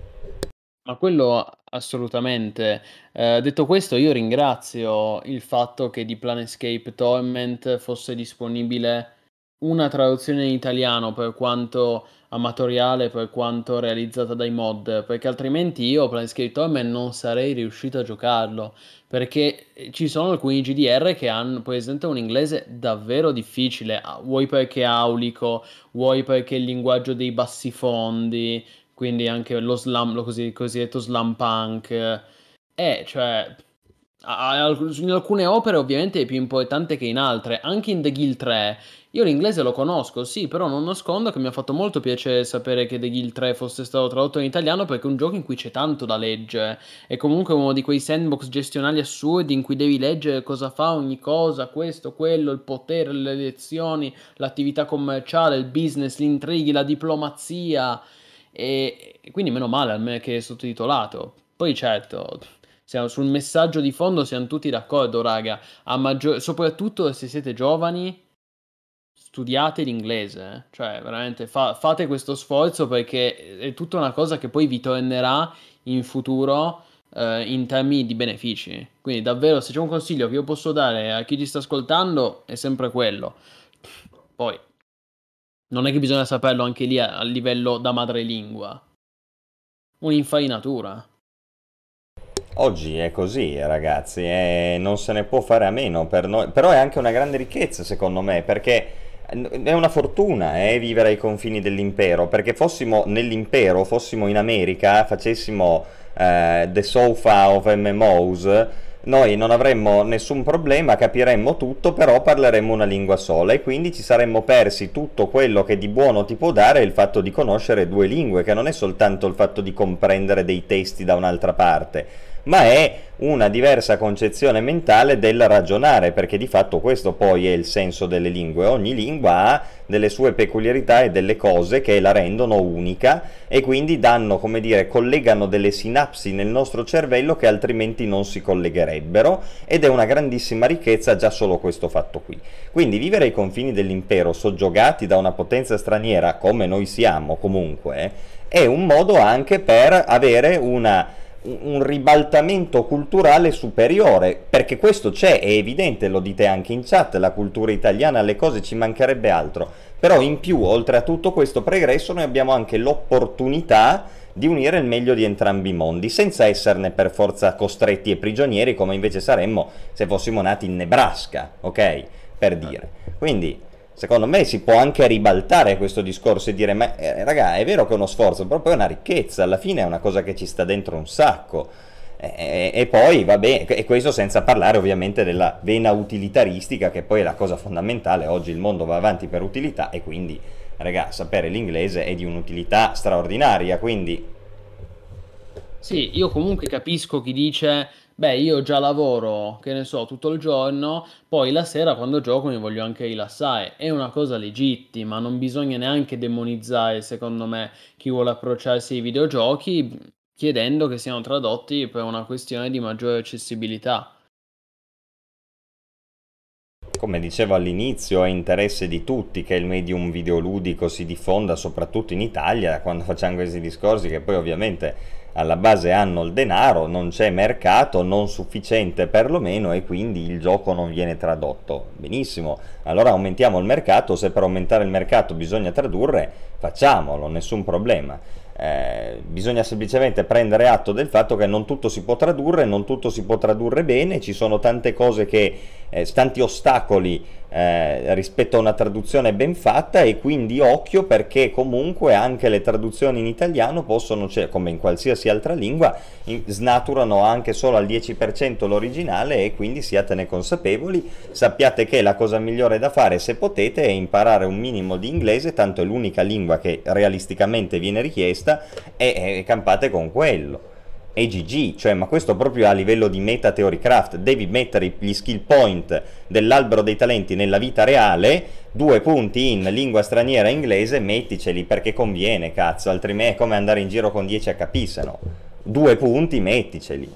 Ma quello assolutamente. Eh, detto questo, io ringrazio il fatto che di Planescape Torment fosse disponibile una traduzione in italiano, per quanto amatoriale, per quanto realizzata dai mod, perché altrimenti io Planescape Torment non sarei riuscito a giocarlo, perché eh, ci sono alcuni G D R che hanno, per esempio, un inglese davvero difficile, ah, vuoi perché è aulico, vuoi perché il linguaggio dei bassifondi, quindi anche lo slam, lo così- cosiddetto slam punk, eh, cioè, a- a- in alcune opere ovviamente è più importante che in altre, anche in The Guild tre. Io l'inglese lo conosco, sì, però non nascondo che mi ha fatto molto piacere sapere che The Guild tre fosse stato tradotto in italiano, perché è un gioco in cui c'è tanto da leggere. È comunque uno di quei sandbox gestionali assurdi in cui devi leggere cosa fa ogni cosa, questo, quello, il potere, le elezioni, l'attività commerciale, il business, gli intrighi, la diplomazia. E, e quindi meno male a me che è sottotitolato. Poi certo, siamo, sul messaggio di fondo siamo tutti d'accordo, raga. A maggior- soprattutto se siete giovani, studiate l'inglese. eh. Cioè, veramente fa- fate questo sforzo, perché è tutta una cosa che poi vi tornerà in futuro eh, in termini di benefici. Quindi davvero, se c'è un consiglio che io posso dare a chi ci sta ascoltando, è sempre quello. Poi, non è che bisogna saperlo anche lì a, a livello da madrelingua. Un'infarinatura. Oggi è così, ragazzi, e non se ne può fare a meno per noi, però è anche una grande ricchezza secondo me, perché è una fortuna eh, vivere ai confini dell'impero, perché fossimo nell'impero, fossimo in America, facessimo eh, The Sofa of M M Os, noi non avremmo nessun problema, capiremmo tutto, però parleremmo una lingua sola, e quindi ci saremmo persi tutto quello che di buono ti può dare il fatto di conoscere due lingue, che non è soltanto il fatto di comprendere dei testi da un'altra parte, ma è una diversa concezione mentale del ragionare, perché di fatto questo poi è il senso delle lingue. Ogni lingua ha delle sue peculiarità e delle cose che la rendono unica, e quindi danno, come dire, collegano delle sinapsi nel nostro cervello che altrimenti non si collegherebbero, ed è una grandissima ricchezza già solo questo fatto qui. Quindi vivere ai confini dell'impero, soggiogati da una potenza straniera come noi siamo comunque, è un modo anche per avere una un ribaltamento culturale superiore, perché questo c'è, è evidente, lo dite anche in chat, la cultura italiana, alle cose ci mancherebbe altro, però in più, oltre a tutto questo pregresso, noi abbiamo anche l'opportunità di unire il meglio di entrambi i mondi, senza esserne per forza costretti e prigionieri, come invece saremmo se fossimo nati in Nebraska, ok? Per dire. Quindi secondo me si può anche ribaltare questo discorso e dire, ma eh, raga, è vero che è uno sforzo, però poi è una ricchezza, alla fine è una cosa che ci sta dentro un sacco. E, e poi, vabbè, e questo senza parlare ovviamente della vena utilitaristica, che poi è la cosa fondamentale. Oggi il mondo va avanti per utilità, e quindi, raga, sapere l'inglese è di un'utilità straordinaria, quindi... Sì, io comunque capisco chi dice, beh, io già lavoro, che ne so, tutto il giorno, poi la sera quando gioco mi voglio anche rilassare. È una cosa legittima, non bisogna neanche demonizzare, secondo me, chi vuole approcciarsi ai videogiochi chiedendo che siano tradotti per una questione di maggiore accessibilità. Come dicevo all'inizio, è interesse di tutti che il medium videoludico si diffonda, soprattutto in Italia, quando facciamo questi discorsi, che poi ovviamente alla base hanno il denaro, non c'è mercato, non sufficiente perlomeno, e quindi il gioco non viene tradotto. Benissimo, allora aumentiamo il mercato, se per aumentare il mercato bisogna tradurre, facciamolo, nessun problema. Eh, bisogna semplicemente prendere atto del fatto che non tutto si può tradurre, non tutto si può tradurre bene, ci sono tante cose che eh, tanti ostacoli eh, rispetto a una traduzione ben fatta, e quindi occhio, perché comunque anche le traduzioni in italiano possono, cioè, come in qualsiasi altra lingua, in, snaturano anche solo al dieci per cento l'originale, e quindi siatene consapevoli. Sappiate che la cosa migliore da fare, se potete, è imparare un minimo di inglese, tanto è l'unica lingua che realisticamente viene richiesta, e, e campate con quello. E G G, cioè, ma questo proprio a livello di meta theorycraft, devi mettere gli skill point dell'albero dei talenti nella vita reale, due punti in lingua straniera inglese, metticeli, perché conviene, cazzo, altrimenti è come andare in giro con dieci H P, se no. Due punti, metticeli.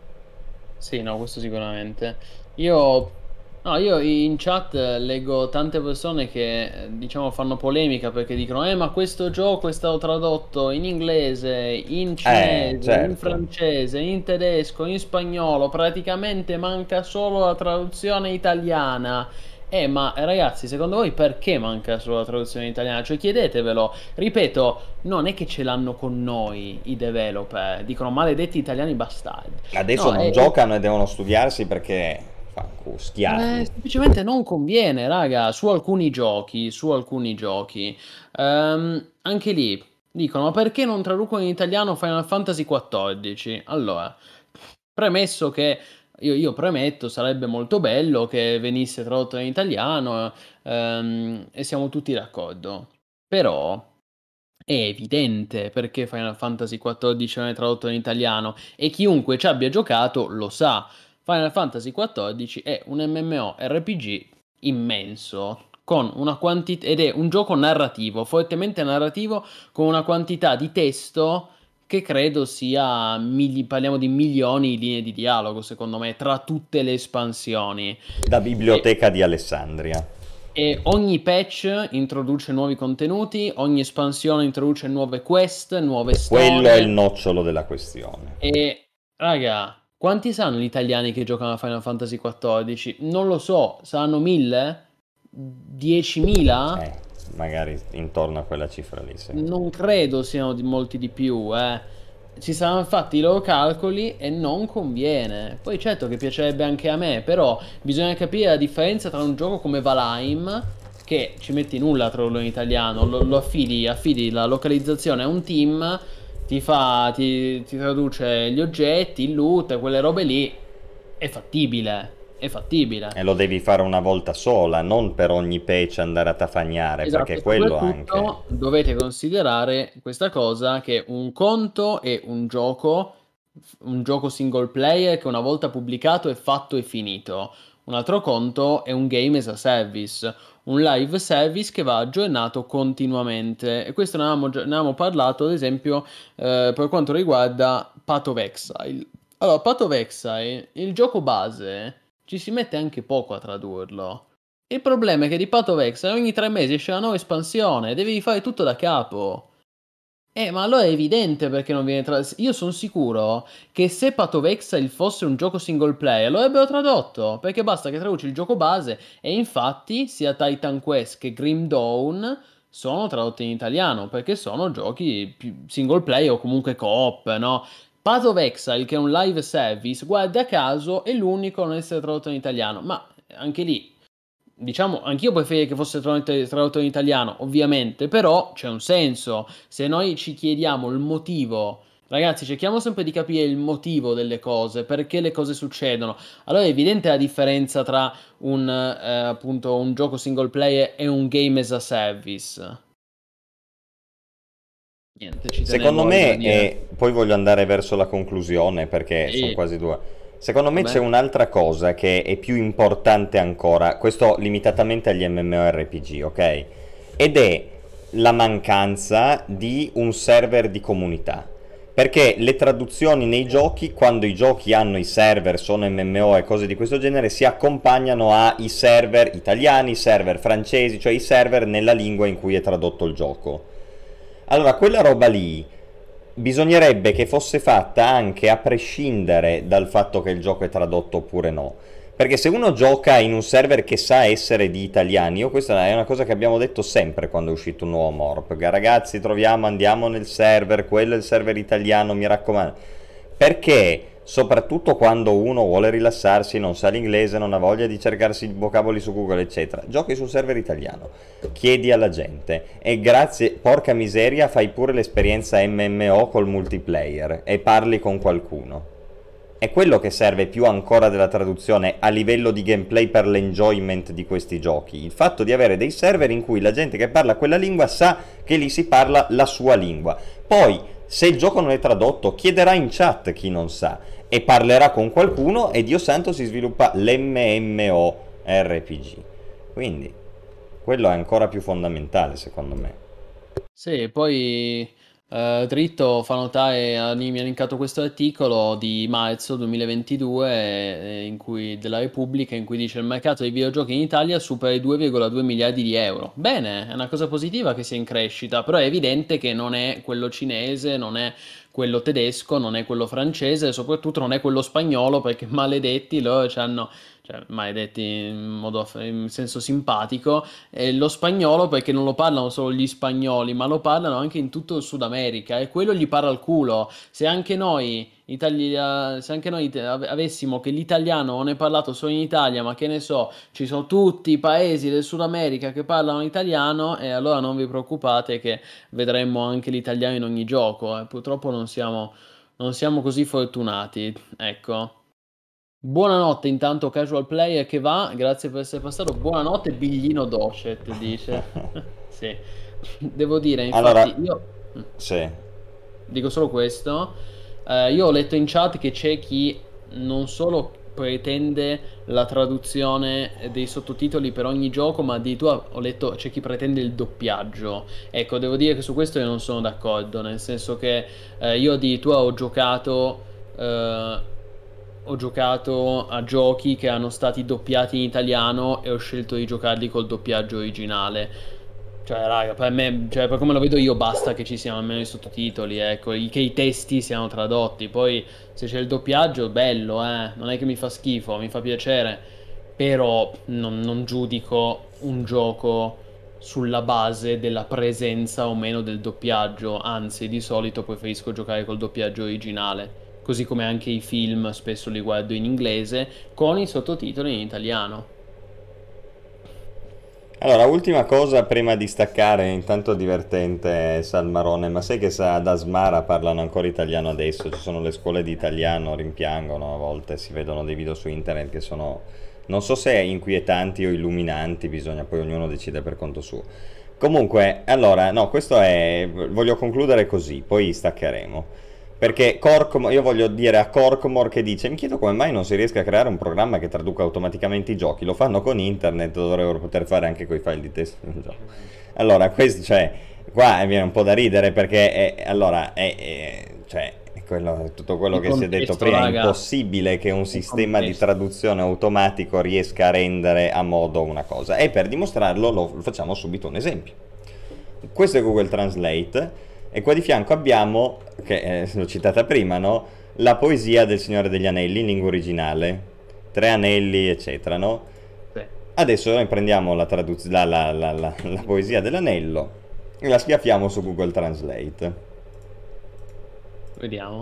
Sì, no, questo sicuramente. Io, no, io in chat leggo tante persone che, eh, diciamo, fanno polemica perché dicono, eh, ma questo gioco è stato tradotto in inglese, in Eh, cinese, in certo. francese, in tedesco, in spagnolo, praticamente manca solo la traduzione italiana. Eh, ma ragazzi, secondo voi perché manca solo la traduzione italiana? Cioè, chiedetevelo. Ripeto, non è che ce l'hanno con noi i developer, dicono maledetti italiani bastardi. Adesso No, non è, giocano e devono studiarsi perché fanculo, eh, schiavi. semplicemente non conviene, raga, su alcuni giochi, su alcuni giochi. Ehm, anche lì dicono, ma perché non traducono in italiano Final Fantasy quattordici? Allora, premesso che io, io premetto, sarebbe molto bello che venisse tradotto in italiano, ehm, e siamo tutti d'accordo. Però è evidente perché Final Fantasy quattordici non è tradotto in italiano, e chiunque ci abbia giocato lo sa. Final Fantasy quattordici è un MMORPG immenso, con una quantità, ed è un gioco narrativo, fortemente narrativo, con una quantità di testo che credo sia, mili- parliamo di milioni di linee di dialogo, secondo me, tra tutte le espansioni. Da E, biblioteca di Alessandria. e ogni patch introduce nuovi contenuti, ogni espansione introduce nuove quest, nuove Quello è il storie. nocciolo della questione. E raga, quanti saranno gli italiani che giocano a Final Fantasy quattordici? Non lo so, saranno mille? diecimila? Eh, magari intorno a quella cifra lì, sì. Non credo siano di molti di più, eh. Ci saranno fatti i loro calcoli e non conviene. Poi certo che piacerebbe anche a me, però bisogna capire la differenza tra un gioco come Valheim, che ci metti nulla a tradurlo in italiano, lo, lo affidi, affidi la localizzazione a un team, ti fa, ti, ti traduce gli oggetti, il loot, quelle robe lì, è fattibile, è fattibile. E lo devi fare una volta sola, non per ogni patch andare a tafagnare, Esatto, perché e quello anche... soprattutto dovete considerare questa cosa, che un conto è un gioco, un gioco single player che una volta pubblicato è fatto e finito. Un altro conto è un game as a service, un live service che va aggiornato continuamente. E questo ne avevamo, già- ne avevamo parlato, ad esempio, eh, per quanto riguarda Path of Exile. Allora, Path of Exile, il gioco base, ci si mette anche poco a tradurlo. Il problema è che di Path of Exile ogni tre mesi esce una nuova espansione, devi fare tutto da capo. Eh, ma allora è evidente perché non viene tradotto. Io sono sicuro che se Path of Exile fosse un gioco single player lo avrebbero tradotto, perché basta che traduci il gioco base, e infatti sia Titan Quest che Grim Dawn sono tradotti in italiano, perché sono giochi più single player o comunque co-op, no? Path of Exile, che è un live service, guarda caso è l'unico a non essere tradotto in italiano, ma anche lì, diciamo, anch'io preferirei che fosse tradotto tradotto in italiano, ovviamente, però c'è un senso. Se noi ci chiediamo il motivo, ragazzi, cerchiamo sempre di capire il motivo delle cose, perché le cose succedono. Allora è evidente la differenza tra un, eh, appunto, un gioco single player e un game as a service. Niente, ci Secondo tenevo a me, ribadire. e poi voglio andare verso la conclusione perché sono Sì, quasi due. Secondo me vabbè. c'è un'altra cosa che è più importante ancora, questo limitatamente agli MMORPG, ok? Ed è la mancanza di un server di comunità. Perché le traduzioni nei giochi, quando i giochi hanno i server, sono M M O e cose di questo genere, si accompagnano ai server italiani, server francesi, cioè i server nella lingua in cui è tradotto il gioco. Allora, quella roba lì bisognerebbe che fosse fatta anche a prescindere dal fatto che il gioco è tradotto oppure no. Perché se uno gioca in un server che sa essere di italiani, io questa è una cosa che abbiamo detto sempre quando è uscito un nuovo Morp, ragazzi, troviamo, andiamo nel server, quello è il server italiano, mi raccomando. Perché soprattutto quando uno vuole rilassarsi, non sa l'inglese, non ha voglia di cercarsi i vocaboli su Google, eccetera. Giochi sul server italiano, chiedi alla gente e grazie, porca miseria, fai pure l'esperienza M M O col multiplayer e parli con qualcuno. È quello che serve più ancora della traduzione a livello di gameplay per l'enjoyment di questi giochi. Il fatto di avere dei server in cui la gente che parla quella lingua sa che lì si parla la sua lingua. Poi, se il gioco non è tradotto, chiederà in chat chi non sa e parlerà con qualcuno e Dio santo si sviluppa l'MMORPG. Quindi, quello è ancora più fondamentale secondo me. Sì, poi... Uh, dritto fa notare, uh, mi ha linkato questo articolo di marzo duemilaventidue eh, in cui, della Repubblica, in cui dice il mercato dei videogiochi in Italia supera i due virgola due miliardi di euro. Bene, è una cosa positiva che sia in crescita, però è evidente che non è quello cinese, non è quello tedesco, non è quello francese e soprattutto non è quello spagnolo, perché maledetti loro ci hanno... cioè maledetti in modo in senso simpatico, e lo spagnolo perché non lo parlano solo gli spagnoli, ma lo parlano anche in tutto il Sud America e quello gli parla al culo. Se anche noi Italia, se anche noi avessimo che l'italiano non è parlato solo in Italia, ma che ne so, ci sono tutti i paesi del Sud America che parlano italiano, e allora non vi preoccupate che vedremmo anche l'italiano in ogni gioco. Eh. Purtroppo non siamo, non siamo così fortunati, ecco. Buonanotte intanto Casual Player che va, grazie per essere passato. Buonanotte Biglino Docet, dice. Sì, devo dire, infatti allora, io sì. dico solo questo. Eh, io ho letto in chat che c'è chi non solo pretende la traduzione dei sottotitoli per ogni gioco, ma addirittura ho letto c'è chi pretende il doppiaggio. Ecco, devo dire che su questo io non sono d'accordo, nel senso che eh, io addirittura ho giocato... Eh, ho giocato a giochi che hanno stati doppiati in italiano e ho scelto di giocarli col doppiaggio originale. Cioè, raga, per me, cioè, per come lo vedo io, basta che ci siano almeno i sottotitoli, ecco, che i testi siano tradotti. Poi, se c'è il doppiaggio, bello, eh, non è che mi fa schifo, mi fa piacere. Però non, non giudico un gioco sulla base della presenza o meno del doppiaggio. Anzi, di solito preferisco giocare col doppiaggio originale. Così come anche i film spesso li guardo in inglese con i sottotitoli in italiano. Allora, ultima cosa prima di staccare, intanto divertente Salmarone, ma sai che ad Asmara parlano ancora italiano adesso? Ci sono le scuole di italiano, rimpiangono a volte, si vedono dei video su internet che sono, non so se inquietanti o illuminanti, bisogna poi ognuno decide per conto suo. Comunque, allora, no, questo è, voglio concludere così, poi staccheremo. Perché Corcomore, io voglio dire a Corcomore che dice: mi chiedo come mai non si riesca a creare un programma che traduca automaticamente i giochi. Lo fanno con internet, dovrebbero poter fare anche con i file di testo di un gioco. Allora, questo, cioè, qua viene un po' da ridere perché è, allora, è, è, cioè, è quello, tutto quello il che contesto, si è detto prima, raga, è impossibile che un sistema contesto. di traduzione automatico riesca a rendere a modo una cosa. E per dimostrarlo lo facciamo subito un esempio. Questo è Google Translate. E qua di fianco abbiamo, che eh, l'ho citata prima, no? La poesia del Signore degli Anelli in lingua originale, tre anelli, eccetera, no? Sì. Adesso noi prendiamo la, traduz- la, la, la, la, la poesia dell'anello e la schiaffiamo su Google Translate. Vediamo.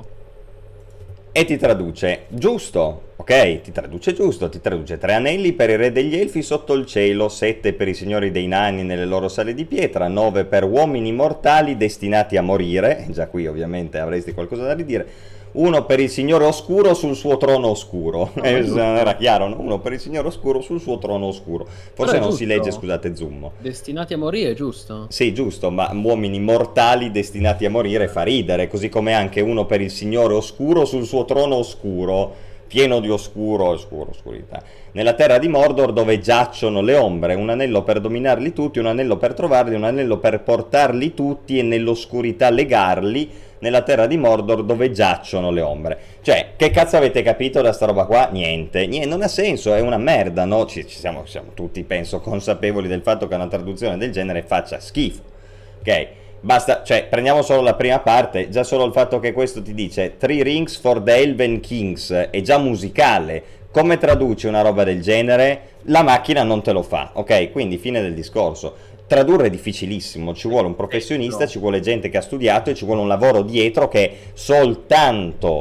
E ti traduce giusto, ok? Ti traduce giusto, ti traduce tre anelli per i re degli elfi sotto il cielo, sette per i signori dei nani nelle loro sale di pietra, nove per uomini mortali destinati a morire, già qui ovviamente avresti qualcosa da ridire, uno per il signore oscuro sul suo trono oscuro, No, eh, giusto. non era chiaro, no? Uno per il signore oscuro sul suo trono oscuro, forse Però è non si giusto. legge, scusate, zoom. Destinati a morire, giusto? Sì, giusto, ma uomini mortali destinati a morire fa ridere, così come anche uno per il signore oscuro sul suo trono oscuro, pieno di oscuro, oscuro, oscurità. Nella terra di Mordor dove giacciono le ombre, un anello per dominarli tutti, un anello per trovarli, un anello per portarli tutti e nell'oscurità legarli, nella terra di Mordor dove giacciono le ombre. Cioè, che cazzo avete capito da sta roba qua? Niente, niente, non ha senso, è una merda, no? Ci, ci siamo, siamo tutti, penso, consapevoli del fatto che una traduzione del genere faccia schifo, ok? Basta, cioè, prendiamo solo la prima parte, già solo il fatto che questo ti dice Three Rings for the Elven Kings, è già musicale. Come traduci una roba del genere? La macchina non te lo fa, ok? Quindi fine del discorso. Tradurre è difficilissimo, ci vuole un professionista, ci vuole gente che ha studiato e ci vuole un lavoro dietro che soltanto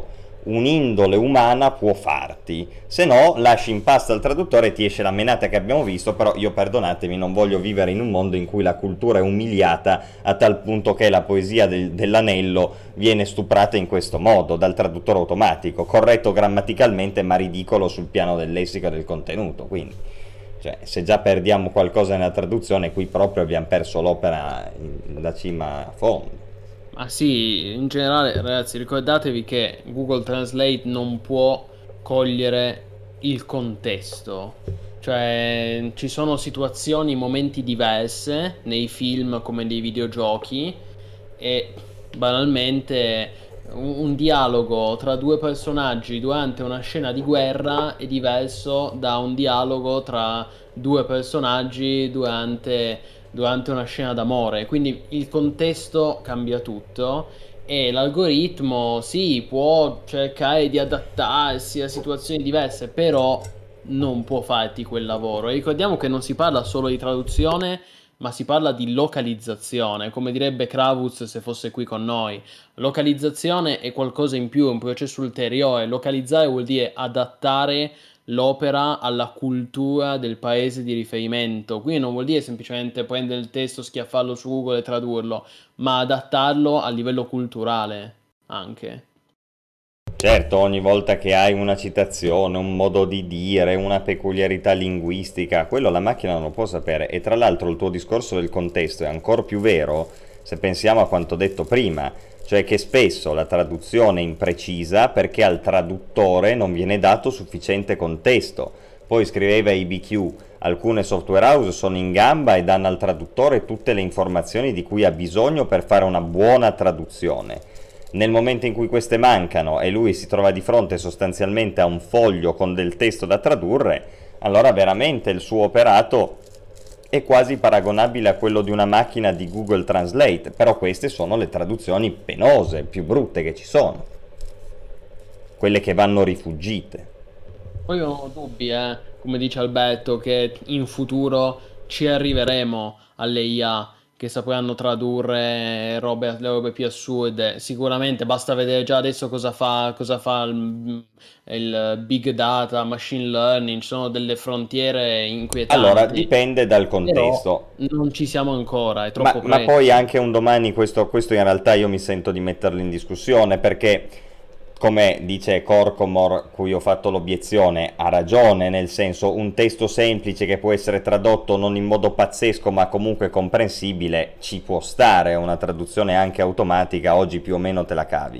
un'indole umana può farti, se no lasci in pasto al traduttore e ti esce la menata che abbiamo visto. Però io, perdonatemi, non voglio vivere in un mondo in cui la cultura è umiliata a tal punto che la poesia del, dell'anello viene stuprata in questo modo dal traduttore automatico, corretto grammaticalmente ma ridicolo sul piano del lessico e del contenuto. Quindi, cioè, se già perdiamo qualcosa nella traduzione, qui proprio abbiamo perso l'opera in, da cima a fondo. Ma sì, in generale, ragazzi, ricordatevi che Google Translate non può cogliere il contesto. Cioè, ci sono situazioni, momenti diverse nei film come nei videogiochi e banalmente un, un dialogo tra due personaggi durante una scena di guerra è diverso da un dialogo tra due personaggi durante durante una scena d'amore, quindi il contesto cambia tutto e l'algoritmo sì, può cercare di adattarsi a situazioni diverse, però non può farti quel lavoro. E ricordiamo che non si parla solo di traduzione, ma si parla di localizzazione, come direbbe Kravuz se fosse qui con noi. Localizzazione è qualcosa in più, è un processo ulteriore. Localizzare vuol dire adattare l'opera alla cultura del paese di riferimento, quindi non vuol dire semplicemente prendere il testo, schiaffarlo su Google e tradurlo, ma adattarlo a livello culturale anche. Certo, ogni volta che hai una citazione, un modo di dire, una peculiarità linguistica, quello la macchina non lo può sapere. E tra l'altro il tuo discorso del contesto è ancora più vero se pensiamo a quanto detto prima, cioè che spesso la traduzione è imprecisa perché al traduttore non viene dato sufficiente contesto. Poi scriveva I B Q, alcune software house sono in gamba e danno al traduttore tutte le informazioni di cui ha bisogno per fare una buona traduzione. Nel momento in cui queste mancano e lui si trova di fronte sostanzialmente a un foglio con del testo da tradurre, allora veramente il suo operato è quasi paragonabile a quello di una macchina di Google Translate. Però queste sono le traduzioni penose, più brutte che ci sono, quelle che vanno rifuggite. Poi non ho dubbi, eh, come dice Alberto, che in futuro ci arriveremo alle I A che sapranno tradurre robe, le robe più assurde. Sicuramente basta vedere già adesso cosa fa, cosa fa il, il big data, machine learning, ci sono delle frontiere inquietanti. Allora, dipende dal contesto. Però non ci siamo ancora, è troppo Ma, ma presto. poi anche un domani, questo, questo in realtà io mi sento di metterlo in discussione, perché come dice Corcomore, cui ho fatto l'obiezione, ha ragione, nel senso, un testo semplice che può essere tradotto non in modo pazzesco ma comunque comprensibile, ci può stare, una traduzione anche automatica oggi più o meno te la cavi.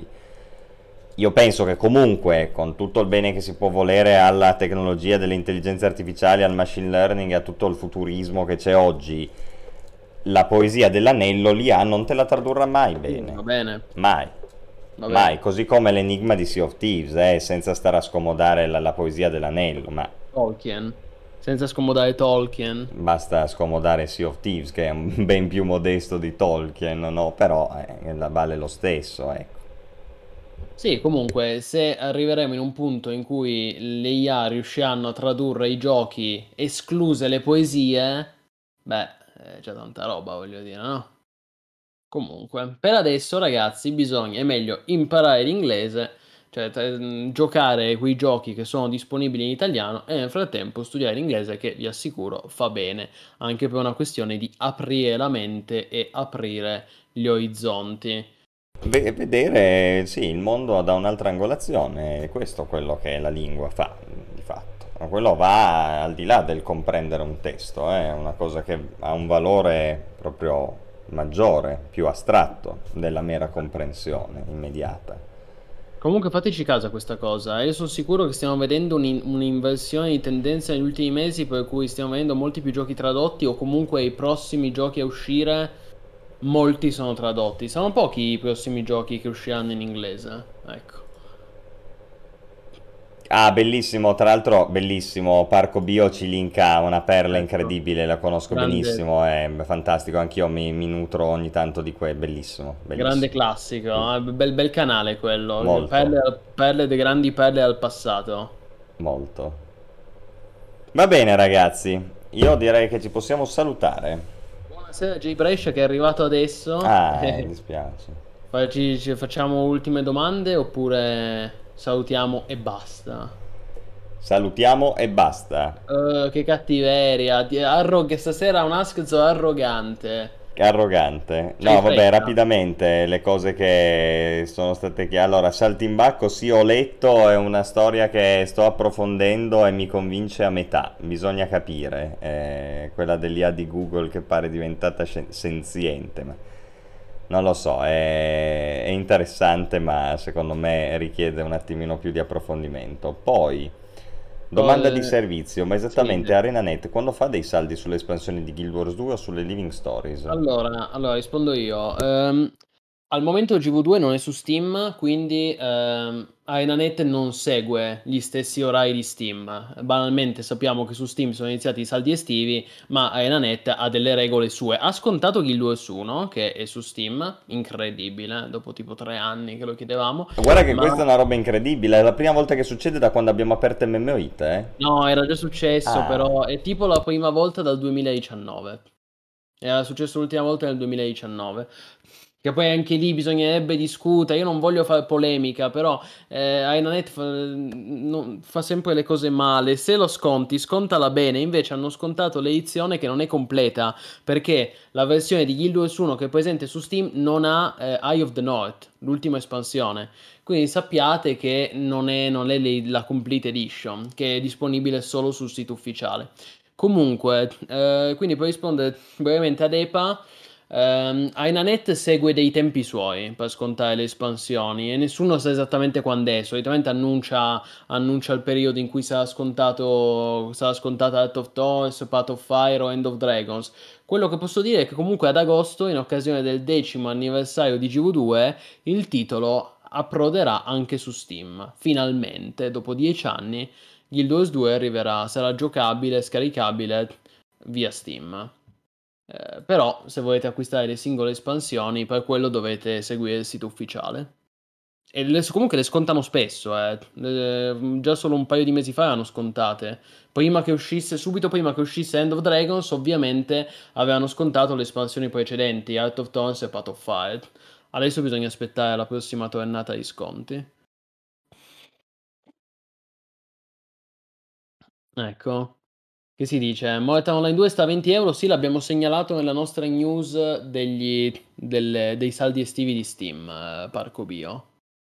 Io penso che comunque, con tutto il bene che si può volere alla tecnologia delle intelligenze artificiali, al machine learning, a tutto il futurismo che c'è oggi, la poesia dell'anello l'I A non te la tradurrà mai bene. Va bene. Mai. Va Mai, bene. così come l'enigma di Sea of Thieves, eh, senza stare a scomodare la, la poesia dell'anello, ma Tolkien. Senza scomodare Tolkien. basta scomodare Sea of Thieves, che è un ben più modesto di Tolkien, no? Però eh, la vale lo stesso, ecco. Sì, comunque, se arriveremo in un punto in cui le I A riusciranno a tradurre i giochi, escluse le poesie, beh, è già tanta roba, voglio dire, no? Comunque, per adesso, ragazzi, bisogna, è meglio imparare l'inglese, cioè t- giocare quei giochi che sono disponibili in italiano e nel frattempo studiare l'inglese, che vi assicuro fa bene, anche per una questione di aprire la mente e aprire gli orizzonti. V- vedere, sì, il mondo da un'altra angolazione, questo è quello che la lingua fa, di fatto. Ma quello va al di là del comprendere un testo, è una cosa che ha un valore proprio maggiore, più astratto della mera comprensione immediata. Comunque fateci caso a questa cosa, io sono sicuro che stiamo vedendo un'in- un'inversione di tendenza negli ultimi mesi, per cui stiamo vedendo molti più giochi tradotti o comunque i prossimi giochi a uscire, molti sono tradotti. Saranno pochi i prossimi giochi che usciranno in inglese, ecco. Ah, bellissimo, tra l'altro bellissimo, Parco Bio ci linka una perla Ecco, incredibile, la conosco grande, benissimo, è fantastico, anch'io mi, mi nutro ogni tanto di quel, bellissimo, grande bellissimo, classico, eh, bel, bel canale quello, molto, perle, perle dei grandi perle al passato. molto. Va bene ragazzi, io direi che ci possiamo salutare. Buonasera Jay Brescia che è arrivato adesso. Ah, mi dispiace. Fa- ci- ci facciamo ultime domande oppure... salutiamo e basta. Salutiamo e basta. Uh, che cattiveria. Di- Arrog- stasera un Askzo arrogante. Arrogante. C'hai No, vabbè, fretta? rapidamente le cose che sono state chiare. Allora, Saltimbacco, sì, ho letto, è una storia che sto approfondendo e mi convince a metà. Bisogna capire. Eh, quella dell'I A di Google che pare diventata sci- senziente, ma non lo so, è, è interessante, ma secondo me richiede un attimino più di approfondimento. Poi, domanda di Eh, servizio, ma sì. esattamente ArenaNet quando fa dei saldi sulle espansioni di Guild Wars due o sulle Living Stories? Allora, allora rispondo io. Ehm, al momento G V due non è su Steam, quindi ehm, ArenaNet non segue gli stessi orari di Steam. Banalmente sappiamo che su Steam sono iniziati i saldi estivi, ma ArenaNet ha delle regole sue. Ha scontato Guild Wars uno, che è su Steam, incredibile, eh, dopo tipo tre anni che lo chiedevamo, Guarda che ma questa è una roba incredibile, è la prima volta che succede da quando abbiamo aperto M M O It, eh? no, era già successo, Ah, però è tipo la prima volta dal duemiladiciannove. Era successo l'ultima volta nel duemiladiciannove. Che poi anche lì bisognerebbe discutere. Io non voglio fare polemica, però eh, ArenaNet fa, non- fa sempre le cose male. Se lo sconti, scontala bene. Invece hanno scontato l'edizione che non è completa. Perché la versione di Guild Wars uno che è presente su Steam non ha eh, Eye of the North, l'ultima espansione. Quindi sappiate che non è, non è le- la Complete Edition, che è disponibile solo sul sito ufficiale. Comunque, eh, quindi per rispondere brevemente ad Epa, ehm, ArenaNet segue dei tempi suoi per scontare le espansioni e nessuno sa esattamente quando è. Solitamente annuncia, annuncia il periodo in cui sarà scontato, sarà scontata Heart of Thorns, Path of Fire o End of Dragons. Quello che posso dire è che comunque ad agosto, in occasione del decimo anniversario di G V due, il titolo approderà anche su Steam. Finalmente, dopo dieci anni, Guild Wars due arriverà, sarà giocabile, scaricabile via Steam. Eh, però, se volete acquistare le singole espansioni, per quello dovete seguire il sito ufficiale. E le- comunque le scontano spesso, eh. Le- già solo un paio di mesi fa erano scontate. Prima che uscisse, subito prima che uscisse End of Dragons, ovviamente avevano scontato le espansioni precedenti, Heart of Thorns e Path of Fire. Adesso bisogna aspettare la prossima tornata di sconti. Ecco. Che si dice? Mortal Online due sta a venti euro? Sì, l'abbiamo segnalato nella nostra news degli, delle- dei saldi estivi di Steam, eh, Parco Bio.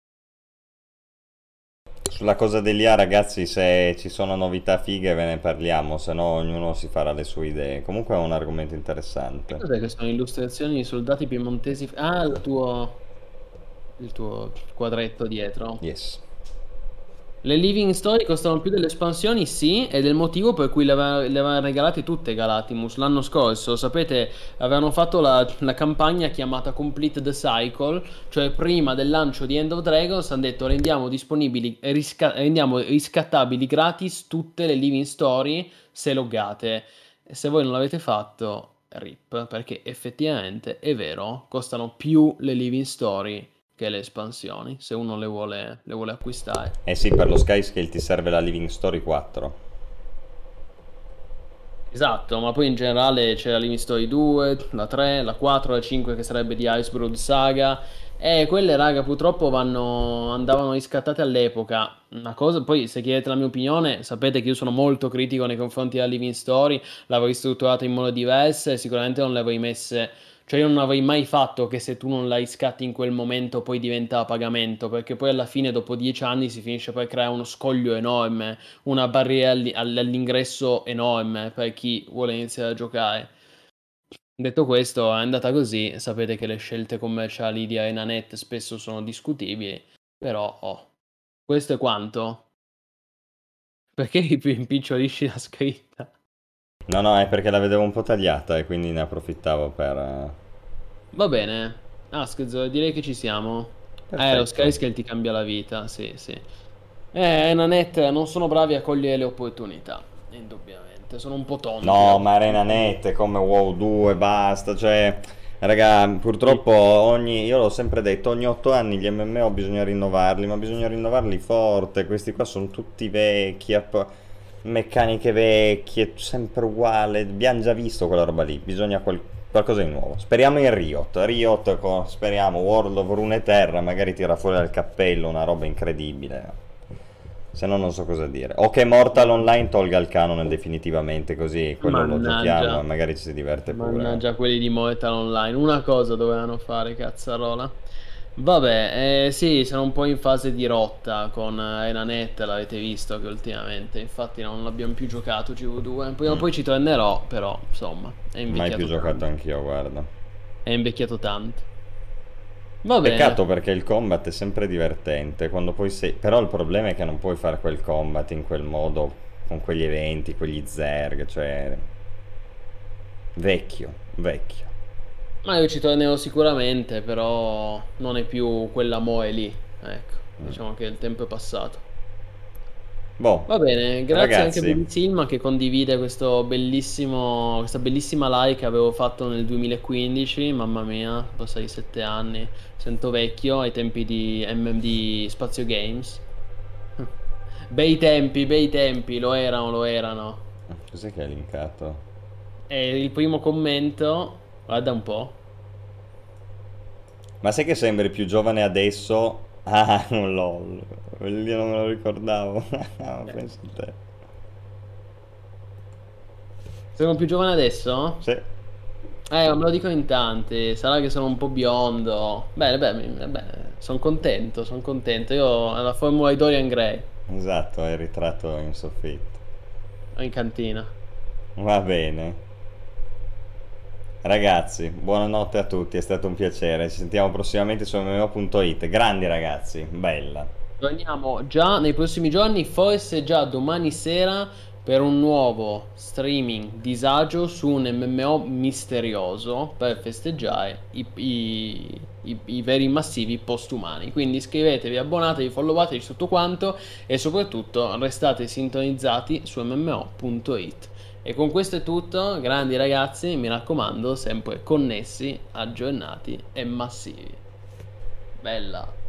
sulla cosa dell'I A ragazzi, se ci sono novità fighe ve ne parliamo, se no ognuno si farà le sue idee. Comunque è un argomento Che interessante. cos'è che sono illustrazioni di soldati piemontesi? Ah, il tuo, il tuo quadretto dietro. Yes. Le Living Story costano più delle espansioni, sì, ed è il motivo per cui le, ave- le avevano regalate tutte Galatimus l'anno scorso. Sapete, avevano fatto la, la campagna chiamata Complete the Cycle, cioè prima del lancio di End of Dragons hanno detto rendiamo disponibili, risca- rendiamo riscattabili gratis tutte le Living Story se loggate. E se voi non l'avete fatto, rip, perché effettivamente è vero, costano più le Living Story che le espansioni, se uno le vuole, le vuole acquistare. Eh sì, per lo Skyscale ti serve la Living Story quattro. Esatto, ma poi in generale c'è la Living Story due, la tre, la quattro, la cinque che sarebbe di Icebrood Saga. E quelle, raga, purtroppo vanno, andavano riscattate all'epoca. Una cosa, poi se chiedete la mia opinione, sapete che io sono molto critico nei confronti della Living Story, l'avrei strutturata in modo diverso e sicuramente non le avrei messe. Cioè io non avrei mai fatto che se tu non la riscatti in quel momento poi diventa a pagamento, perché poi alla fine dopo dieci anni si finisce per creare uno scoglio enorme, una barriera alli- all'ingresso enorme per chi vuole iniziare a giocare. Detto questo, è andata così, sapete che le scelte commerciali di ArenaNet spesso sono discutibili, però oh, questo è quanto. Perché ri- impicciolisci la scritta? No, no, è perché la vedevo un po' tagliata e quindi ne approfittavo per... eh, Va bene, Askz, direi che ci siamo. Eh, lo Perfetto. Skyscale ti cambia la vita, sì, sì. Eh, ArenaNet non sono bravi a cogliere le opportunità, indubbiamente, sono un po' tonti da No, ma questo punto di ArenaNet vista. è come WoW due, basta, cioè... Raga, Sì. purtroppo ogni, io l'ho sempre detto, ogni otto anni gli M M O bisogna rinnovarli, ma bisogna rinnovarli forte, questi qua sono tutti vecchi, app- meccaniche vecchie, sempre uguale, abbiamo già visto quella roba lì, bisogna quel- qualcosa di nuovo. Speriamo in Riot, Riot con, speriamo, World of Runeterra, magari tira fuori dal cappello una roba incredibile. Se no non so cosa dire. O che Mortal Online tolga il canone definitivamente, così quello lo giochiamo Mannaggia. e magari ci si diverte pure. Mannaggia quelli di Mortal Online. Una cosa dovevano fare, cazzarola. Vabbè, eh, sì, sono un po' in fase di rotta con eh, Enanet, l'avete visto che ultimamente, infatti non l'abbiamo più giocato G V due. Prima o Mm. poi ci tornerò, però, insomma, è Mai invecchiato più giocato tanto. anch'io, guarda. È invecchiato tanto. Va Peccato bene. perché il combat è sempre divertente, quando poi sei... però il problema è che non puoi fare quel combat in quel modo, con quegli eventi, quegli zerg, cioè... Vecchio, vecchio. Ma io ci tornerò sicuramente, però non è più quella Moe lì. Ecco, Mm. diciamo che il tempo è passato. Boh, Va bene, grazie anche a ragazzi, Bellissima che condivide questo bellissimo, questa bellissima live che avevo fatto nel duemilaquindici. Mamma mia, passati sette anni, sento vecchio ai tempi di M M D Spazio Games. Bei tempi, bei tempi, lo erano, lo erano. cos'è che hai linkato? E il primo commento, guarda un po'. Ma sai che sembri più giovane adesso? Ah, un lol, io non me lo ricordavo. Ah, Eh, penso a te. Sono più giovane adesso? Sì, Eh, ma me lo dicono in tanti, sarà che sono un po' biondo. Bene, beh, sono contento, sono contento. Io ho la formula di Dorian Gray, esatto, è il ritratto in soffitto. in cantina. Va bene. Ragazzi, buonanotte a tutti, è stato un piacere. Ci sentiamo prossimamente su M M O punto it. Grandi ragazzi, bella. Torniamo già nei prossimi giorni, forse già domani sera, per un nuovo streaming disagio su un M M O misterioso per festeggiare i, i- i- i veri massivi postumani. Quindi iscrivetevi, abbonatevi, followatevi tutto quanto e soprattutto restate sintonizzati su M M O punto it. E con questo è tutto, grandi ragazzi, mi raccomando, sempre connessi, aggiornati e massivi. Bella.